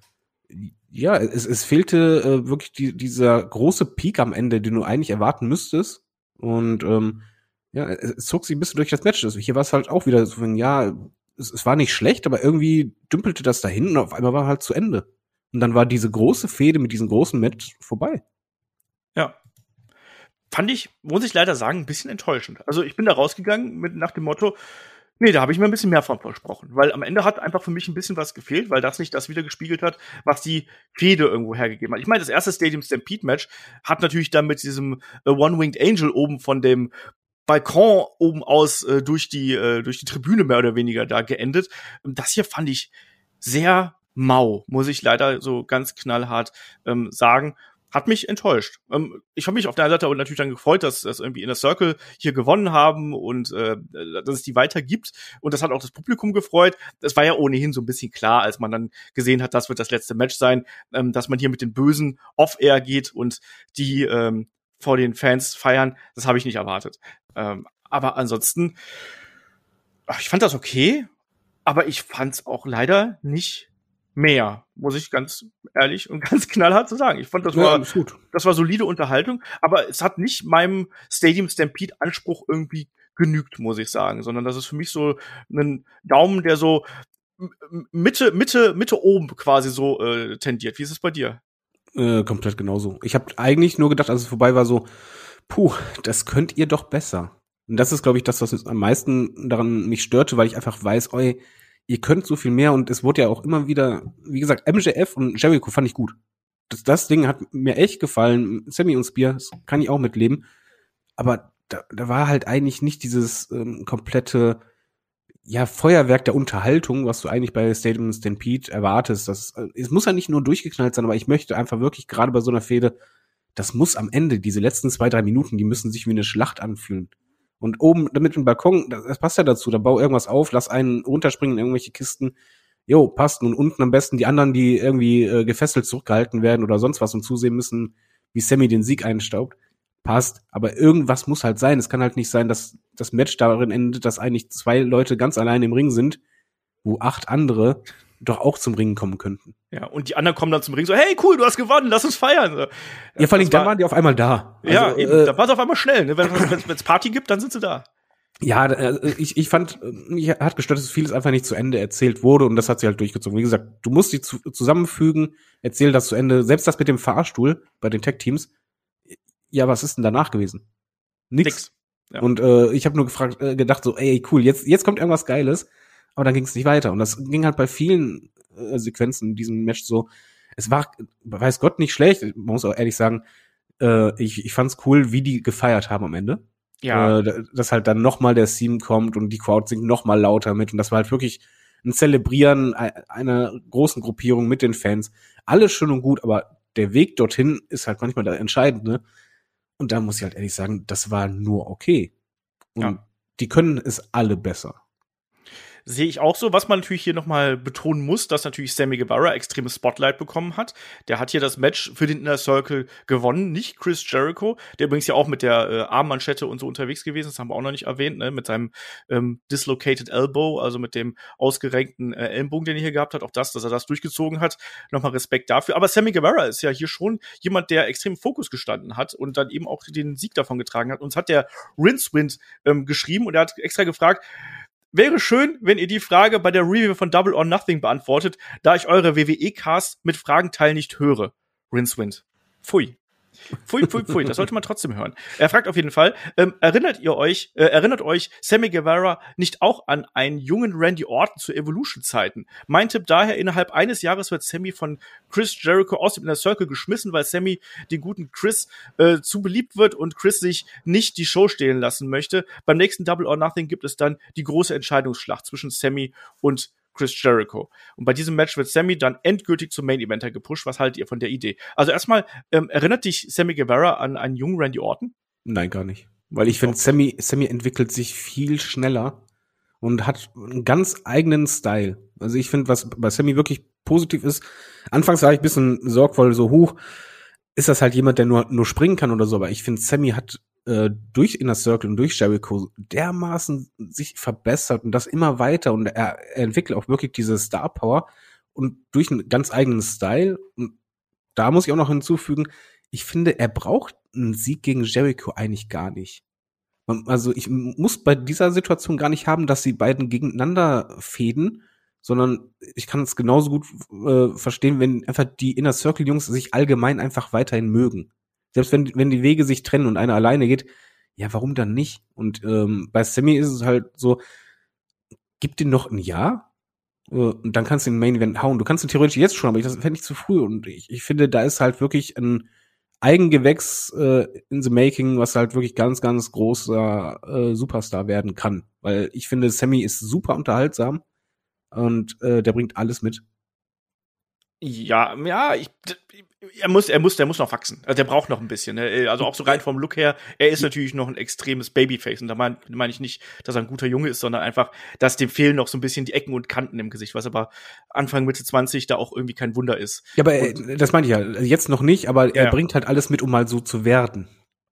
ja, es, es fehlte äh, wirklich die, dieser große Peak am Ende, den du eigentlich erwarten müsstest. Und ähm, ja, es, es zog sich ein bisschen durch das Match. Also hier war es halt auch wieder so, wenn, ja, es, es war nicht schlecht, aber irgendwie dümpelte das dahin und auf einmal war halt zu Ende. Und dann war diese große Fehde mit diesem großen Match vorbei. Ja. Fand ich, muss ich leider sagen, ein bisschen enttäuschend. Also ich bin da rausgegangen mit nach dem Motto, nee, da habe ich mir ein bisschen mehr von versprochen. Weil am Ende hat einfach für mich ein bisschen was gefehlt, weil das nicht das wieder gespiegelt hat, was die Fehde irgendwo hergegeben hat. Ich meine, das erste Stadium Stampede Match hat natürlich dann mit diesem äh, One-Winged Angel oben von dem Balkon oben aus äh, durch die äh, durch die Tribüne mehr oder weniger da geendet. Das hier fand ich sehr mau, muss ich leider so ganz knallhart ähm, sagen. Hat mich enttäuscht. Ähm, ich habe mich auf der einen Seite aber natürlich dann gefreut, dass, dass irgendwie Inner Circle hier gewonnen haben und äh, dass es die weitergibt. Und das hat auch das Publikum gefreut. Das war ja ohnehin so ein bisschen klar, als man dann gesehen hat, das wird das letzte Match sein, ähm, dass man hier mit den Bösen off-air geht und die ähm, vor den Fans feiern. Das habe ich nicht erwartet. Ähm, aber ansonsten, ach, ich fand das okay, aber ich fand's auch leider nicht mehr, muss ich ganz ehrlich und ganz knallhart so sagen. Ich fand, das Ja, war alles gut. das war solide Unterhaltung, aber es hat nicht meinem Stadium Stampede Anspruch irgendwie genügt, muss ich sagen, sondern das ist für mich so ein Daumen, der so m- Mitte Mitte Mitte oben quasi so äh, tendiert. Wie ist es bei dir? Äh, komplett genauso. Ich habe eigentlich nur gedacht, als es vorbei war, so, puh, das könnt ihr doch besser. Und das ist, glaube ich, das, was am meisten daran mich störte, weil ich einfach weiß, oi, ihr könnt so viel mehr und es wurde ja auch immer wieder, wie gesagt, M J F und Jericho fand ich gut. Das, das Ding hat mir echt gefallen. Sammy und Spear, das kann ich auch mitleben. Aber da, da war halt eigentlich nicht dieses ähm, komplette, ja, Feuerwerk der Unterhaltung, was du eigentlich bei Stadium Stampede erwartest. Das, äh, es muss ja nicht nur durchgeknallt sein, aber ich möchte einfach wirklich, gerade bei so einer Fehde, das muss am Ende, diese letzten zwei, drei Minuten, die müssen sich wie eine Schlacht anfühlen. Und oben damit im Balkon, das, das passt ja dazu, da bau irgendwas auf, lass einen runterspringen in irgendwelche Kisten. Jo, passt. Und unten am besten die anderen, die irgendwie äh, gefesselt zurückgehalten werden oder sonst was und zusehen müssen, wie Sammy den Sieg einstaubt. Passt. Aber irgendwas muss halt sein. Es kann halt nicht sein, dass das Match darin endet, dass eigentlich zwei Leute ganz allein im Ring sind, wo acht andere doch auch zum Ringen kommen könnten. Ja, und die anderen kommen dann zum Ring so, hey, cool, du hast gewonnen, lass uns feiern. Ja, Ja, vor allem, das dann war- waren die auf einmal da. Ja, Also, eben, äh, da war es auf einmal schnell. Ne? Wenn es Party gibt, dann sind sie da. Ja, äh, ich, ich fand, äh, mich hat gestört, dass vieles einfach nicht zu Ende erzählt wurde und das hat sie halt durchgezogen. Wie gesagt, du musst die zu, zusammenfügen, erzähl das zu Ende. Selbst das mit dem Fahrstuhl bei den Tech-Teams. Ja, was ist denn danach gewesen? Nix. Nix. Ja. Und äh, ich habe nur gefragt, äh, gedacht so, ey, cool, jetzt jetzt kommt irgendwas Geiles. Aber dann ging es nicht weiter. Und das ging halt bei vielen äh, Sequenzen in diesem Match so. Es war, weiß Gott, nicht schlecht. Man muss auch ehrlich sagen, äh, ich, ich fand's cool, wie die gefeiert haben am Ende. Ja. Äh, dass halt dann nochmal der Theme kommt und die Crowd singt nochmal lauter mit. Und das war halt wirklich ein Zelebrieren einer großen Gruppierung mit den Fans. Alles schön und gut, aber der Weg dorthin ist halt manchmal der entscheidende. Und da muss ich halt ehrlich sagen, das war nur okay. Und Ja. die können es alle besser. Sehe ich auch so. Was man natürlich hier nochmal betonen muss, dass natürlich Sammy Guevara extremes Spotlight bekommen hat. Der hat hier das Match für den Inner Circle gewonnen, nicht Chris Jericho, der übrigens ja auch mit der äh, Armmanschette und so unterwegs gewesen ist, haben wir auch noch nicht erwähnt, ne? Mit seinem ähm, Dislocated Elbow, also mit dem ausgerenkten äh, Ellenbogen, den er hier gehabt hat. Auch das, dass er das durchgezogen hat. Nochmal Respekt dafür. Aber Sammy Guevara ist ja hier schon jemand, der extrem im Fokus gestanden hat und dann eben auch den Sieg davon getragen hat. Uns hat der Rincewind ähm, geschrieben und er hat extra gefragt, wäre schön, wenn ihr die Frage bei der Review von Double or Nothing beantwortet, da ich eure W W E-Cast mit Fragenteil nicht höre. Rincewind. Pfui. Pfui, pfui, pfui. Das sollte man trotzdem hören. Er fragt auf jeden Fall, ähm, erinnert ihr euch, äh, erinnert euch Sammy Guevara nicht auch an einen jungen Randy Orton zu Evolution-Zeiten? Mein Tipp daher, innerhalb eines Jahres wird Sammy von Chris Jericho aus dem Inner Circle geschmissen, weil Sammy den guten Chris äh, zu beliebt wird und Chris sich nicht die Show stehlen lassen möchte. Beim nächsten Double or Nothing gibt es dann die große Entscheidungsschlacht zwischen Sammy und Chris Jericho. Und bei diesem Match wird Sammy dann endgültig zum Main Eventer gepusht. Was haltet ihr von der Idee? Also erstmal, ähm, erinnert dich Sammy Guevara an einen jungen Randy Orton? Nein, gar nicht. Weil ich finde, Sammy, Sammy entwickelt sich viel schneller und hat einen ganz eigenen Style. Also ich finde, was bei Sammy wirklich positiv ist, anfangs war ich ein bisschen sorgvoll so hoch, ist das halt jemand, der nur nur springen kann oder so, aber ich finde, Sammy hat äh, durch Inner Circle und durch Jericho dermaßen sich verbessert und das immer weiter und er, er entwickelt auch wirklich diese Star Power und durch einen ganz eigenen Style. Und da muss ich auch noch hinzufügen, ich finde, er braucht einen Sieg gegen Jericho eigentlich gar nicht. Also ich muss bei dieser Situation gar nicht haben, dass die beiden gegeneinander fäden, sondern ich kann es genauso gut äh, verstehen, wenn einfach die Inner Circle Jungs sich allgemein einfach weiterhin mögen. Selbst wenn wenn die Wege sich trennen und einer alleine geht, ja, warum dann nicht? Und ähm, bei Sammy ist es halt so, gib den noch ein Jahr äh, und dann kannst du den Main Event hauen. Du kannst ihn theoretisch jetzt schon, aber das fände ich zu früh. Und ich, ich finde, da ist halt wirklich ein Eigengewächs äh, in the making, was halt wirklich ganz, ganz großer äh, Superstar werden kann. Weil ich finde, Sammy ist super unterhaltsam und äh, der bringt alles mit. Ja, ja, ich, er muss, er muss, der muss noch wachsen. Also der braucht noch ein bisschen. Ne? Also auch so rein vom Look her. Er ist natürlich noch ein extremes Babyface. Und da meine mein ich nicht, dass er ein guter Junge ist, sondern einfach, dass dem fehlen noch so ein bisschen die Ecken und Kanten im Gesicht, was aber Anfang, Mitte zwanzig da auch irgendwie kein Wunder ist. Ja, aber und, das meine ich ja. Jetzt noch nicht, aber er ja. bringt halt alles mit, um mal so zu werden.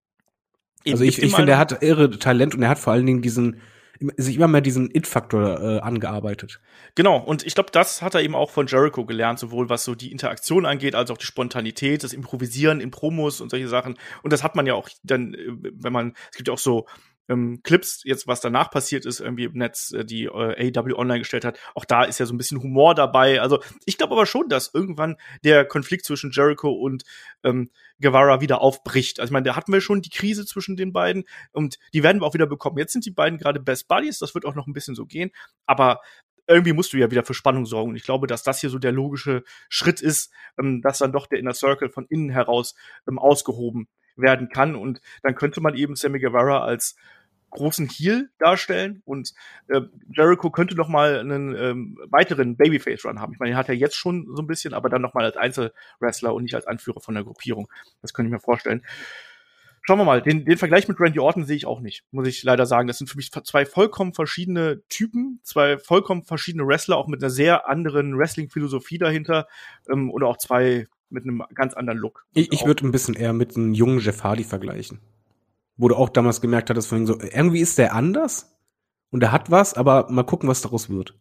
Eben, also ich, ich finde, er hat irre Talent und er hat vor allen Dingen diesen sich immer mehr diesen It-Faktor äh, angearbeitet. Genau, und ich glaube, das hat er eben auch von Jericho gelernt, sowohl was so die Interaktion angeht, als auch die Spontanität, das Improvisieren in Promos und solche Sachen. Und das hat man ja auch dann, wenn man, es gibt ja auch so ähm, Clips, jetzt was danach passiert ist, irgendwie im Netz, äh, die äh, A E W online gestellt hat, auch da ist ja so ein bisschen Humor dabei. Also ich glaube aber schon, dass irgendwann der Konflikt zwischen Jericho und ähm, Guevara wieder aufbricht. Also ich meine, da hatten wir schon die Krise zwischen den beiden und die werden wir auch wieder bekommen. Jetzt sind die beiden gerade Best Buddies, das wird auch noch ein bisschen so gehen, aber irgendwie musst du ja wieder für Spannung sorgen. Und ich glaube, dass das hier so der logische Schritt ist, ähm, dass dann doch der Inner Circle von innen heraus ähm, ausgehoben werden kann. Und dann könnte man eben Sammy Guevara als großen Heel darstellen und äh, Jericho könnte noch mal einen ähm, weiteren Babyface-Run haben. Ich meine, den hat er jetzt schon so ein bisschen, aber dann noch mal als Einzelwrestler und nicht als Anführer von der Gruppierung. Das könnte ich mir vorstellen. Schauen wir mal, den, den Vergleich mit Randy Orton sehe ich auch nicht, muss ich leider sagen. Das sind für mich zwei vollkommen verschiedene Typen, zwei vollkommen verschiedene Wrestler, auch mit einer sehr anderen Wrestling-Philosophie dahinter ähm, oder auch zwei mit einem ganz anderen Look. Ich, ich würde ein bisschen eher mit einem jungen Jeff Hardy vergleichen. Wo du auch damals gemerkt hattest, von so, irgendwie ist der anders und der hat was, aber mal gucken, was daraus wird.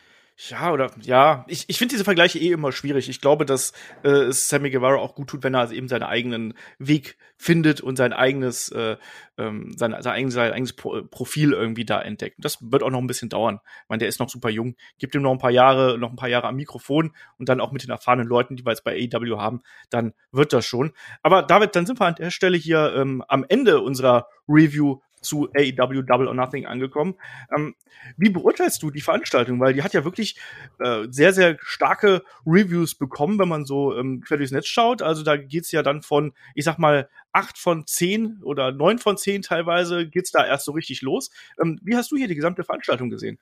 Ja, oder, ja, ich, ich finde diese Vergleiche eh immer schwierig. Ich glaube, dass äh, es Sammy Guevara auch gut tut, wenn er also eben seinen eigenen Weg findet und sein eigenes, äh, ähm, sein, sein, eigenes, sein eigenes Profil irgendwie da entdeckt. Und das wird auch noch ein bisschen dauern. Ich meine, der ist noch super jung. Gibt ihm noch ein paar Jahre, noch ein paar Jahre am Mikrofon und dann auch mit den erfahrenen Leuten, die wir jetzt bei A E W haben, dann wird das schon. Aber David, dann sind wir an der Stelle hier ähm, am Ende unserer Review zu A E W Double or Nothing angekommen. Ähm, wie beurteilst du die Veranstaltung? Weil die hat ja wirklich äh, sehr, sehr starke Reviews bekommen, wenn man so ähm, quer durchs Netz schaut. Also da geht's ja dann von, ich sag mal, acht von zehn oder neun von zehn teilweise geht's da erst so richtig los. Ähm, wie hast du hier die gesamte Veranstaltung gesehen?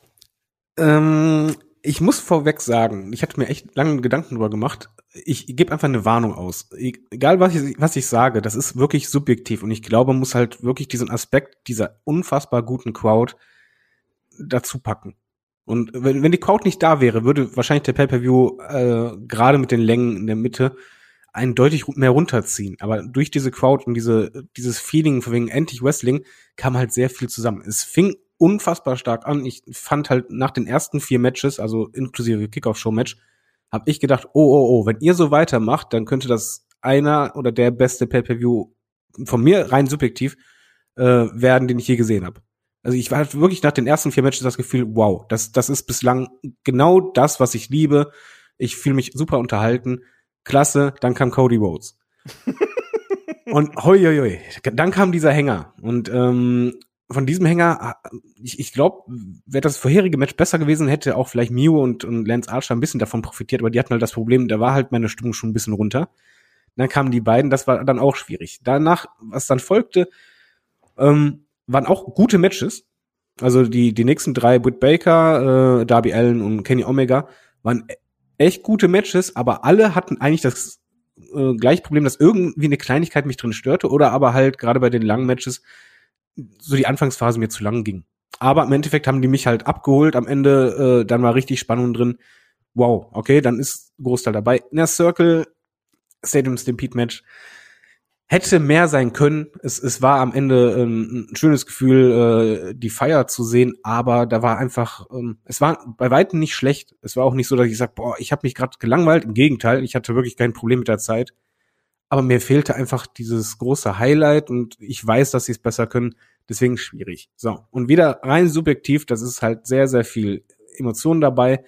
Ähm, ich muss vorweg sagen, ich hatte mir echt lange Gedanken drüber gemacht. Ich gebe einfach eine Warnung aus. Egal, was ich, was ich sage, das ist wirklich subjektiv. Und ich glaube, man muss halt wirklich diesen Aspekt dieser unfassbar guten Crowd dazu packen. Und wenn, wenn die Crowd nicht da wäre, würde wahrscheinlich der Pay-Per-View äh, gerade mit den Längen in der Mitte einen deutlich mehr runterziehen. Aber durch diese Crowd und diese dieses Feeling von wegen Anti-Wrestling kam halt sehr viel zusammen. Es fing unfassbar stark an. Ich fand halt nach den ersten vier Matches, also inklusive Kickoff-Show-Match, habe ich gedacht, oh, oh, oh, wenn ihr so weitermacht, dann könnte das einer oder der beste Pay-Per-View von mir rein subjektiv äh, werden, den ich je gesehen habe. Also ich war wirklich nach den ersten vier Matches das Gefühl, wow, das das ist bislang genau das, was ich liebe. Ich fühle mich super unterhalten. Klasse, dann kam Cody Rhodes. Und hoi, hoi, hoi, dann kam dieser Hänger. Und ähm, von diesem Hänger, ich, ich glaube, wäre das vorherige Match besser gewesen, hätte auch vielleicht Mio und, und Lance Archer ein bisschen davon profitiert, aber die hatten halt das Problem, da war halt meine Stimmung schon ein bisschen runter. Dann kamen die beiden, das war dann auch schwierig. Danach, was dann folgte, ähm, waren auch gute Matches. Also die die nächsten drei, Britt Baker, äh, Darby Allin und Kenny Omega, waren echt gute Matches, aber alle hatten eigentlich das äh, gleiche Problem, dass irgendwie eine Kleinigkeit mich drin störte oder aber halt gerade bei den langen Matches so die Anfangsphase mir zu lang ging. Aber im Endeffekt haben die mich halt abgeholt. Am Ende, äh, dann war richtig Spannung drin. Wow, okay, dann ist ein Großteil dabei. Inner Circle, Stadium Stampede Match, hätte mehr sein können. Es, es war am Ende ähm, ein schönes Gefühl, äh, die Feier zu sehen, aber da war einfach, ähm, es war bei weitem nicht schlecht. Es war auch nicht so, dass ich sage, boah, ich habe mich gerade gelangweilt. Im Gegenteil, ich hatte wirklich kein Problem mit der Zeit. aber mir fehlte einfach dieses große Highlight und ich weiß, dass sie es besser können, deswegen schwierig. So, und wieder rein subjektiv, das ist halt sehr, sehr viel Emotionen dabei.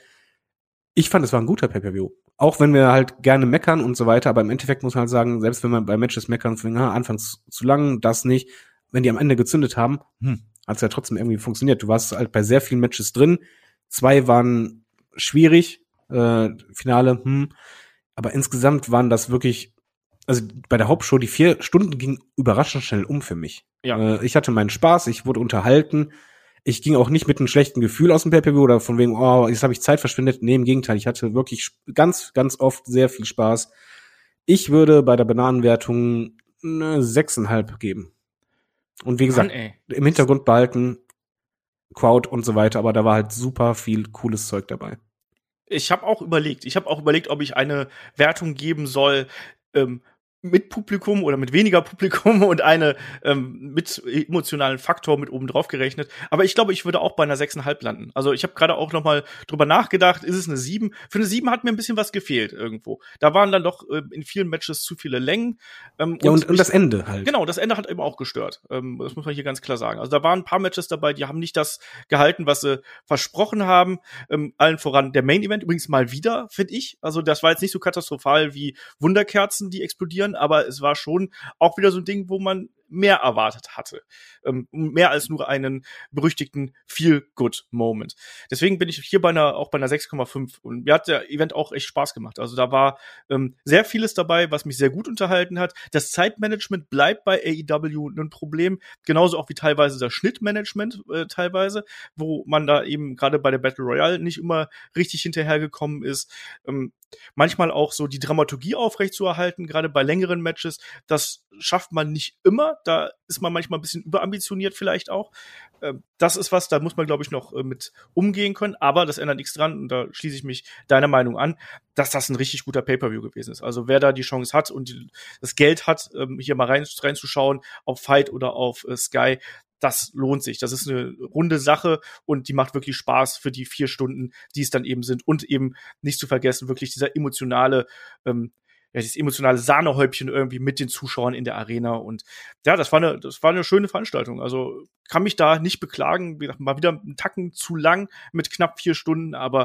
Ich fand, es war ein guter Pay-Per-View. Auch wenn wir halt gerne meckern und so weiter, aber im Endeffekt muss man halt sagen, selbst wenn man bei Matches meckern, von, ah, anfangs zu lang, das nicht, wenn die am Ende gezündet haben, hm, hat es ja trotzdem irgendwie funktioniert. Du warst halt bei sehr vielen Matches drin. Zwei waren schwierig, äh, Finale, hm, aber insgesamt waren das wirklich, also bei der Hauptshow, die vier Stunden gingen überraschend schnell um für mich. Ja. Äh, ich hatte meinen Spaß, ich wurde unterhalten. Ich ging auch nicht mit einem schlechten Gefühl aus dem Pay-Per-View oder von wegen, oh, jetzt habe ich Zeit verschwendet. Nee, im Gegenteil, ich hatte wirklich ganz, ganz oft sehr viel Spaß. Ich würde bei der Bananenwertung eine sechseinhalb geben. Und wie gesagt, Mann, im Hintergrund behalten, Crowd und so weiter, aber da war halt super viel cooles Zeug dabei. Ich habe auch überlegt, ich habe auch überlegt, ob ich eine Wertung geben soll, ähm, mit Publikum oder mit weniger Publikum und eine ähm, mit emotionalen Faktor mit oben drauf gerechnet. Aber ich glaube, ich würde auch bei einer sechs Komma fünf landen. Also ich habe gerade auch noch mal drüber nachgedacht, ist es eine sieben? Für eine sieben hat mir ein bisschen was gefehlt irgendwo. Da waren dann doch äh, in vielen Matches zu viele Längen. Ähm, ja, und, und ich, das Ende halt. Genau, das Ende hat eben auch gestört. Ähm, das muss man hier ganz klar sagen. Also da waren ein paar Matches dabei, die haben nicht das gehalten, was sie versprochen haben. Ähm, allen voran der Main Event übrigens mal wieder, finde ich. Also das war jetzt nicht so katastrophal wie Wunderkerzen, die explodieren, aber es war schon auch wieder so ein Ding, wo man mehr erwartet hatte. Ähm, mehr als nur einen berüchtigten Feel-Good-Moment. Deswegen bin ich hier bei einer, auch bei einer sechs Komma fünf. Und mir hat der Event auch echt Spaß gemacht. Also da war ähm, sehr vieles dabei, was mich sehr gut unterhalten hat. Das Zeitmanagement bleibt bei A E W ein Problem. Genauso auch wie teilweise das Schnittmanagement äh, teilweise, wo man da eben gerade bei der Battle Royale nicht immer richtig hinterhergekommen ist. Ähm, manchmal auch so die Dramaturgie aufrechtzuerhalten, gerade bei längeren Matches. Das schafft man nicht immer. Da ist man manchmal ein bisschen überambitioniert vielleicht auch. Das ist was, da muss man, glaube ich, noch mit umgehen können. Aber das ändert nichts dran. Und da schließe ich mich deiner Meinung an, dass das ein richtig guter Pay-Per-View gewesen ist. Also wer da die Chance hat und die, das Geld hat, hier mal rein, reinzuschauen auf Fight oder auf Sky, das lohnt sich. Das ist eine runde Sache und die macht wirklich Spaß für die vier Stunden, die es dann eben sind. Und eben nicht zu vergessen, wirklich dieser emotionale ähm, ja, dieses emotionale Sahnehäubchen irgendwie mit den Zuschauern in der Arena. Und ja, das war eine, das war eine schöne Veranstaltung. Also kann mich da nicht beklagen. Wie gesagt, mal wieder einen Tacken zu lang mit knapp vier Stunden, aber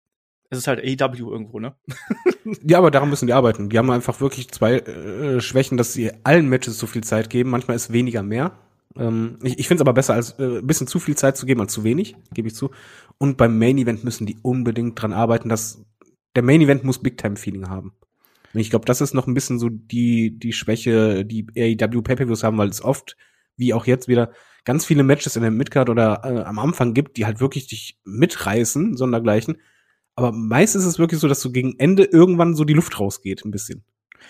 es ist halt A E W irgendwo, ne? Ja, aber daran müssen die arbeiten. Die haben einfach wirklich zwei äh, Schwächen, dass sie allen Matches so viel Zeit geben. Manchmal ist weniger mehr. Ähm, ich ich finde es aber besser, als äh, ein bisschen zu viel Zeit zu geben als zu wenig, gebe ich zu. Und beim Main Event müssen die unbedingt dran arbeiten, dass der Main Event muss Big-Time-Feeling haben. Und ich glaube, das ist noch ein bisschen so die die Schwäche, die A E W Pay-Per-Views haben, weil es oft, wie auch jetzt wieder, ganz viele Matches in der Midcard oder äh, am Anfang gibt, die halt wirklich dich mitreißen, sondergleichen. Aber meist ist es wirklich so, dass so gegen Ende irgendwann so die Luft rausgeht, ein bisschen.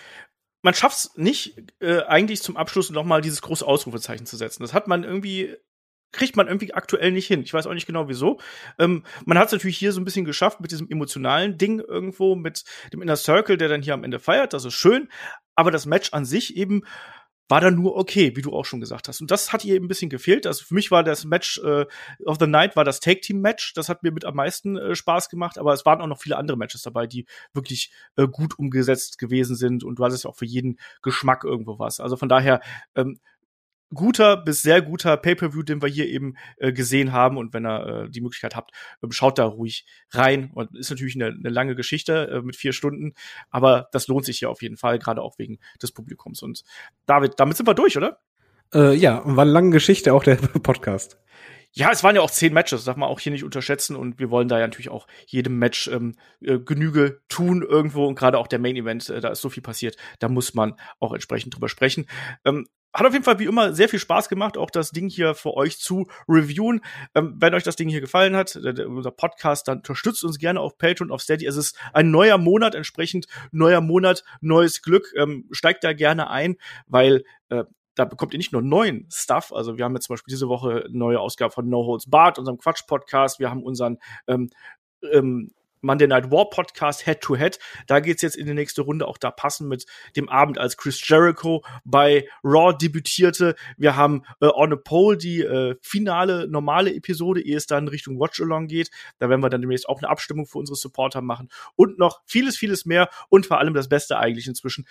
Man schafft's nicht, äh, eigentlich zum Abschluss noch mal dieses große Ausrufezeichen zu setzen. Das hat man irgendwie kriegt man irgendwie aktuell nicht hin. Ich weiß auch nicht genau, wieso. Ähm, man hat es natürlich hier so ein bisschen geschafft mit diesem emotionalen Ding irgendwo, mit dem Inner Circle, der dann hier am Ende feiert. Das ist schön. Aber das Match an sich eben war dann nur okay, wie du auch schon gesagt hast. Und das hat ihr eben ein bisschen gefehlt. Also für mich war das Match äh, of the Night, war das Tag-Team-Match. Das hat mir mit am meisten äh, Spaß gemacht. Aber es waren auch noch viele andere Matches dabei, die wirklich äh, gut umgesetzt gewesen sind. Und du hattest ja auch für jeden Geschmack irgendwo was. Also von daher ähm, guter bis sehr guter Pay-Per-View, den wir hier eben äh, gesehen haben. Und wenn ihr äh, die Möglichkeit habt, äh, schaut da ruhig rein. Und ist natürlich eine, eine lange Geschichte äh, mit vier Stunden, aber das lohnt sich hier auf jeden Fall, gerade auch wegen des Publikums. Und David, damit sind wir durch, oder? Äh, ja, war eine lange Geschichte auch der Podcast. Ja, es waren ja auch zehn Matches, darf man auch hier nicht unterschätzen. Und wir wollen da ja natürlich auch jedem Match ähm, äh, Genüge tun irgendwo. Und gerade auch der Main Event, äh, da ist so viel passiert, da muss man auch entsprechend drüber sprechen. Ähm, Hat auf jeden Fall wie immer sehr viel Spaß gemacht, auch das Ding hier für euch zu reviewen. Ähm, wenn euch das Ding hier gefallen hat, der, der, unser Podcast, dann unterstützt uns gerne auf Patreon, auf Steady. Es ist ein neuer Monat, entsprechend neuer Monat, neues Glück. Ähm, steigt da gerne ein, weil äh, da bekommt ihr nicht nur neuen Stuff. Also wir haben jetzt zum Beispiel diese Woche eine neue Ausgabe von No Holds Barred, unserem Quatsch-Podcast. Wir haben unseren ähm, ähm, Monday Night War Podcast Head to Head. Da geht's jetzt in die nächste Runde, auch da passend mit dem Abend, als Chris Jericho bei Raw debütierte. Wir haben äh, On a Pole, die äh, finale, normale Episode, ehe es dann Richtung Watch-Along geht. Da werden wir dann demnächst auch eine Abstimmung für unsere Supporter machen. Und noch vieles, vieles mehr. Und vor allem das Beste eigentlich inzwischen.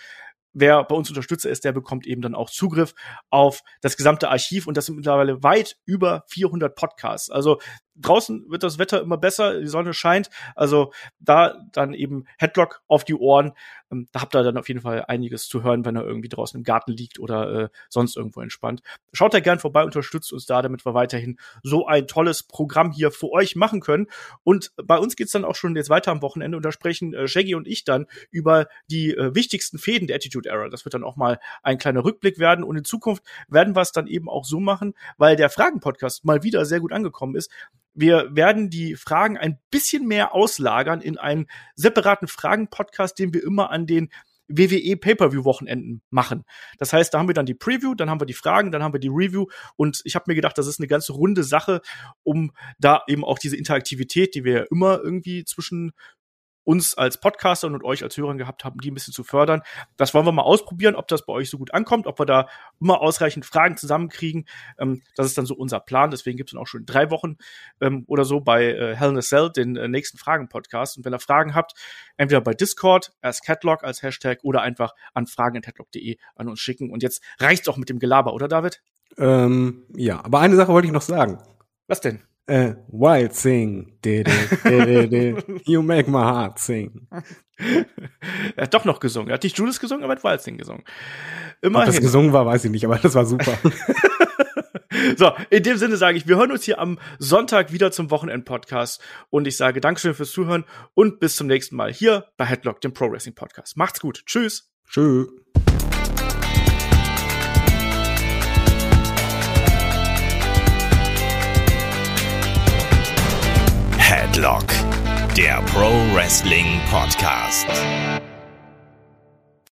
wer bei uns Unterstützer ist, der bekommt eben dann auch Zugriff auf das gesamte Archiv und das sind mittlerweile weit über vierhundert Podcasts. Also draußen wird das Wetter immer besser, die Sonne scheint, also da dann eben Headlock auf die Ohren. Ähm, da habt ihr dann auf jeden Fall einiges zu hören, wenn er irgendwie draußen im Garten liegt oder äh, sonst irgendwo entspannt. Schaut da gern vorbei, unterstützt uns da, damit wir weiterhin so ein tolles Programm hier für euch machen können. Und bei uns geht's dann auch schon jetzt weiter am Wochenende und da sprechen äh, Shaggy und ich dann über die äh, wichtigsten Fäden der Attitude Era. Das wird dann auch mal ein kleiner Rückblick werden und in Zukunft werden wir es dann eben auch so machen, weil der Fragen-Podcast mal wieder sehr gut angekommen ist. Wir werden die Fragen ein bisschen mehr auslagern in einen separaten Fragen-Podcast, den wir immer an den W W E Pay-Per-View-Wochenenden machen. Das heißt, da haben wir dann die Preview, dann haben wir die Fragen, dann haben wir die Review und ich habe mir gedacht, das ist eine ganz runde Sache, um da eben auch diese Interaktivität, die wir ja immer irgendwie zwischen uns als Podcaster und euch als Hörern gehabt haben, die ein bisschen zu fördern. Das wollen wir mal ausprobieren, ob das bei euch so gut ankommt, ob wir da immer ausreichend Fragen zusammenkriegen. Ähm, das ist dann so unser Plan. Deswegen gibt es dann auch schon drei Wochen ähm, oder so bei äh, Hell in a Cell den äh, nächsten Fragen-Podcast. Und wenn ihr Fragen habt, entweder bei Discord, als Headlock als Hashtag oder einfach an fragen at headlock punkt de an uns schicken. Und jetzt reicht's auch mit dem Gelaber, oder David? Ähm, ja, aber eine Sache wollte ich noch sagen. Was denn? Äh, Wild Sing. De, de, de, de, de. You make my heart sing. Er hat doch noch gesungen. Er hat nicht Judas gesungen, aber er hat Wild Sing gesungen. Immerhin. Ob das gesungen war, weiß ich nicht, aber das war super. So, in dem Sinne sage ich, wir hören uns hier am Sonntag wieder zum Wochenend-Podcast und ich sage Dankeschön fürs Zuhören und bis zum nächsten Mal hier bei Headlock, dem Pro Wrestling Podcast. Macht's gut. Tschüss. Tschüss. Headlock, der Pro Wrestling Podcast.